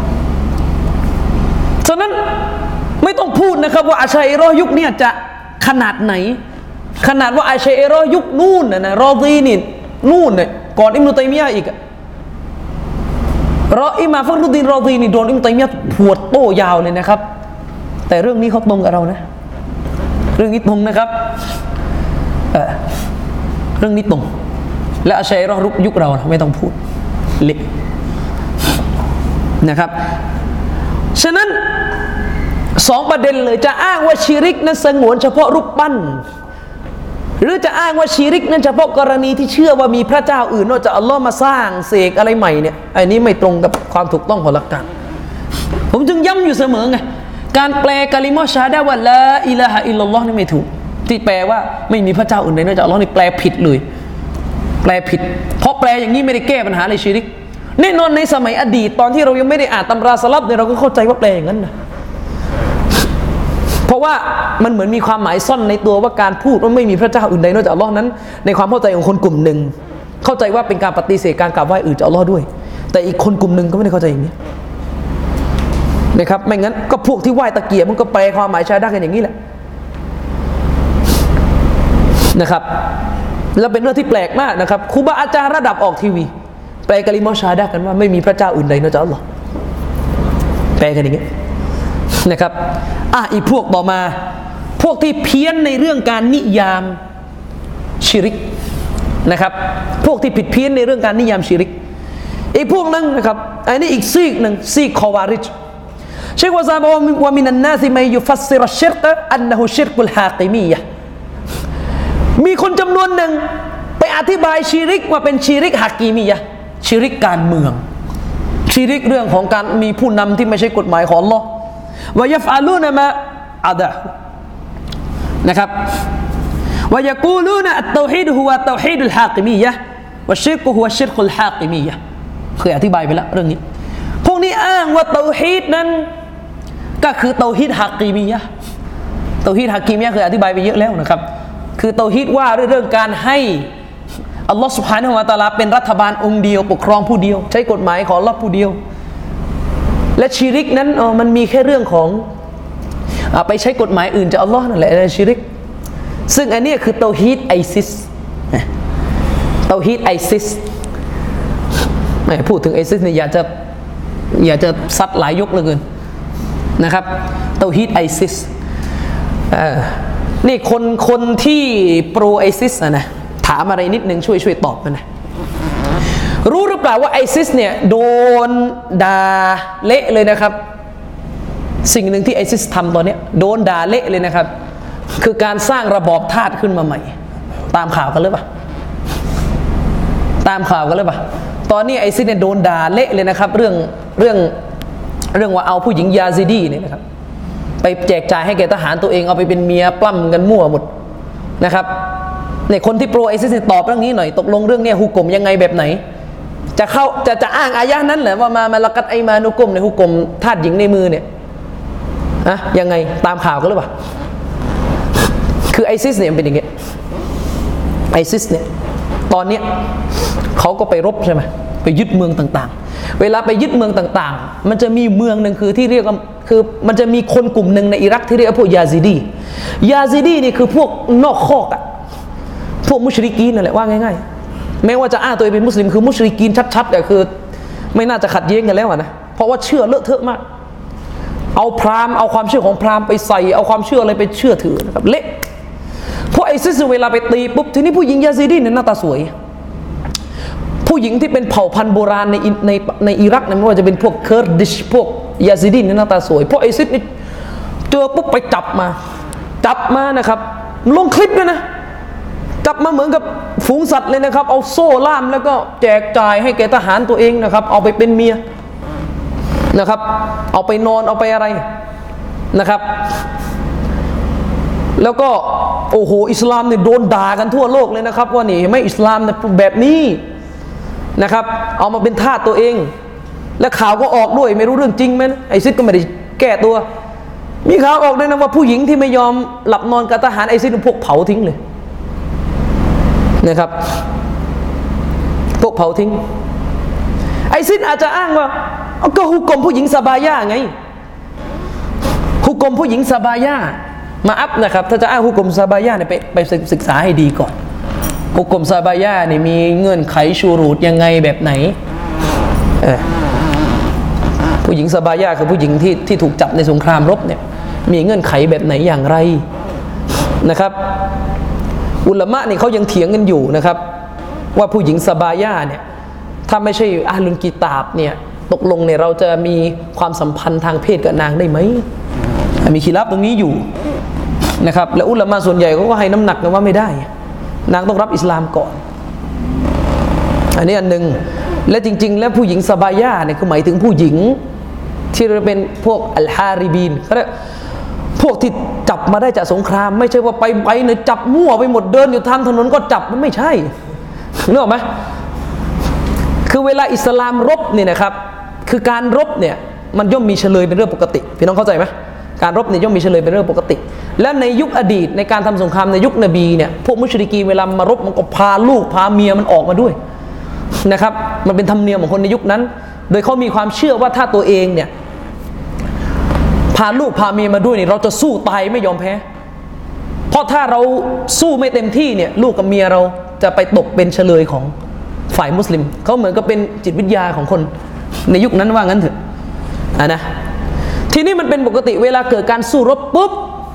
Speaker 1: ฉะนั้นไม่ต้องพูดนะครับว่าอาชัยรอยุคเนี่ยจะขนาดไหนขนาดว่าอาชัยรอยุคนู่นนะรอซีนี่นู่นเนี่ยก่อนอิบนุตัยมียะห์อีกอิหม่ามฟักรุดดีนรอซีนี่โดนอิบนุตัยมียะห์ผวดโต้ยาวเลยนะครับแต่เรื่องนี้เขาตรงกับเรานะเรื่องนี้ตรงนะครับเรื่องนี้ตรงและอาชัยรอยุคเรานะไม่ต้องพูดเละนะครับฉะนั้นสองประเด็นเลยจะอ้างว่าชิริกนั้นสงวนเฉพาะรูปปั้นหรือจะอ้างว่าชิริกนั้นเฉพาะกรณีที่เชื่อว่ามีพระเจ้าอื่นนอกจากอัลลอฮ์มาสร้างเสกอะไรใหม่เนี่ยอันนี้ไม่ตรงกับความถูกต้องของหลักการผมจึงย้ำอยู่เสมอไงการแปลกะลิมะฮ์ชาฮาดะห์ว่าลาอิลาฮะอิลลัลลอฮ์นี่ไม่ถูกที่แปลว่าไม่มีพระเจ้าอื่นใดนอกจากอัลลอฮ์นี่แปลผิดเลยแปลผิดเพราะแปลอย่างนี้ไม่ได้แก้ปัญหาในชิริกแน่นอนในสมัยอดีตตอนที่เรายังไม่ได้อ่านตำราสลับเนี่ยเราก็เข้าใจว่าแปลอย่างนั้นนะเพราะว่ามันเหมือนมีความหมายซ่อนในตัวว่าการพูดว่าไม่มีพระเจ้าอื่นใดนอกจากอัลลอฮ์นั้นในความเข้าใจของคนกลุ่มหนึ่งเข้าใจว่าเป็นการปฏิเสธการกราบไหว้อื่นจากอัลลอฮ์ด้วยแต่อีกคนกลุ่มหนึ่งก็ไม่ได้เข้าใจอย่างนี้นะครับไม่งั้นก็พวกที่ไหว้ตะเกียบมันก็แปลความหมายชาดะกันอย่างนี้แหละนะครับแล้วเป็นเรื่องที่แปลกมากนะครับครูบาอาจารย์ระดับออกทีวีแปลกะลิมะฮ์ชาฮาดะห์กันว่าไม่มีพระเจ้าอื่นใดนอกจากอัลลอฮ์แปลกันอย่างนี้นะครับอีกพวกต่อมาพวกที่เพี้ยนในเรื่องการนิยามชิริกนะครับพวกที่ผิดเพี้ยนในเรื่องการนิยามชิริกอีกพวกนึงนะครับอันนี้อีกซีกหนึ่งซีกคอวาริจเชควะซาบอกว่ามินันนาซิมัยยุฟัสซิรชิรกะอันนะฮูชิรกุลฮากิมียะห์มีคนจำนวนหนึ่งไปอธิบายชิริกว่าเป็นชิริกฮากิมียะห์ชิริกการเมืองชิริกเรื่องของการมีผู้นำที่ไม่ใช่กฎหมายของอัลเลาะห์วะยัฟอาลูนะมาอะดะฮุนะครับวะยะกูลูนะอัตเตาฮีดฮุวะเตาฮีดุลฮากิมียะฮ์วะชิรกุฮุวะชิรกุลฮากิมียะฮ์เคยอธิบายไปแล้วเรื่องนี้พวกนี้อ้างว่าเตาฮีดนั้นก็คือเตาฮีดฮากิมียะฮ์เตาฮีดฮากิมียะฮ์เคยอธิบายไปเยอะแล้วนะครับคือเตาฮีดว่าเรื่องการให้อัลลอฮฺซุบฮานะฮูวะตะอาลาเป็นรัฐบาลองค์เดียวปกครองผู้เดียวใช้กฎหมายของอัลลอฮฺผู้เดียวและชิริกนั้นมันมีแค่เรื่องของไปใช้กฎหมายอื่นจากอัลลอฮ์นั่นแหละชิริกซึ่งอันนี้คือเตาฮีดไอซิสเตาฮีดไอซิสไม่พูดถึงไอซิสเนี่ยอยากจะซัดหลายยกเหลือเกินนะครับเตาฮีดไอซิสนี่คนที่โปรไอซิสนะถามอะไรนิดนึงช่วยตอบมานะรู้หรือเปล่าว่าไอซิสเนี่ยโดนด่าเละเลยนะครับสิ่งหนึ่งที่ไอซิสทำตอนนี้โดนด่าเละเลยนะครับคือการสร้างระบอบทาสขึ้นมาใหม่ตามข่าวกันหรือเปล่าตามข่าวกันหรือเปล่าตอนนี้ไอซิสเนี่ยโดนด่าเละเลยนะครับเรื่องว่าเอาผู้หญิงยาซิดีเนี่ยนะครับไปแจกจ่ายให้แก่ทหารตัวเองเอาไปเป็นเมียปล้ำกันมั่วหมดนะครับเนี่ยคนที่โปรไอซิสตอบเรื่องนี้หน่อยตกลงเรื่องนี้ฮุกมยังไงแบบไหนจะอ้างอายะนั้นเหรอว่ามาละกัดไอมานุกมในฮุกมทาสหญิงในมือเนี่ยยังไงตามข่าวกันหรือเปล่าคือไอซิสเนี่ยเป็นอย่างเงี้ยไอซิสเนี่ยตอนเนี้ยเขาก็ไปรบใช่ไหมไปยึดเมืองต่างๆเวลาไปยึดเมืองต่างๆมันจะมีเมืองหนึ่งคือที่เรียกว่าคือมันจะมีคนกลุ่มหนึ่งในอิรักที่เรียกว่าพวกยาซิดีนี่คือพวกนอกคอกอะพวกมุชริกีนนั่นแหละว่าง่ายๆแม้ว่าจะอ้างตัวเองเป็นมุสลิมคือมุชริกีนชัดๆแต่คือไม่น่าจะขัดแย้งกันแล้วนะเพราะว่าเชื่อเลอะเทอะมากเอาพราหมณ์เอาความเชื่อของพราหมณ์ไปใส่เอาความเชื่ออะไรไปเชื่อถือนะครับเละพวกไอซิสเวลาไปตีปุ๊บทีนี้ผู้หญิงยาซิดีเนี่ยหน้าตาสวยผู้หญิงที่เป็นเผ่าพันธุ์โบราณในอิรักเนี่ยไม่ว่าจะเป็นพวกเคิร์ดิชพวกยาซิดีเนี่ยหน้าตาสวยพวกไอซิสนี่เจอปุ๊บไปจับมานะครับลงคลิปเลยนะจับมาเหมือนกับฝูงสัตว์เลยนะครับเอาโซ่ล่ามแล้วก็แจกจ่ายให้แก่ทหารตัวเองนะครับเอาไปเป็นเมียนะครับเอาไปนอนเอาไปอะไรนะครับแล้วก็โอ้โหอิสลามเนี่ยโดนด่ากันทั่วโลกเลยนะครับว่านี่ไม่อิสลามแบบนี้นะครับเอามาเป็นทาสตัวเองและข่าวก็ออกด้วยไม่รู้เรื่องจริงไหมไอซิสก็ไม่ได้แก้ตัวมีข่าวออกด้วยนะว่าผู้หญิงที่ไม่ยอมหลับนอนกับทหารไอซิสพวกเผาทิ้งเลยนะครับพวกเผาทิ้งไอซิสอาจจะอ้างว่าก็ฮุกมผู้หญิงซาบายาไงฮุกมผู้หญิงซาบายามาอัพนะครับถ้าจะอ้างฮุกมซาบายาเนี่ยไปศึกษาให้ดีก่อนฮุกมซาบายาเนี่ยมีเงื่อนไขชูรูดยังไงแบบไหนผู้หญิงซาบายาคือผู้หญิงที่ถูกจับในสงครามรบเนี่ยมีเงื่อนไขแบบไหนอย่างไรนะครับอุลามะนี่เขายังเถียงกันอยู่นะครับว่าผู้หญิงซาบายาเนี่ยถ้าไม่ใช่อาลุนกิตาบเนี่ยตกลงเนี่ยเราจะมีความสัมพันธ์ทางเพศกับนางได้ไหมมีขีลับตรงนี้อยู่นะครับและอุลามะส่วนใหญ่เขาก็ให้น้ำหนักกันว่าไม่ได้นางต้องรับอิสลามก่อนอันนี้อันหนึ่งและจริงๆแล้วผู้หญิงซาบายาเนี่ยคือหมายถึงผู้หญิงที่เป็นพวกอัลฮาริบีนเขาเรียกพวกที่จับมาได้จากสงครามไม่ใช่ว่าไปเนี่ยจับมั่วไปหมดเดินอยู่ทางถนนก็จับมันไม่ใช่นึกออกไหมคือเวลาอิสลามรบเนี่ยนะครับคือการรบเนี่ยมันย่อมมีเฉลยเป็นเรื่องปกติพี่น้องเข้าใจไหมการรบเนี่ยย่อมมีเฉลยเป็นเรื่องปกติและในยุคอดีตในการทำสงครามในยุคนบีเนี่ยพวกมุชริกีเวลามารบมันก็พาลูกพาเมียมันออกมาด้วยนะครับมันเป็นธรรมเนียมของคนในยุคนั้นโดยเขามีความเชื่อว่าถ้าตัวเองเนี่ยพาลูกพาเมียมาด้วยเนี่ยเราจะสู้ตายไม่ยอมแพ้เพราะถ้าเราสู้ไม่เต็มที่เนี่ยลูกกับเมียเราจะไปตกเป็นเฉลยของฝ่ายมุสลิมเขาเหมือนกับเป็นจิตวิทยาของคนในยุคนั้นว่างั้นเถอะนะทีนี้มันเป็นปกติเวลาเกิดการสู้รบปุ๊บ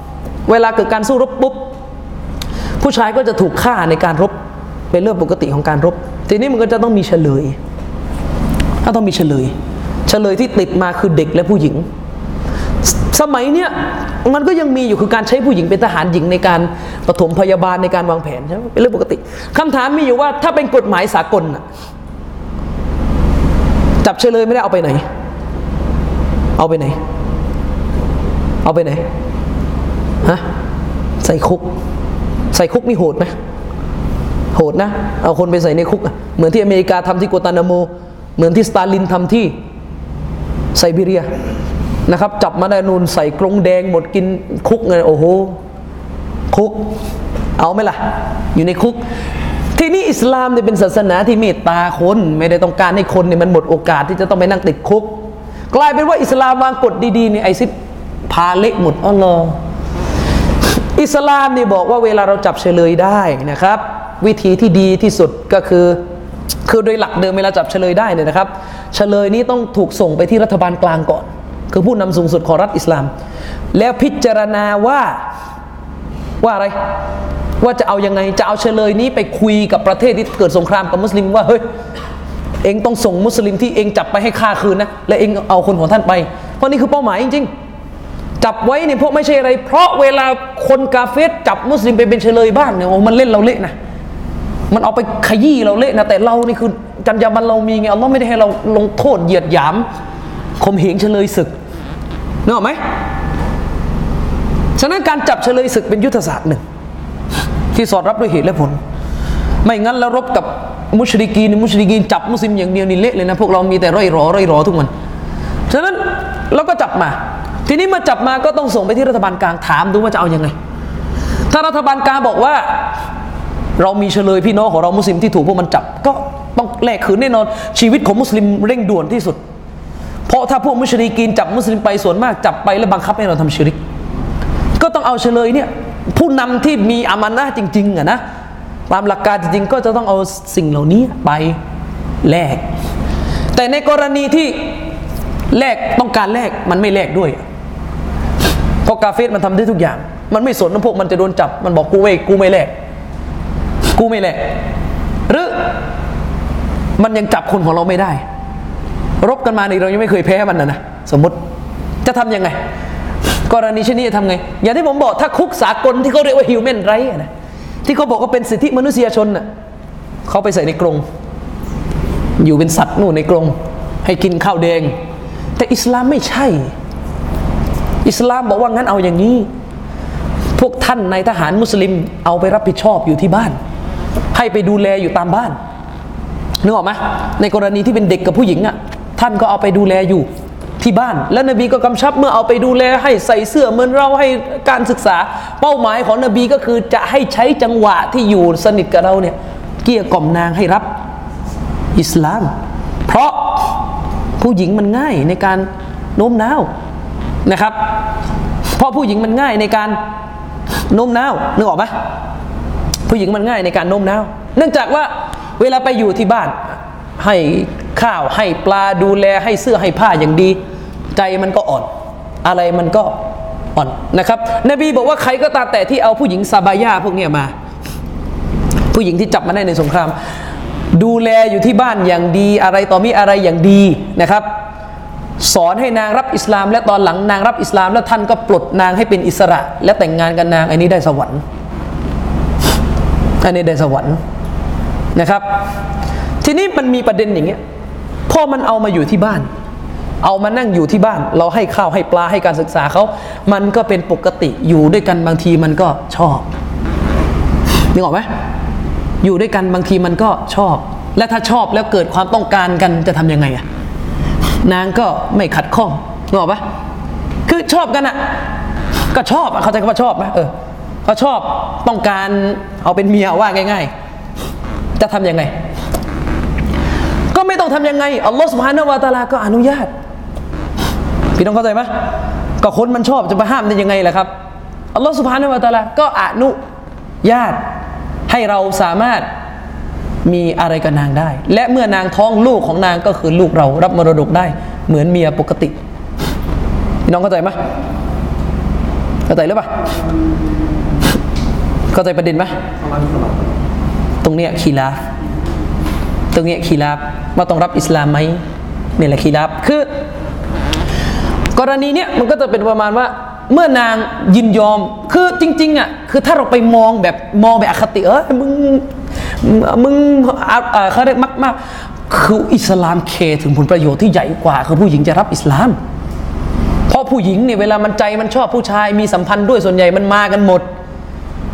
Speaker 1: ผู้ชายก็จะถูกฆ่าในการรบเป็นเรื่องปกติของการรบทีนี้มันก็จะต้องมีเฉลยที่ติดมาคือเด็กและผู้หญิงสมัยเนี้ยมันก็ยังมีอยู่คือการใช้ผู้หญิงเป็นทหารหญิงในการปฐมพยาบาลในการวางแผนใช่ไหมเป็นเรื่องปกติคำถามมีอยู่ว่าถ้าเป็นกฎหมายสากลน่ะจับเฉลยไม่ได้เอาไปไหนฮะสใส่คุกนี่โหดไหมโหดนะเอาคนไปใส่ในคุกเหมือนที่อเมริกาทำที่กัวตานาโมเหมือนที่สตาลินทำที่ไซบีเรียนะครับจับมาได้นูนใส่กรงแดงหมดกินคุกไงโอ้โหคุกเอาไหมล่ะอยู่ในคุกที่นี่อิสลามเนี่ยเป็นศาสนาที่เมตตาคนไม่ได้ต้องการให้คนเนี่ยมันหมดโอกาสที่จะต้องไปนั่งติดคุกกลายเป็นว่าอิสลามวางกฎดีๆเนี่ยไอซิดพาเละหมดอัลลอฮ์อิสลามนี่บอกว่าเวลาเราจับเฉลยได้นะครับวิธีที่ดีที่สุดก็คือโดยหลักเดิมเวลาจับเฉลยได้เนี่ยนะครับเฉลยนี้ต้องถูกส่งไปที่รัฐบาลกลางก่อนคือผู้นำสูงสุดของรัฐอิสลามแล้วพิจารณาว่าอะไรว่าจะเอายังไงจะเอาเฉลยนี้ไปคุยกับประเทศที่เกิดสงครามกับมุสลิมว่าเฮ้ยเองต้องส่งมุสลิมที่เองจับไปให้ฆ่าคืนนะและเองเอาคนของท่านไปเพราะนี่คือเป้าหมายจริงๆจับไว้เนี่ยพวกไม่ใช่อะไรเพราะเวลาคนกาเฟรจับมุสลิมไปเป็นเฉลยบ้างเนี่ยมันเล่นเราเละนะมันเอาไปขยี้เราเละนะแต่เรานี่คือจรรยาบรรณเรามีไงอัลลอฮ์ไม่ได้ให้เราลงโทษเหยียดหยามข่มเหงเฉลยศึกนึกออกไหมฉะนั้นการจับเฉลยศึกเป็นยุทธศาสตร์หนึ่งที่สอดรับด้วยเหตุและผลไม่งั้นแล้วรบกับมุชริกีนจับมุสลิมอย่างเดียวนี่เละเลยนะพวกเรามีแต่ร่อยรอทุกวันฉะนั้นเราก็จับมาทีนี้มาจับมาก็ต้องส่งไปที่รัฐบาลกลางถามดูว่าจะเอายังไงถ้ารัฐบาลกลางบอกว่าเรามีเฉลยพี่น้องของเรามุสลิมที่ถูกพวกมันจับก็ต้องแลกคืนแน่นอนชีวิตของมุสลิมเร่งด่วนที่สุดเพราะถ้าพวกมุชริกีนจับมุสลิมไปส่วนมากจับไปแล้วบังคับให้เราทำชิริกก็ต้องเอาเฉลยเนี่ยผู้นำที่มีอามานะห์จริงๆนะตามหลักการจริงๆก็จะต้องเอาสิ่งเหล่านี้ไปแลกแต่ในกรณีที่แลกต้องการแลกมันไม่แลกด้วยเพราะกาเฟรมันทำได้ทุกอย่างมันไม่สนว่าพวกมันจะโดนจับมันบอกกูไม่แลกหรือมันยังจับคนของเราไม่ได้รบกันมาเนี่ยเรายังไม่เคยแพ้มันนะสมมติจะทำยังไงกรณีเช่นนี้จะทำไงอย่างที่ผมบอกถ้าคุกสากลที่เขาเรียกว่า human right นะที่เขาบอกว่าเป็นสิทธิมนุษยชนน่ะเขาไปใส่ในกรงอยู่เป็นสัตว์นู่นในกรงให้กินข้าวแดงแต่อิสลามไม่ใช่อิสลามบอกว่างั้นเอาอย่างนี้พวกท่านนายทหารมุสลิมเอาไปรับผิดชอบอยู่ที่บ้านให้ไปดูแลอยู่ตามบ้านนึกออกไหมในกรณีที่เป็นเด็กกับผู้หญิงอ่ะท่านก็เอาไปดูแลอยู่ที่บ้านแล้วนบีก็กำชับเมื่อเอาไปดูแลให้ใส่เสื้อเหมือนเราให้การศึกษาเป้าหมายของนบีก็คือจะให้ใช้จังหวะที่อยู่สนิทกับเราเนี่ยเกลี้ยกล่อมนางให้รับอิสลามเพราะผู้หญิงมันง่ายในการโน้มน้าวนะครับเพราะผู้หญิงมันง่ายในการโน้มน้าวนึกออกไหมผู้หญิงมันง่ายในการโน้มน้าวเนื่องจากว่าเวลาไปอยู่ที่บ้านให้ข้าวให้ปลาดูแลให้เสื้อให้ผ้าอย่างดีใจมันก็อ่อนอะไรมันก็อ่อนนะครับนบีบอกว่าใครก็ตามแต่ที่เอาผู้หญิงซาบายาพวกนี้มาผู้หญิงที่จับมาได้ในสงครามดูแลอยู่ที่บ้านอย่างดีอะไรต่อมีอะไรอย่างดีนะครับสอนให้นางรับอิสลามและตอนหลังนางรับอิสลามแล้วท่านก็ปลดนางให้เป็นอิสระและแต่งงานกับนางอันนี้ได้สวรรค์อันนี้ได้สวรรค์นะครับทีนี้มันมีประเด็นอย่างเงี้ยพอมันเอามาอยู่ที่บ้านเอามานั่งอยู่ที่บ้านเราให้ข้าวให้ปลาให้การศึกษาเขามันก็เป็นปกติอยู่ด้วยกันบางทีมันก็ชอบนึกออกไหมอยู่ด้วยกันบางทีมันก็ชอบและถ้าชอบแล้วเกิดความต้องการกันจะทำยังไงอะนางก็ไม่ขัดข้องนึกออกปะคือชอบกันอะก็ชอบอะเข้าใจคำว่าชอบไหมเขาชอบต้องการเอาเป็นเมียว่าง่ายๆจะทำยังไงก็ไม่ต้องทำยังไงอัลลอฮฺซุบฮานะฮูวะตะอาลาก็อนุญาตพี่น้องเข้าใจไหมก็คนมันชอบจะมาห้ามได้ยังไงล่ะครับอัลลอฮฺซุบฮานะฮูวะตะอาลาก็อนุญาตให้เราสามารถมีอะไรกับนางได้และเมื่อนางท้องลูกของนางก็คือลูกเรารับมรดกได้เหมือนเมียปกติพี่น้องเข้าใจไหมเข้าใจหรือเปล่าเข้าใจประเด็นไหมตรงเนี้ยคีลาฟว่าต้องรับอิสลามไหมนี่แหละคีลาฟคือกรณีเนี้ยมันก็จะเป็นประมาณว่าเมื่อนางยินยอมคือจริงๆอ่ะคือถ้าเราไปมองแบบอคติมึงเขาเรียกมากคืออิสลามเคถึงผลประโยชน์ที่ใหญ่กว่าคือผู้หญิงจะรับอิสลามเพราะผู้หญิงเนี่ยเวลามันใจมันชอบผู้ชายมีสัมพันธ์ด้วยส่วนใหญ่มันมากันหมด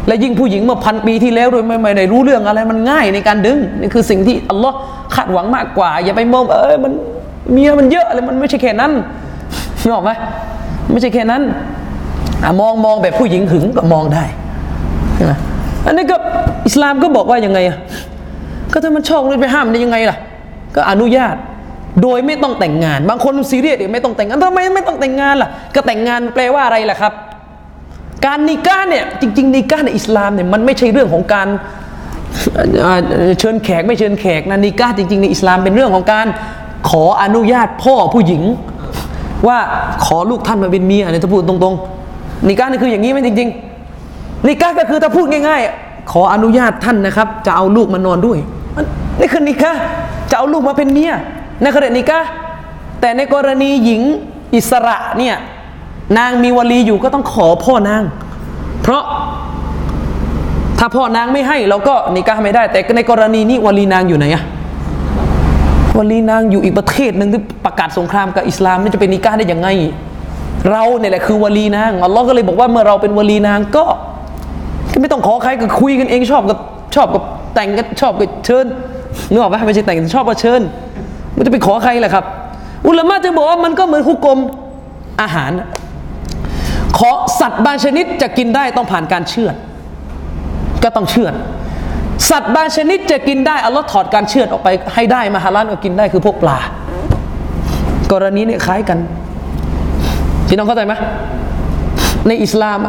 Speaker 1: และยิ่งผู้หญิงเมื่อ1,000 ปีที่แล้วโดยไม่ได้รู้เรื่องอะไรมันง่ายในการดึงนี่คือสิ่งที่อัลลอฮ์คาดหวังมากกว่าอย่าไปมองมันเมียมันเยอะอะไรมันไม่ใช่แค่นั้นนึกออกไหมไม่ใช่แค่นั้นมองแบบผู้หญิงหึงก็มองได้ใช่ไหมอันนี้ก็อิสลามก็บอกว่ายังไงก็ถ้ามันชอบเลยไปห้ามได้ยังไงล่ะก็อนุญาตโดยไม่ต้องแต่งงานบางคนซีเรียสไม่ต้องแต่งงานทำไมไม่ต้องแต่งงานล่ะก็แต่งงานแปลว่าอะไรล่ะครับการนิกาห์เนี่ยจริงๆนิกาห์ในอิสลามเนี่ยมันไม่ใช่เรื่องของการเชิญแขกไม่เชิญแขกนะนิกาห์จริงๆในอิสลามเป็นเรื่องของการขออนุญาตพ่อผู้หญิงว่าขอลูกท่านมาเป็นเมียเนี่ยถ้าพูดตรงๆนิกาห์นี่คืออย่างนี้ไหมจริงๆนิกาห์ก็คือถ้าพูดง่ายๆขออนุญาตท่านนะครับจะเอาลูกมานอนด้วยนี่คือนิกาห์จะเอาลูกมาเป็นเมียในขณะนิกาห์แต่ในกรณีหญิงอิสระเนี่ยนางมีวลีอยู่ก็ต้องขอพ่อนางเพราะถ้าพ่อนางไม่ให้เราก็นิกาห์ไม่ได้แต่ในกรณีนี้วลีนางอยู่ไหนวลีนางอยู่อีกประเทศหนึ่งที่ประกาศสงครามกับอิสลามนี่จะเป็นนิกาห์ได้ยังไงเราเนี่ยแหละคือวลีนางอัลลอฮ์ก็เลยบอกว่าเมื่อเราเป็นวลีนางก็ไม่ต้องขอใครก็คุยกันเองชอบกับแต่งกันชอบก็เชิญนึกออกไหมไม่ใช่แต่งชอบก็เชิญมันจะไปขอใครล่ะครับอุลามะจึงบอกว่ามันก็เหมือนฮุกมอาหารขอสัตว์บางชนิดจะกินได้ต้องผ่านการเชือดก็ต้องเชือดสัตว์บางชนิดจะกินได้อัลลอฮ์ถอดการเชือดออกไปให้ได้มาฮาลาลก็กินได้คือพวกปลากรณีเนี่ยคล้ายกันพี่น้องเข้าใจไหมในอิสลาม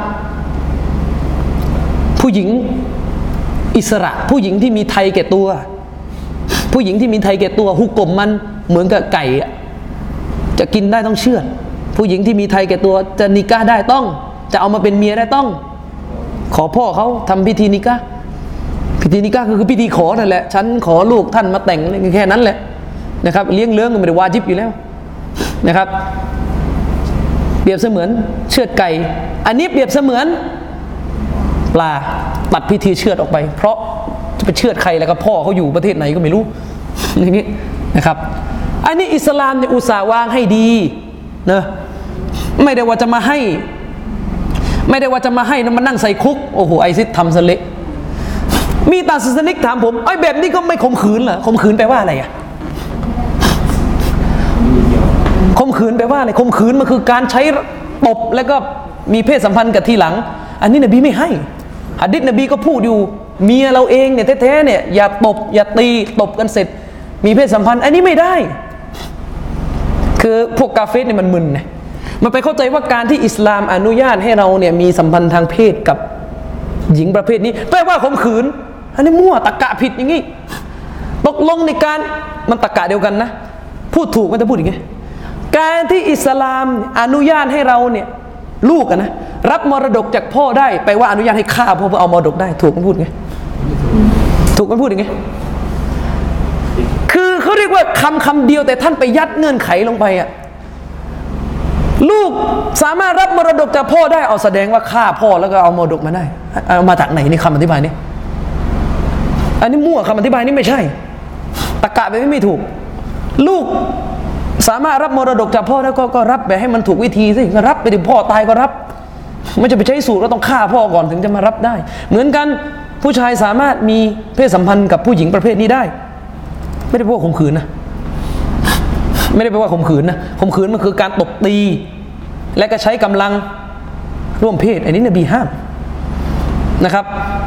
Speaker 1: ผู้หญิงอิสระผู้หญิงที่มีไทยแก่ตัวผู้หญิงที่มีไทยแก่ตัวฮุกมมันเหมือนกับไก่จะกินได้ต้องเชือดผู้หญิงที่มีไทยแก่ตัวจะนิกาห์ได้ต้องจะเอามาเป็นเมียได้ต้องขอพ่อเขาทำพิธีนิกาห์ก็คือพิธีขอนั่นแหละฉันขอลูกท่านมาแต่งแค่นั้นแหละนะครับเลี้ยงเลื้องก็ไม่ได้วาญิบอยู่แล้วนะครับเปรียบเสมือนเชือดไก่อันนี้เปรียบเสมือนปลาตัดพิธีเชือดออกไปเพราะจะไปเชือดใครแล้วก็พ่อเขาอยู่ประเทศไหนก็ไม่รู้อย่างนี้นะครับอันนี้อิสลามเนี่ยอุตส่าห์วางให้ดีนะไม่ได้ว่าจะมาให้นะมานั่งใส่คุกโอ้โหไอซิสทำซะเละมีตาศาสนิกถามผมไอ้แบบนี้ก็ไม่ข่มขืนเหรอข่มขืนแปลว่าอะไรข่มขืนแปลว่าอะไรข่มขืนมันคือการใช้ตบแล้วก็มีเพศสัมพันธ์กับทีหลังอันนี้นบีไม่ให้หะดีษนบีก็พูดอยู่เมียเราเองเนี่ยแท้ๆเนี่ยอย่าตบอย่าตีตบกันเสร็จมีเพศสัมพันธ์อันนี้ไม่ได้คือพวกกาเฟรเนี่ยมันมึนนะมันไปเข้าใจว่าการที่อิสลามอนุญาตให้เราเนี่ยมีสัมพันธ์ทางเพศกับหญิงประเภทนี้แปลว่าข่มขืนอันนี้มั่วตรรกะผิดอย่างงี้ตกลงในการมันตรรกะเดียวกันนะพูดถูกมันจะพูดอย่างงี้การที่อิสลามอนุญาตให้เราเนี่ยลูกนะรับมรดกจากพ่อได้แปลว่าอนุญาตให้ฆ่าพ่อเพื่อเอามรดกได้ถูกมันพูดไงถูกมันพูดอย่างงี้คือเขาเรียกว่าคำเดียวแต่ท่านไปยัดเงื่อนไขลงไปลูกสามารถรับมรดกจากพ่อได้เอาแสดงว่าฆ่าพ่อแล้วก็เอามรดกมาได้เอามาจากไหนนี่คำอธิบายนี้อันนี้มั่วคำอธิบายนี้ไม่ใช่ตรรกะแบบนี้ไม่ถูกลูกสามารถรับมรดกจากพ่อแล้วก็รับแบบให้มันถูกวิธีสิก็รับไปถึงพ่อตายก็รับไม่จะไปใช้สูตรก็ต้องฆ่าพ่อก่อนถึงจะมารับได้เหมือนกันผู้ชายสามารถมีเพศสัมพันธ์กับผู้หญิงประเภทนี้ได้ไม่ได้แปลว่าข่มขืนนะไม่ได้แปลว่าข่มขืนนะข่มขืนมันคือการตบตีและก็ใช้กำลังร่วมเพศอันนี้นบีห้ามนะครับ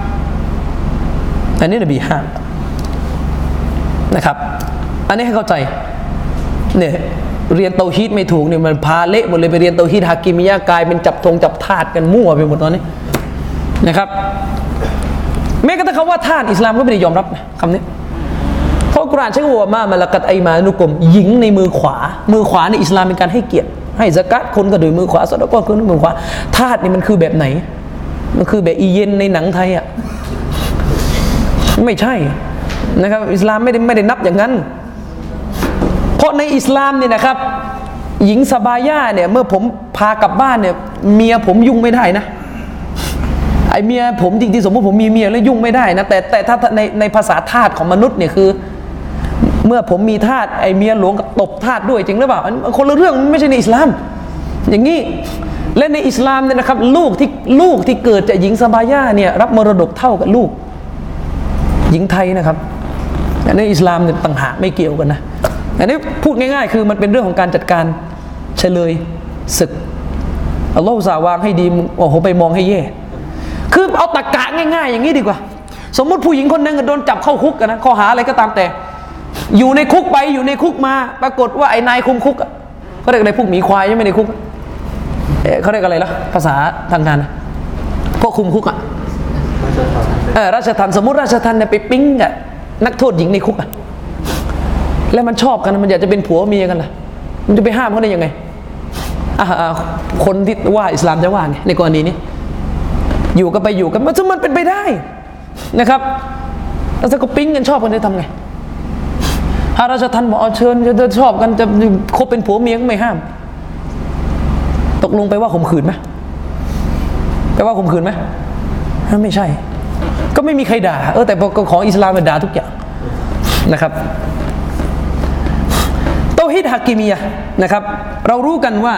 Speaker 1: อันนี้นบีห้ามนะครับอันนี้ให้เข้าใจเนี่ยเรียนเตาฮีดไม่ถูกเนี่ยมันพาเละหมดเลยไปเรียนเตาฮีดฮากิมิยะกลายเป็นจับทาสกันมั่วไปหมดตอนนี้นะครับแม้กระทั่งคำว่าทาสอิสลามก็ไม่ได้ยอมรับนะคำนี้เพราะกุรอานใช้คำว่ามาละกัตไอมานุกรมหญิงในมือขวาในอิสลามเป็นการให้เกียรติให้ซะกัตคนก็โดยมือขวาซะดอกก็คือมือขวาทาสนี่มันคือแบบไหนมันคือแบบอีเย็นในหนังไทยไม่ใช่นะครับอิสลามไม่ได้นับอย่างนั้นเพราะในอิสลามเนี่ยนะครับหญิงสบายาเนี่ยเมื่อผมพากลับบ้านเนี่ยเมียผมยุ่งไม่ได้นะไอเมียผมจริงๆสมมติผมมีเมียแล้วยุ่งไม่ได้นะแต่ถ้าในภาษาทาสของมนุษย์เนี่ยคือเมื่อผมมีทาสไอเมียหลวงกับตบทาสด้วยจริงหรือเปล่าคนละเรื่องไม่ใช่ในอิสลามอย่างนี้และในอิสลามเนี่ยนะครับลูกที่เกิดจากหญิงซาบายาเนี่ยรับมรดกเท่ากับลูกหญิงไทยนะครับในอิสลามเนี่ยต่างหากไม่เกี่ยวกันนะอันนี้พูดง่ายๆคือมันเป็นเรื่องของการจัดการเฉลยศึกอัลลอฮฺอุตส่าห์วางให้ดีโอ้โหไปมองให้แย่คือเอาตรรกะง่ายๆอย่างนี้ดีกว่าสมมติผู้หญิงคนหนึ่งโดนจับเข้าคุกนะข้อหาอะไรก็ตามแต่อยู่ในคุกไปอยู่ในคุกมาปรากฏว่าไอ้นายคุมคุกเขาเรียกอะไรพวกหมีควายยังไม่ในคุกเขาเรียกอะไรล่ะภาษาทางการพวกคุมคุกราชทัณฑ์สมมติราชทัณฑ์เนี่ยไปปิ๊งนักโทษหญิงในคุกแล้วมันชอบกันมันอยากจะเป็นผัวเมียกันล่ะมันจะไปห้ามเขาได้ยังไงคนที่ว่าอิสลามจะว่าไงในกรณีนี้อยู่กันไปอยู่กันมันเป็นไปได้นะครับแล้วถ้าก็ปิ๊งกันชอบกันจะทำไงถ้าราชทัณฑ์บอกเอาเชิญจะชอบกันจะคบเป็นผัวเมียก็ไม่ห้ามตกลงไปว่าข่มขืนไหมไปว่าข่มขืนไหมไม่ใช่ก็ไม่มีใครด่าแต่ของอิสลามมันด่าทุกอย่างนะครับเตาฮีดฮักกิมียะห์นะครับเรารู้กันว่า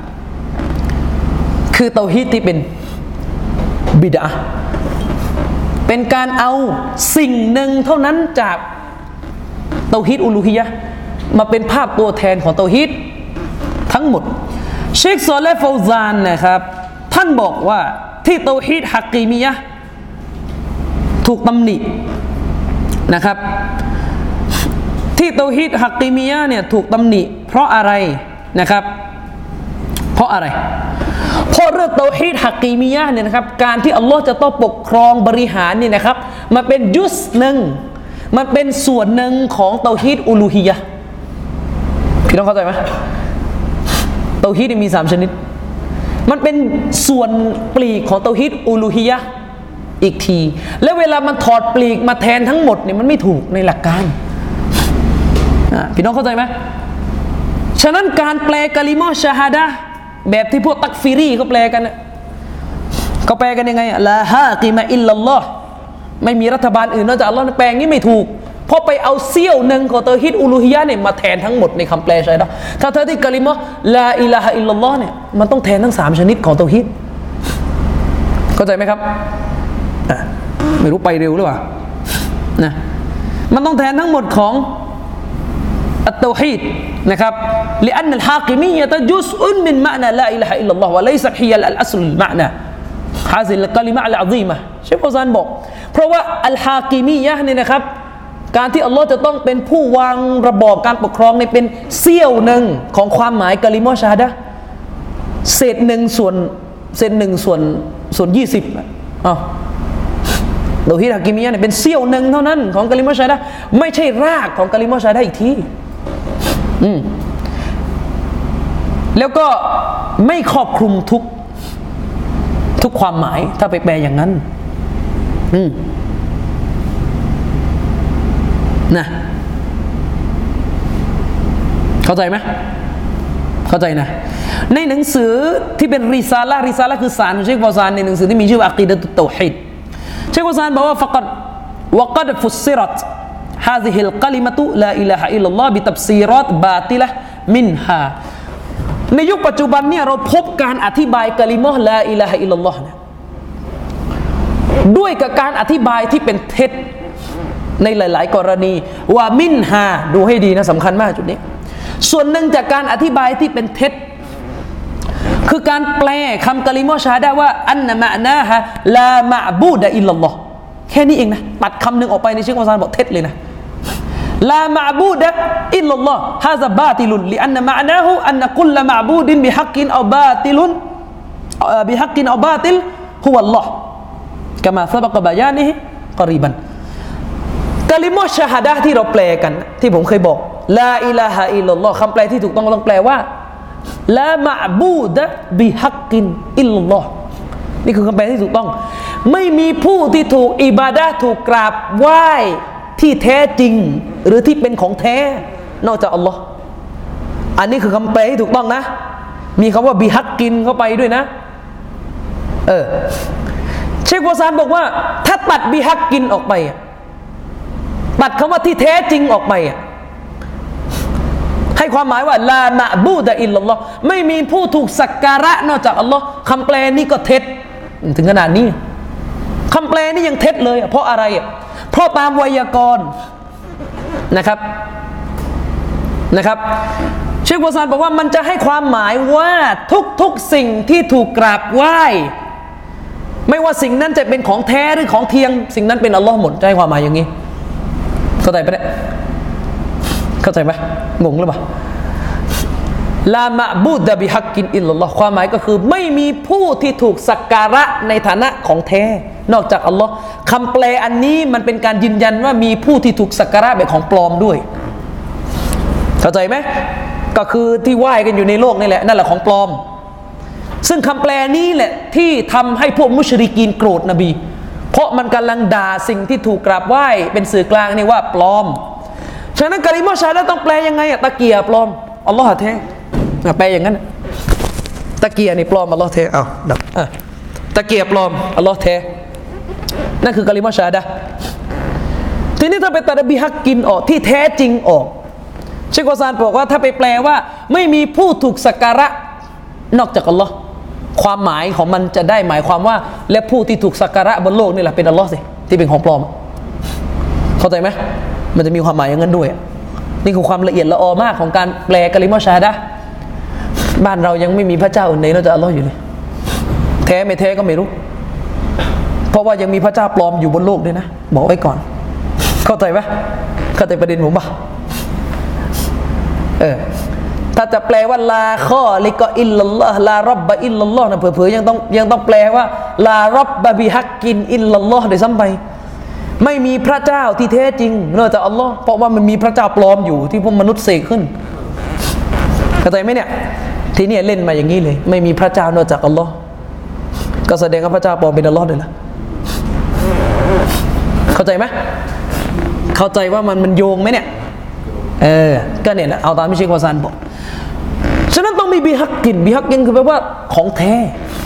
Speaker 1: คือเตาฮีดที่เป็นบิดอะห์เป็นการเอาสิ่งหนึ่งเท่านั้นจากเตาฮีดอุลูฮียะห์มาเป็นภาพตัวแทนของเตาฮีดทั้งหมดเชคซอเลห์ ฟาวซานนะครับท่านบอกว่าที่เตาฮีดฮักกิมียะห์ถูกตำหนินะครับที่เตาฮีดฮักกิมียะห์เนี่ยถูกตำหนิเพราะอะไรนะครับเพราะอะไรเพราะเรื่องเตาฮีดฮักกิมียะห์เนี่ยนะครับการที่อัลลอฮ์จะต้องปกครองบริหารนี่นะครับมันเป็นยุสหนึ่งมันเป็นส่วนหนึ่งของเตาฮีดอุลูฮียะห์พี่น้องเข้าใจไหมเตาฮีดมี3ชนิดมันเป็นส่วนปลีกของเตาฮีดอุลูฮียะห์อีกทีแล้วเวลามันถอดปลีกมาแทนทั้งหมดเนี่ยมันไม่ถูกในหลักการพี่น้องเข้าใจไหมฉะนั้นการแปลกะลิมะฮ์ชะฮาดะห์แบบที่พวกตักฟิรีเขาแปลกันเขาแปลกันยังไงลาฮากิมะอิลลัลลอฮ์ไม่มีรัฐบาลอื่นนอกจากอัลลอฮ์แปลงี้ไม่ถูกเพราะไปเอาเสี้ยวหนึ่งของเตาฮีดอุลูฮียะห์เนี่ยมาแทนทั้งหมดในคำแปลชะฮาดะห์ถ้าที่กะลิมะฮ์ลาอิลาฮะอิลลัลลอฮ์เนี่ยมันต้องแทนทั้ง3ชนิดของเตาฮีดเข้าใจไหมครับไม่รู้ไปเร็วหรือเปล่านะมันต้องแทนทั้งหมดของอัตเตาฮีดนะครับ لأن الحاكمية جزء من معنى لا إله إلا الله وليست هي الأصل المعنى هذه الكلمة العظيمة เชค ฟาวซานบอกเพราะว่าอัลฮากิมียะห์เนี่ยนะครับการที่อัลลอฮ์จะต้องเป็นผู้วางระบอบการปกครองในเป็นเสี้ยวหนึ่งของความหมายกะลิมะฮ์ชะฮาดะห์เศษ1 ส่วน 20เตาฮีดฮักกิมียะห์เนี่ยเป็นเสี้ยวหนึ่งเท่านั้นของกะลิมะฮ์ชะฮาดะห์ไม่ใช่รากของกะลิมะฮ์ชะฮาดะห์อีกทีแล้วก็ไม่ครอบคลุมทุกความหมายถ้าไปแปลอย่างนั้นนะเข้าใจไหมเข้าใจนะในหนังสือที่เป็นริซาละคือสารของเชค ฟาวซานในหนังสือที่มีชื่อว่าอะกีดะตุตเตาฮีดเชค ฟาวซานบอกว่าوقد فسرت هذه الكلمة لا إله إلا الله بتفسيرات باطلة منها ในยุคปัจจุบันเนี่ยเราพบการอธิบายกะลิมะฮ์ลาอิลาฮะอิลลัลลอฮ์เนี่ยด้วยกับการอธิบายที่เป็นเท็จในหลายๆกรณีว่ามินฮาดูให้ดีนะสำคัญมากจุดนี้ส่วนหนึ่งจากการอธิบายที่เป็นเท็จคือการแปลคำกะลิมะฮ์ชะฮาดะห์ว่าอันนะมะนาฮะลามะบูดะอิลลัลลอฮ์แค่นี้เองนะตัดคำหนึ่งออกไปในเชค ฟาวซานบอกเท็จเลยนะลามะบูดะอิลลัลลอฮ์ฮาซาบาติลุนลิอันนะมะนาฮูอันนะกุลละมะบูดินบิฮักกินเอาบาติลุนบิฮักกินเอาบาติลฮุวัลลอฮ์กะมาซะบะกะบะยานิฮิกอรีบันกะลิมะฮ์ชะฮาดะห์ที่เราแปลกันที่ผมเคยบอกลาอิลาฮะอิลลัลลอฮ์คำแปลที่ถูกต้องแปลว่าลามะบูดะบิฮักกินอิลลัลลอฮ์นี่คือคำแปลที่ถูกต้องไม่มีผู้ที่ถูกอิบาดะห์ถูกกราบไหว้ที่แท้จริงหรือที่เป็นของแท้นอกจากอัลลอฮ์อันนี้คือคำแปลที่ถูกต้องนะมีคำว่าบิฮักกินเข้าไปด้วยนะเชค ฟาวซานบอกว่าถ้าตัดบิฮักกินออกไปตัดคำว่าที่แท้จริงออกไปใให้ความหมายว่าลามะบูดะอิลลัลลอฮ์ไม่มีผู้ถูกสักการะนอกจากอัลลอฮ์คำแปลนี้ก็เท็จถึงขนาดนี้คำแปลนี่ยังเท็จเลยเพราะอะไรเพราะตามไวยากรณ์นะครับเชค วาซานบอกว่ามันจะให้ความหมายว่าทุกสิ่งที่ถูกกราบไหว้ไม่ว่าสิ่งนั้นจะเป็นของแท้หรือของเทียมสิ่งนั้นเป็นอัลลอฮ์หมดจะให้ความหมายอย่างนี้เข้าใจปะเนี่ยเข้าใจไหมงงหรือเปล่าลามะบูดะบิฮักกินอิลลัลลอฮ์ความหมายก็คือไม่มีผู้ที่ถูกสักการะในฐานะของแท้นอกจากอัลลอฮ์คำแปลอันนี้มันเป็นการยืนยันว่ามีผู้ที่ถูกสักการะแบบของปลอมด้วยเข้าใจไหมก็คือที่ไหว้กันอยู่ในโลกนี่แหละนั่นแหละของปลอมซึ่งคำแปลนี้แหละที่ทำให้พวกมุชริกีนโกรธนบีเพราะมันกำลังด่าสิ่งที่ถูกกราบไหว้เป็นสื่อกลางนี่ว่าปลอมฉะนั้นกะลิมะชาฮาดะห์ต้องแปลยังไงตะเกียบปลอมอัลลอฮ์แท้แปลอย่างนั้นตะเกียบนี่ปลอมอัลลอฮ์แท้ตะเกียบปลอมอัลลอฮ์แท้นั่นคือกะลิมะชาฮาดะห์ทีนี้ถ้าไปตัดบิฮักกินออกที่แท้จริงออกเชค วาซานบอกว่าถ้าไปแปลว่าไม่มีผู้ถูกสักการะนอกจากอัลลอฮ์ความหมายของมันจะได้หมายความว่าและผู้ที่ถูกสักการะบนโลกนี่แหละเป็นอัลลอฮ์สิที่เป็นของปลอมเข้าใจไหมมันจะมีความหมายอย่างนั้นด้วยนี่คือความละเอียดละออมากของการแปลกะลิมะชาฮาดะห์บ้านเรายังไม่มีพระเจ้าอื่นใดนอกจากอัลลอฮ์อยู่เลยแท้ไม่แท้ก็ไม่รู้เพราะว่ายังมีพระเจ้าปลอมอยู่บนโลกด้วยนะบอกไว้ก่อนเข้าใจไหมเข้าใจประเด็นผมป่ะถ้าจะแปลว่าลาข้อลิกอิลลัลลอฮ์ลารับบะอิลลัลลอฮ์นะเผลอๆยังต้องแปลว่าลารับบะบิฮักกินอิลลัลลอฮ์โดยซ้ำไปไม่มีพระเจ้าที่แท้จริงนอกจากอัลลอฮ์เพราะว่ามันมีพระเจ้าปลอมอยู่ที่พวกมนุษย์เสกขึ้นเข้าใจไหมเนี่ยทีนี้เล่นมาอย่างนี้เลยไม่มีพระเจ้านอกจากอัลลอฮ์ก็แสดงว่าพระเจ้าปลอมเป็นอัลลอฮ์เลยล่ะเข้าใจไหมเข้าใจว่ามันโยงไหมเนี่ยก็เนี่ยนะเอาตามที่เชค วาซานบอกฉะนั้นต้องมีบิฮักกินคือแปลว่าของแท้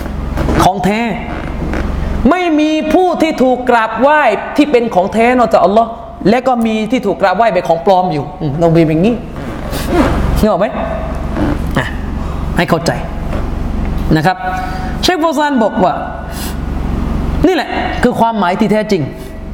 Speaker 1: ไม่มีผู้ที่ถูกกราบไหว้ที่เป็นของแท้นอกจากอัลลอฮ์และก็มีที่ถูกกราบไหว้เป็นของปลอมอยู่ต้องมีอย่างนี้นึกออกไหมให้เข้าใจนะครับเชค วาซานบอกว่านี่แหละคือความหมายที่แท้จริง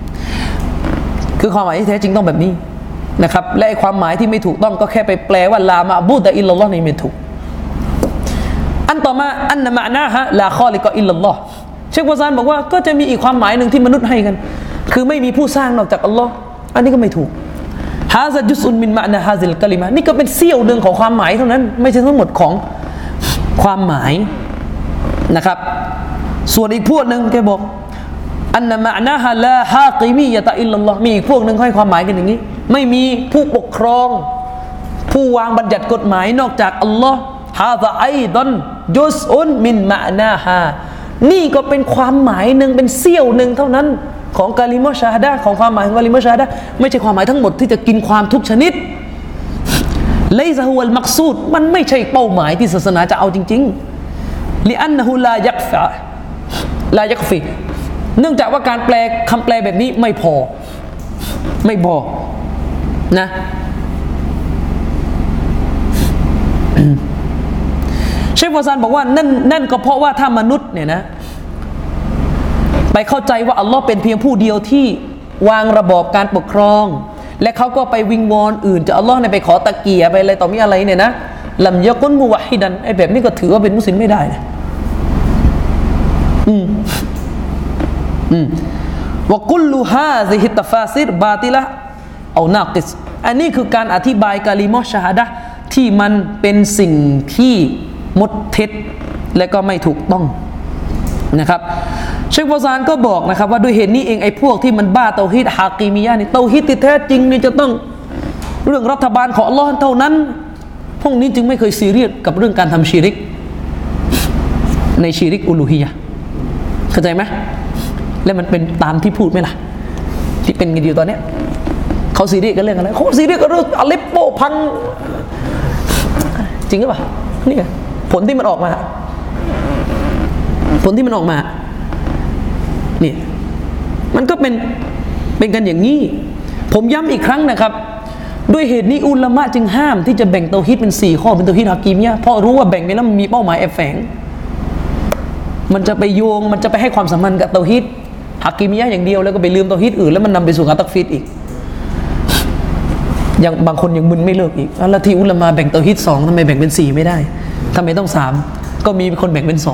Speaker 1: ต้องแบบนี้นะครับและความหมายที่ไม่ถูกต้องก็แค่ไปแปลว่าลามะบูดะอิลลัลลอฮ์นี่ไม่ถูกอันต่อมาอันนะมะนาฮะลาคอลิกะอิลลัลลอฮ์เชค วาซานบอกว่าก็จะมีอีกความหมายหนึ่งที่มนุษย์ให้กันคือไม่มีผู้สร้างนอกจากอัลลอฮ์อันนี้ก็ไม่ถูกฮาซะจุซอุนมินมะนาฮาซิลกะลิมะนี่ก็เป็นเสี้ยวหนึ่งของความหมายเท่านั้นไม่ใช่ทั้งหมดของความหมายนะครับส่วนอีกพวกนึงแกบอกอันนะมะนาฮะลาฮากิมียะตะอิลลัลลอฮ์มีอีกพวกนึงให้ความหมายกันอย่างนี้ไม่มีผู้ปกครองผู้วางบัญญัติกฎหมายนอกจากอัลลอฮ์ฮาซะไอดอนจุซอุนมินมะนาฮานี่ก็เป็นความหมายหนึ่งเป็นเสี้ยวหนึ่งเท่านั้นของกะลิมะชาฮาดะห์ของความหมายของกะลิมะชาฮาดะห์ไม่ใช่ความหมายทั้งหมดที่จะกินความทุกชนิดไลซะฮุวัลมักซูดมันไม่ใช่เป้าหมายที่ศาสนาจะเอาจริงๆลิอันนะฮูลายักฟี เนื่องจากว่าการแปลคำแปลแบบนี้ไม่พอนะเชฟวาซานบอกว่านั่นก็เพราะว่าถ้ามนุษย์เนี่ยนะไปเข้าใจว่าอัลลอฮ์เป็นเพียงผู้เดียวที่วางระบอบการปกครองและเขาก็ไปวิงวอนอื่นจะอัลลอฮ์เนี่ยไปขอตะเกียไปอะไรต่อมีอะไรเนี่ยนะลัมยะกุนมุวะฮิดันไอ้แบบนี้ก็ถือว่าเป็นมุสลิมไม่ได้นะวะกุลลูฮาซิฮิตตะฟาซิรบาติละเอานากิสอันนี้คือการอธิบายกะลิมะชะฮาดะห์ที่มันเป็นสิ่งที่มดเท็จและก็ไม่ถูกต้องนะครับเชคฟาซานก็บอกนะครับว่าด้วยเหตุนี้เองไอ้พวกที่มันบ้าเตาฮีดฮากีมียะห์นี่เตาฮีดที่แท้จริงนี่จะต้องเรื่องรัฐบาลของอัลลอฮ์เท่านั้นพวกนี้จึงไม่เคยซีเรียสกับเรื่องการทำชิริกในชิริกอุลูฮียะห์เข้าใจไหมแล้วมันเป็นตามที่พูดไหมล่ะที่เป็นกันอยู่ตอนนี้เขาซีเรียสกันเรื่องอะไรเขาซีเรียสกันเรื่องอเลปโปพังจริงหรือเปล่านี่ผลที่มันออกมานี่มันก็เป็นกันอย่างนี้ผมย้ำอีกครั้งนะครับด้วยเหตุนี้อุลามะจึงห้ามที่จะแบ่งเตาฮีดเป็น4ข้อเป็นเตาฮีดฮากีมียะห์เพราะรู้ว่าแบ่งไปแล้วมันมีเป้าหมายแอบแฝงมันจะไปโยงมันจะไปให้ความสัมพันธ์กับเตาฮีดฮากีมียะห์อย่างเดียวแล้วก็ไปลืมเตาฮีดอื่นแล้วมันนำไปสู่การตักฟีรอีกอย่างบางคนยังมึนไม่เลิกอีกแล้วที่อุลามะแบ่งเตาฮีด2ทำไมแบ่งเป็น4ไม่ได้ทำไมต้อง3ก็มีคนแบ่งเป็น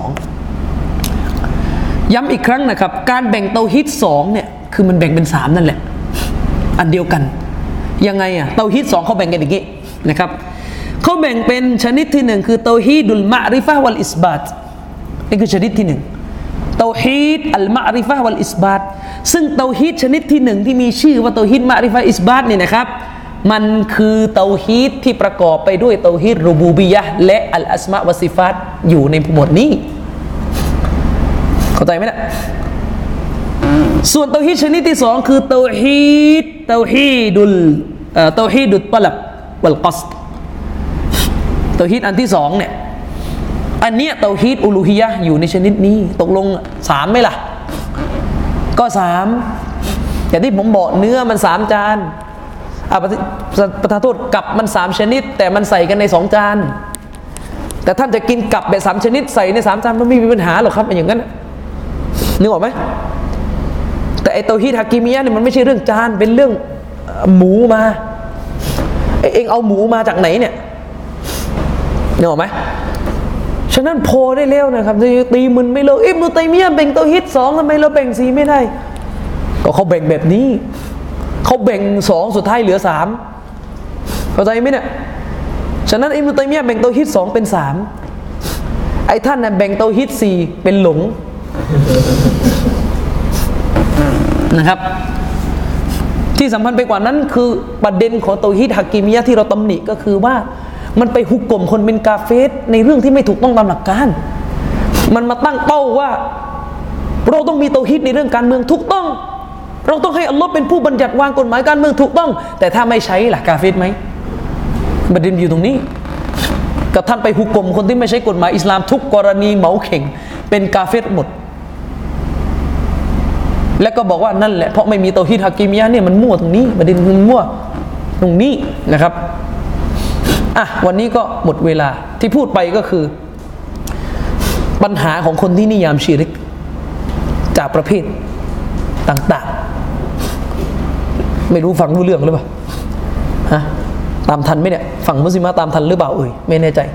Speaker 1: 2ย้ำอีกครั้งนะครับการแบ่งเตาฮีด2เนี่ยคือมันแบ่งเป็น3นั่นแหละอันเดียวกันยังไงอ่ะเตาฮีด2เขาแบ่งกันอย่างงี้นะครับเขาแบ่งเป็นชนิดที่1คือเตาฮีดุลมะริฟะฮ์วัลอิสบาตนี่คือชนิดที่1เตาฮีดอัลมะริฟะฮ์วัลอิสบาตซึ่งเตาฮีดชนิดที่1ที่มีชื่อว่าเตาฮีดมะริฟะฮ์อิสบาตเนี่ยนะครับมันคือเตาฮีดที่ประกอบไปด้วยเตาฮีดรุบูบิยะห์และอัลอัสมาวัสซิฟาตอยู่ในหมวดนี้เข้าใจไหมนะส่วนเตาฮีดชนิดที่2คือเตาฮีดุลตลับวัลกัศดเตาฮีดอันที่2เนี่ยอันเนี้ยเตาฮีดอุลูฮียะห์อยู่ในชนิดนี้ตกลง3ไหมล่ะก็3อย่างที่ผมบอกเนื้อมัน3จานประทานโทษกับมัน3ชนิดแต่มันใส่กันใน2จานแต่ท่านจะกินกับแบบ3ชนิดใส่ใน3จานมันไม่มีปัญหาหรอกครับอย่างนั้นนึกออกไหมแต่ไอเตาฮีดฮากีมียะห์เนี่ยมันไม่ใช่เรื่องจานเป็นเรื่องหมูมาเองเอาหมูมาจากไหนเนี่ยนึกออกไหมฉะนั้นพอได้แล้วนะครับตีมึนไม่เลิกอิบนุตัยมียะห์แบ่งเตาฮีด2ทำไมเราแบ่ง4ไม่ได้ก็เขาแบ่งแบบนี้เขาแบ่ง2สุดท้ายเหลือ3เข้าใจไหมเนี่ยฉะนั้นอิบนุตัยมียะห์แบ่งเตาฮีด2เป็น3ไอ้ท่านน่ะแบ่งเตาฮีด4เป็นหลงนะครับที่สำคัญไปกว่านั้นคือประเด็นของเตาฮีดฮากีมียะห์ที่เราตำหนิก็คือว่ามันไปฮุกกลมคนเป็นกาเฟรในเรื่องที่ไม่ถูกต้องตามหลักการมันมาตั้งเป้าว่าเราต้องมีเตาฮีดในเรื่องการเมืองถูกต้องเราต้องให้อัลลอฮ์เป็นผู้บัญญัติวางกฎหมายการเมืองถูกต้องแต่ถ้าไม่ใช้ล่ะกาเฟรไหมประเด็นอยู่ตรงนี้กับท่านไปฮุกกลมคนที่ไม่ใช้กฎหมายอิสลามทุกกรณีเหมาเข่งเป็นกาเฟรหมดแล้วก็บอกว่านั่นแหละเพราะไม่มีเตาฮีดฮากีมียะห์เนี่ยมันมั่วตรงนี้ประเด็นมันมั่วตรงนี้นะครับวันนี้ก็หมดเวลาที่พูดไปก็คือปัญหาของคนที่นิยามชิริกจากประเภทต่างๆไม่รู้ฟังรู้เรื่องหรือเปล่าตามทันไหมเนี่ยฝั่งมุสลิมตามทันหรือเปล่าไม่แน่ใจ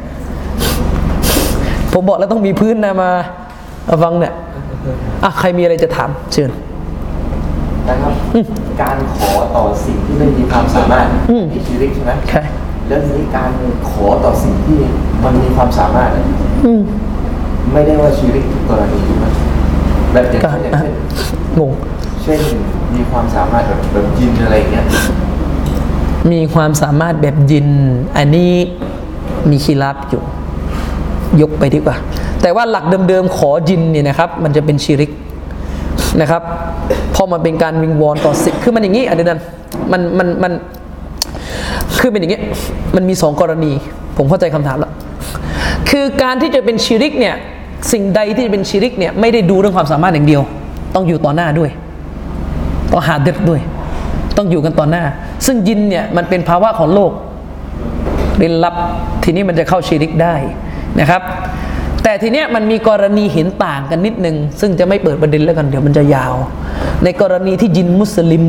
Speaker 1: ผมบอกแล้วต้องมีพื้นนะมาฟังเนี่ยใครมีอะไรจะถามเชิญ
Speaker 2: นะครับการขอต่อสิ่งที่ไม่มีความสามารถมีชิริกใช่ไหมใช่แล้วนี้การขอต่อสิ่งที่มันมีความสามารถไม่ได้ว่าชิริกทุกกรณีถูกไหมแบบอย่างเช่น
Speaker 1: งง
Speaker 2: เช่นมีความสามารถแบบยินอะไรเงี้ย
Speaker 1: มีความสามารถแบบยินอันนี้มีคีราฟอยู่ยกไปดีกว่าแต่ว่าหลักเดิมๆขอยินเนี่ยนะครับมันจะเป็นชิริกนะครับพอมันเป็นการวิงวอนต่อสิ่งคือมันอย่างนี้อันนั้นมันคือเป็นอย่างนี้มันมี2กรณีผมเข้าใจคำถามแล้วคือการที่จะเป็นชิริกเนี่ยสิ่งใดที่จะเป็นชิริกเนี่ยไม่ได้ดูเรื่องความสามารถอย่างเดียวต้องอยู่ต่อหน้าด้วยต้องหาเด็ดด้วยต้องอยู่กันต่อหน้าซึ่งยินเนี่ยมันเป็นภาวะของโลกเร้นลับทีนี้มันจะเข้าชิริกได้นะครับแต่ทีเนี้ยมันมีกรณีเห็นต่างกันนิดนึงซึ่งจะไม่เปิดประเด็นแล้วกันเดี๋ยวมันจะยาวในกรณีที่ยินมุสลิม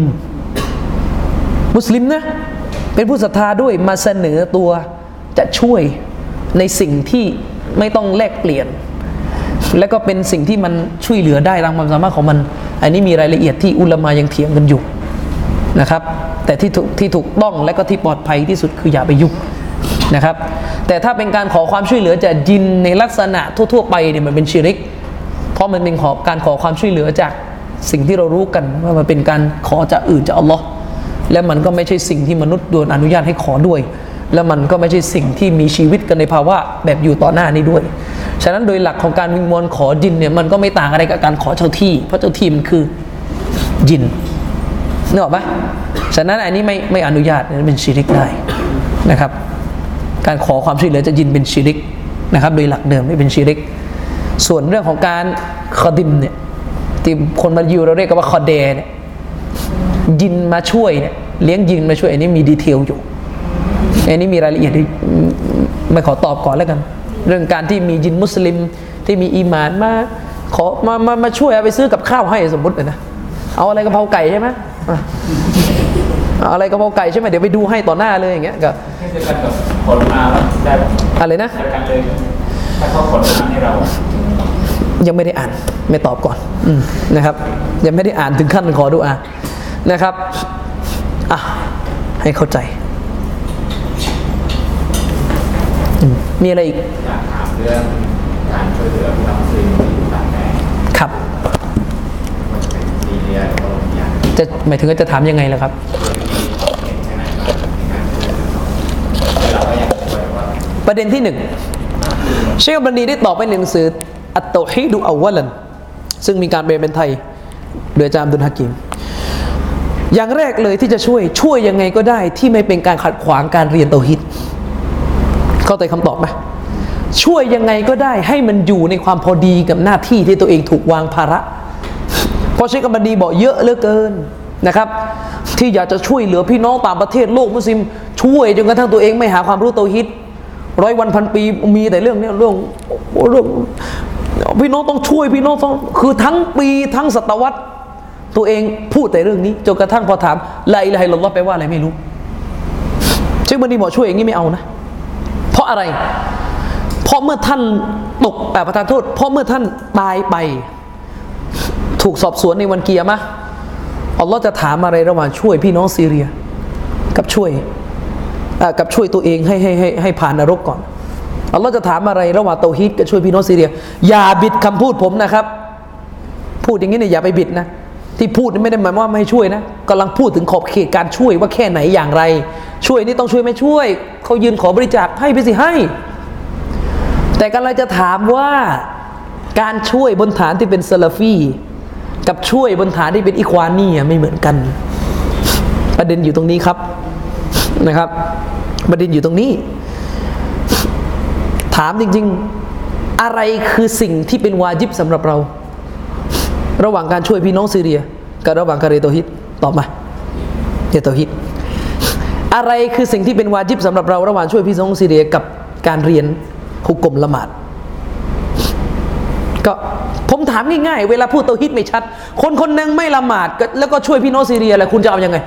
Speaker 1: นะเป็นผู้ศรัทธาด้วยมาเสนอตัวจะช่วยในสิ่งที่ไม่ต้องแลกเปลี่ยนและก็เป็นสิ่งที่มันช่วยเหลือได้ตามความสามารถของมันอันนี้มีรายละเอียดที่อุลามะยังเถียงกันอยู่นะครับแต่ที่ถูกต้องและก็ที่ปลอดภัยที่สุดคืออย่าไปยุ่งนะครับแต่ถ้าเป็นการขอความช่วยเหลือจากยินในลักษณะทั่วๆไปเนี่ยมันเป็นชิริกเพราะมันเป็นการขอความช่วยเหลือจากสิ่งที่เรารู้กันว่ามันเป็นการขอจากอื่นจากอัลลอฮ์และมันก็ไม่ใช่สิ่งที่มนุษย์โดนอนุญาตให้ขอด้วยและมันก็ไม่ใช่สิ่งที่มีชีวิตกันในภาวะแบบอยู่ต่อหน้านี้ด้วยฉะนั้นโดยหลักของการวิงวอนขอยินเนี่ยมันก็ไม่ต่างอะไรกับการขอเจ้าที่เพราะเจ้าที่มันคือยินนึกออกปะฉะนั้นอันนี้ไม่อนุญาตเป็นชิริกได้นะครับการขอความช่วยเหลือจะยินเป็นชิริกนะครับโดยหลักเดิมไม่เป็นชิริกส่วนเรื่องของการคอดิมเนี่ยที่คนมาอยู่เราเรียกกันว่าคอเดเนี่ยยินมาช่วยเนี่ยเลี้ยงยินมาช่วยอันนี้มีดีเทลอยู่อันนี้มีรายละเอียดที่ไม่ขอตอบก่อนแล้วกันเรื่องการที่มียินมุสลิมที่มีอีหม่านมาขอมาช่วยเอาไปซื้อกับข้าวให้สมมติเลยนะเอาอะไรกะเพราไก่ใช่ไหมเอาอะไรกะเพราไก่ใช่ไหมเดี๋ยวไปดูให้ต่อหน้าเลยอย่างเงี้ยก็
Speaker 3: ให้เจอกันกับผลมาได้
Speaker 1: อะไรนะ
Speaker 3: เจอกันเลยถ้าเขาผลมาให้เรา
Speaker 1: ยังไม่ได้อ่านไม่ตอบก่อนนะครับยังไม่ได้อ่านถึงขั้นขอดุอานะครับให้เข้าใจมีอะไรอีก
Speaker 3: อยากถามเรื่องการช่วยเหลือพี่น้องมุสลิมที่อยู่ต่างแดน
Speaker 1: ครับ
Speaker 3: มันจะเป็นซีเรียหรือว่าโรฮิงญา
Speaker 1: จะหมายถึงว่าจะถามยังไงล่ะครับประเด็นที่หนึ่งเชคอัลบานีได้ตอบไปในหนังสืออัตเตาฮีดุอัลวะลันซึ่งมีการแปลเป็นไทยโดยอาจารย์อับดุลฮะกีมอย่างแรกเลยที่จะช่วยยังไงก็ได้ที่ไม่เป็นการขัดขวางการเรียนเตาฮีดเข้าใจคำตอบไหมช่วยยังไงก็ได้ให้มันอยู่ในความพอดีกับหน้าที่ที่ตัวเองถูกวางภาระเพราะเชคอัลบานีบอกเยอะเหลือเกินนะครับที่อยากจะช่วยเหลือพี่น้องต่างประเทศโลกมุสลิมช่วยจนกระทั่งตัวเองไม่หาความรู้เตาฮีด100 วันพันปีมีแต่เรื่องนี้เรื่องพี่น้องต้องช่วยพี่น้องต้องคือทั้งปีทั้งศตวรรษตัวเองพูดแต่เรื่องนี้จนกระทั่งพอถามลาอิลาฮะอิลลัลลอฮ์แปลว่าอะไรไม่รู้เชคบันดีบอกช่วยอย่างนี้ไม่เอานะเพราะอะไรเพราะเมื่อท่านตกประทานโทษเพราะเมื่อท่านตายไปถูกสอบสวนในวันเกียร์มะอัลลอฮ์จะถามอะไรระหว่างช่วยพี่น้องซีเรียกับช่วยตัวเองให้ผ่านนรกก่อนอัลลอฮ์จะถามอะไรระหว่างเตาฮีดกับช่วยพี่น้องซีเรียอย่าบิดคำพูดผมนะครับพูดอย่างนี้เนี่ยอย่าไปบิดนะที่พูดไม่ได้หมายว่าไม่ให้ช่วยนะกำลังพูดถึงขอบเขตการช่วยว่าแค่ไหนอย่างไรช่วยนี่ต้องช่วยไม่ช่วยเขายืนขอบริจาคให้ไปสิให้แต่กำลังจะถามว่าการช่วยบนฐานที่เป็นซะลาฟีกับช่วยบนฐานที่เป็นอิควานีไม่เหมือนกันประเด็นอยู่ตรงนี้ครับนะครับประเด็นอยู่ตรงนี้ถามจริงๆอะไรคือสิ่งที่เป็นวาญิบสำหรับเราระหว่างการช่วยพี่น้องซีเรียกับระหว่างการเรียนเตาฮีดตอบมาเรียนเตาฮีดอะไรคือสิ่งที่เป็นวาญิบสำหรับเราระหว่างช่วยพี่น้องซีเรียกับการเรียนฮุกมละหมาดก็ผมถามง่ายๆเวลาพูดเตาฮีดไม่ชัดคนหนึ่งไม่ละหมาดแล้วก็ช่วยพี่น้องซีเรียแล้วคุณจะเอายังไง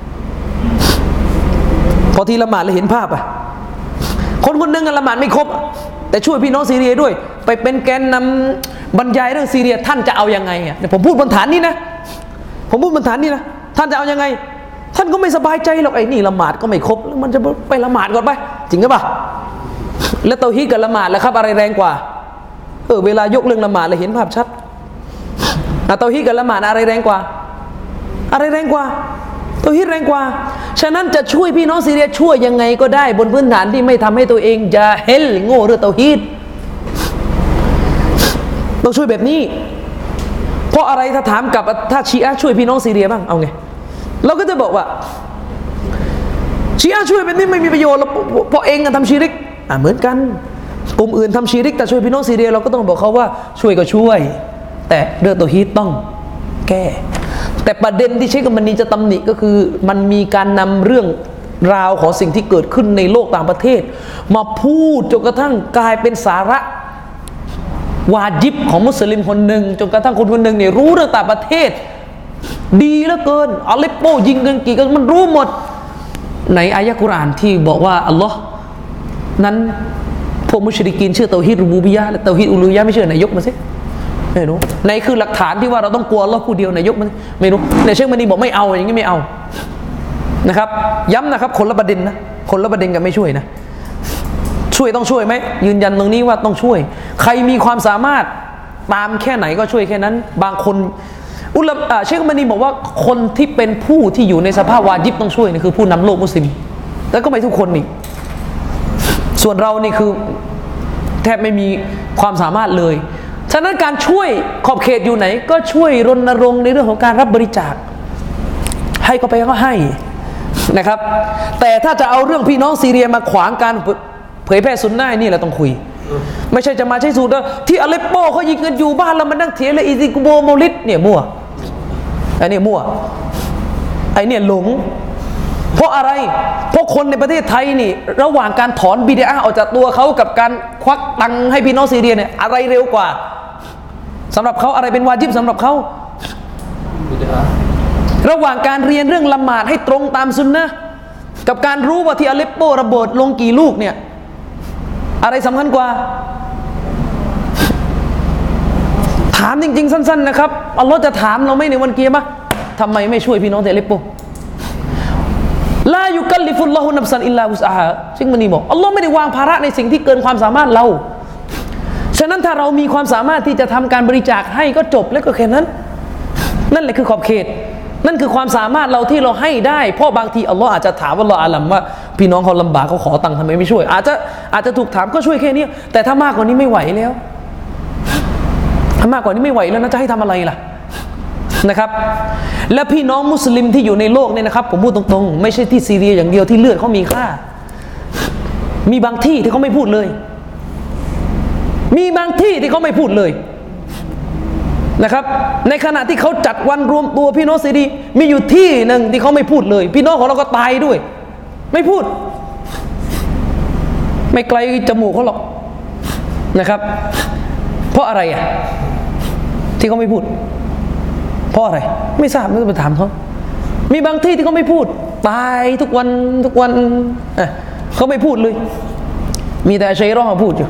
Speaker 1: พอทีละหมาดแล้วเห็นภาพคนหนึ่งละหมาดไม่ครบแต่ช่วยพี่น้องซีเรียด้วยไปเป็นแกนนำบรรยายเรื่องซีเรียท่านจะเอายังไงผมพูดบนฐานนี้นะท่านจะเอายังไงท่านก็ไม่สบายใจหรอกไอ้นี่ละหมาดก็ไม่ครบแล้วมันจะไปละหมาดก่อนไปจริงหรือเปล่าแล้วเตาฮีดกับละหมาดแล้วครับอะไรแรงกว่าเวลายกเรื่องละหมาดแล้วเห็นภาพชัดเตาฮีดกับละหมาดอะไรแรงกว่าเตาฮีดแรงกว่าฉะนั้นจะช่วยพี่น้องซีเรียช่วยยังไงก็ได้บนพื้นฐานที่ไม่ทำให้ตัวเองจะเฮลโง่เรื่องเตาฮีดต้องช่วยแบบนี้เพราะอะไรถ้าถามกับถ้าชีอะห์ช่วยพี่น้องซีเรียบ้างเอาไงเราก็จะบอกว่าชีอะห์ช่วยแบบนี้ไม่มีประโยชน์เพราะเองทำชิริกเหมือนกันกลุ่มอื่นทำชิริกแต่ช่วยพี่น้องซีเรียเราก็ต้องบอกเขาว่าช่วยก็ช่วยแต่เรื่องเตาฮีดต้องแก้แต่ประเด็นที่เชคมันนีจะตำหนิก็คือมันมีการนำเรื่องราวของสิ่งที่เกิดขึ้นในโลกต่างประเทศมาพูดจนกระทั่งกลายเป็นสาระวาญิบของมุสลิมคนหนึ่งจนกระทั่งคนหนึ่งเนี่ยรู้เรื่องต่างประเทศดีเหลือเกินอาเลปโปยิงกันกี่กันมันรู้หมดในอายะกุรอานที่บอกว่าอัลลอฮ์นั้นพวกมุชริกีนเชื่อเตาฮีดรุบูบิยะห์และเตาฮีดอูลูยะห์ไม่เชื่อไหนยกมาสิไม่รู้ในคือหลักฐานที่ว่าเราต้องกลัวอัลเลาะห์ผู้เดียวในยกมันไม่รู้ในเชคมันนีบอกไม่เอาอย่างนี้ไม่เอานะครับย้ำนะครับคนละประเด็นนะคนละประเด็นกันไม่ช่วยนะช่วยต้องช่วยไหมยืนยันตรงนี้ว่าต้องช่วยใครมีความสามารถตามแค่ไหนก็ช่วยแค่นั้นบางคนเชคมันนีบอกว่าคนที่เป็นผู้ที่อยู่ในสภาพวาญิบต้องช่วยนี่คือผู้นำโลกมุสลิมแต่ก็ไม่ทุกคนนี่ส่วนเรานี่คือแทบไม่มีความสามารถเลยฉะนั้นการช่วยขอบเขตอยู่ไหนก็ช่วยรณรงค์ในเรื่องของการรับบริจาคให้ก็ไปก็ให้นะครับแต่ถ้าจะเอาเรื่องพี่น้องซีเรียมาขวางการเผยแพร่สุนนะนี่แหละต้องคุยไม่ใช่จะมาใช้สูตรที่อาเลปโปเขายิงกันอยู่บ้านเรามันนั่งเถียงเลยอีซิกุโบโมลิดเนี่ยมั่วไอ้นี่มั่วไอ้เนี่ยหลงเพราะอะไรเพราะคนในประเทศไทยนี่ระหว่างการถอนบิดาออกจากตัวเขากับการควักตังค์ให้พี่น้องซีเรียเนี่ยอะไรเร็วกว่าสำหรับเขาอะไรเป็นวาญิบสำหรับเขาระหว่างการเรียนเรื่องละหมาดให้ตรงตามซุนนะห์กับการรู้ว่าที่อาเลปโประเบิดลงกี่ลูกเนี่ยอะไรสำคัญกว่าถามจริงๆสั้นๆนะครับอัลลอฮ์จะถามเราไหมในวันเกียรมะห์ทำไมไม่ช่วยพี่น้องที่อาเลปโปลายุกัลลิฟุลลอฮุนัฟซันอิลลาวุสอาฮาซึ่งมันนี่บอกอัลลอฮ์ไม่ได้วางภาระในสิ่งที่เกินความสามารถเราฉะนั้นถ้าเรามีความสามารถที่จะทำการบริจาคให้ก็จบแล้วก็แค่นั้นนั่นแหละคือขอบเขตนั่นคือความสามารถเราที่เราให้ได้เพราะบางทีอัลลอฮ์อาจจะถามว่าเราอาลัมว่าพี่น้องเขาลำบากเขาขอตังค์ทำไมไม่ช่วยอาจจะถูกถามก็ช่วยแค่นี้แต่ถ้ามากกว่านี้ไม่ไหวแล้วถ้ามากกว่านี้ไม่ไหวแล้วนะจะให้ทำอะไรล่ะนะครับและพี่น้องมุสลิมที่อยู่ในโลกเนี่ยนะครับผมพูดตรงๆไม่ใช่ที่ซีเรียอย่างเดียวที่เลือดเขามีค่ามีบางที่ที่เขาไม่พูดเลยมีบางที่ที่เขาไม่พูดเลยนะครับในขณะที่เขาจัดวันรวมตัวพี่น้องซีรีมีอยู่ที่หนึ่งที่เขาไม่พูดเลยพี่น้องของเราก็ตายด้วยไม่พูดไม่ไกลจมูกเขาหรอกนะครับเพราะอะไรอ่ะที่เขาไม่พูดเพราะอะไรไม่ทราบไม่ต้องไปถามเขามีบางที่ที่เขาไม่พูดตายทุกวันเขาไม่พูดเลยมีแต่ชัยรอพูดอยู่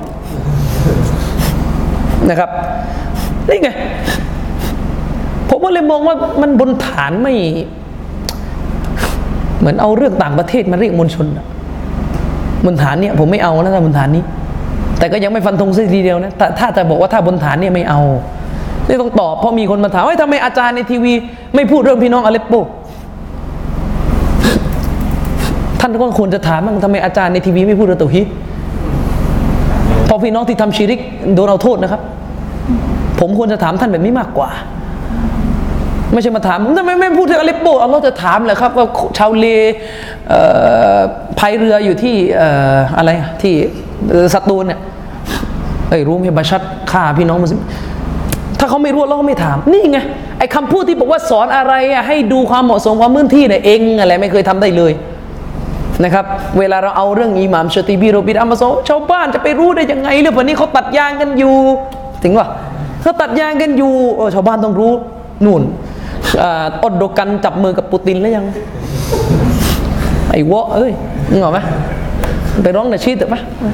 Speaker 1: นะครับนี่ไงผมก็เลยมองว่ามันบนฐานไม่เหมือนเอาเรื่องต่างประเทศมาเรียกมวลชนบนฐานเนี่ยผมไม่เอานะถ้าบนฐานนี้แต่ก็ยังไม่ฟันธงซะทีเดียวนะถ้าจะบอกว่าถ้าบนฐานเนี่ยไม่เอานี่ต้องตอบเพราะมีคนมาถามว่าทำไมอาจารย์ในทีวีไม่พูดเรื่องพี่น้องอาเลปโปท่านก็ควรจะถามบ้างทำไมอาจารย์ในทีวีไม่พูดเรื่องเตาฮีดพอพี่น้องที่ทำชิริกโดนเอาโทษนะครับผมควรจะถามท่านแบบนี้มากกว่าไม่ใช่มาถามทำไมไม่พูดถึงอาเลปโปอัลลอฮ์จะถามเลยครับว่าชาวเลพายเรืออยู่ที่อะไรที่สตูลเนี่ยรู้ไหมบาชัดฆ่าพี่น้องมุสลิมถ้าเขาไม่รู้เราก็ไม่ถามนี่ไงไอ้คำพูดที่บอกว่าสอนอะไรให้ดูความเหมาะสมความพื้นที่เนี่ยเองอะไรไม่เคยทำได้เลยนะครับเวลาเราเอาเรื่องอิหม่ามชาติบีโรบิดอัมมาโซชาวบ้านจะไปรู้ได้ยังไงเรื่องวันนี้เขาตัดยางกันอยู่ถึงว่าเขาตัดยางกันอยู่ชาวบ้านต้องรู้นู่นอดโดกันจับมือกับปูตินแล้วยังไอ้วะเอ้ยมึงเหรอไหมไปร้องนาชีดเถอะไหม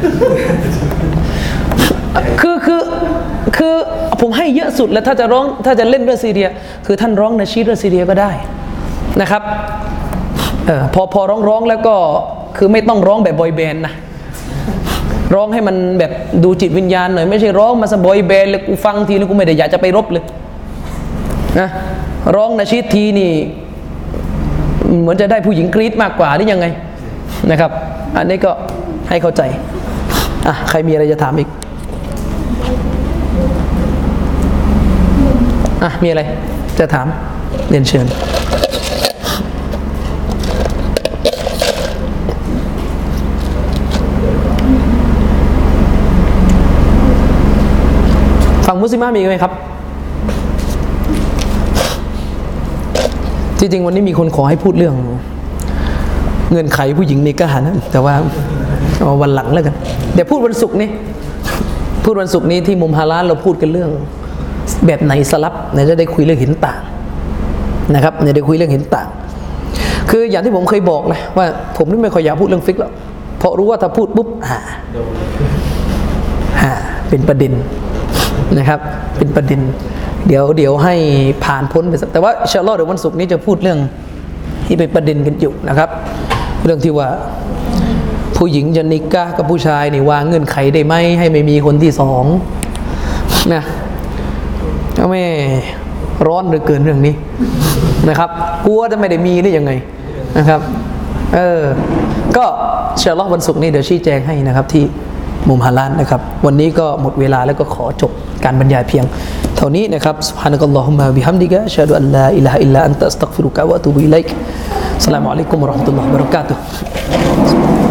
Speaker 1: คือผมให้เยอะสุดแล้วถ้าจะเล่นเรื่องซีเรียคือท่านร้องนาชีดเรื่องซีเรียก็ได้นะครับพอร้องแล้วก็คือไม่ต้องร้องแบบบอยแบนด์นะร้องให้มันแบบดูจิตวิญญาณหน่อยไม่ใช่ร้องมาสบอยแบนด์เลยกูฟังทีแล้วกูไม่ได้อยากจะไปรบเลยนะร้องนาชีดทีนี่เหมือนจะได้ผู้หญิงกรี๊ดมากกว่าหรือยังไงนะครับอันนี้ก็ให้เข้าใจใครมีอะไรจะถามอีกมีอะไรจะถามเรียนเชิญฝั่งมุสลิมมีไหมครับจริงๆวันนี้มีคนขอให้พูดเรื่องเงื่อนไขผู้หญิงในกะหานะแต่ว่าเอาวันหลังแล้วกันเดี๋ยวพูดวันศุกร์นี้ที่มุมฮาลาลเราพูดกันเรื่องแบบไหนสลับเนี่ยจะได้คุยเรื่องเห็นต่างนะครับเนี่ยได้คุยเรื่องเห็นต่างคืออย่างที่ผมเคยบอกนะว่าผมไม่ค่อยอยากพูดเรื่องฟิกหรอกเพราะรู้ว่าถ้าพูดปุ๊บเป็นประเด็นนะครับเป็นประเด็นเดี๋ยวให้ผ่านพ้นไปแต่ว่าอินชาอัลเลาะห์เดี๋ยววันศุกร์นี้จะพูดเรื่องที่เป็นประเด็นกันอยู่นะครับเรื่องที่ว่าผู้หญิงจะนิกะห์กับผู้ชายนี่วางเงื่อนไขได้ไหมให้ไม่มีคนที่สองนะก็ไม่ร้อนหรือเกินเรื่องนี้นะครับกลัวจะไม่ได้มีได้ยังไงนะครับก็อินชาอัลเลาะห์วันศุกร์นี้เดี๋ยวชี้แจงให้นะครับที่มุมฮาลาลนะครับวันนี้ก็หมดเวลาแล้วก็ขอจบการบรรยายเพียงเท่านี้นะครับซุบฮานะกัลลอฮุมมะบิฮัมดิกะอัชฮะดุอัลลาอิลาฮะอิลลัลอันตะอัสตัฆฟิรุกะวะอะตูบุอิลัยกอัสสลามุอะลัยกุมวะเราะห์มะตุลลอฮิวะบะเราะกาตุฮ์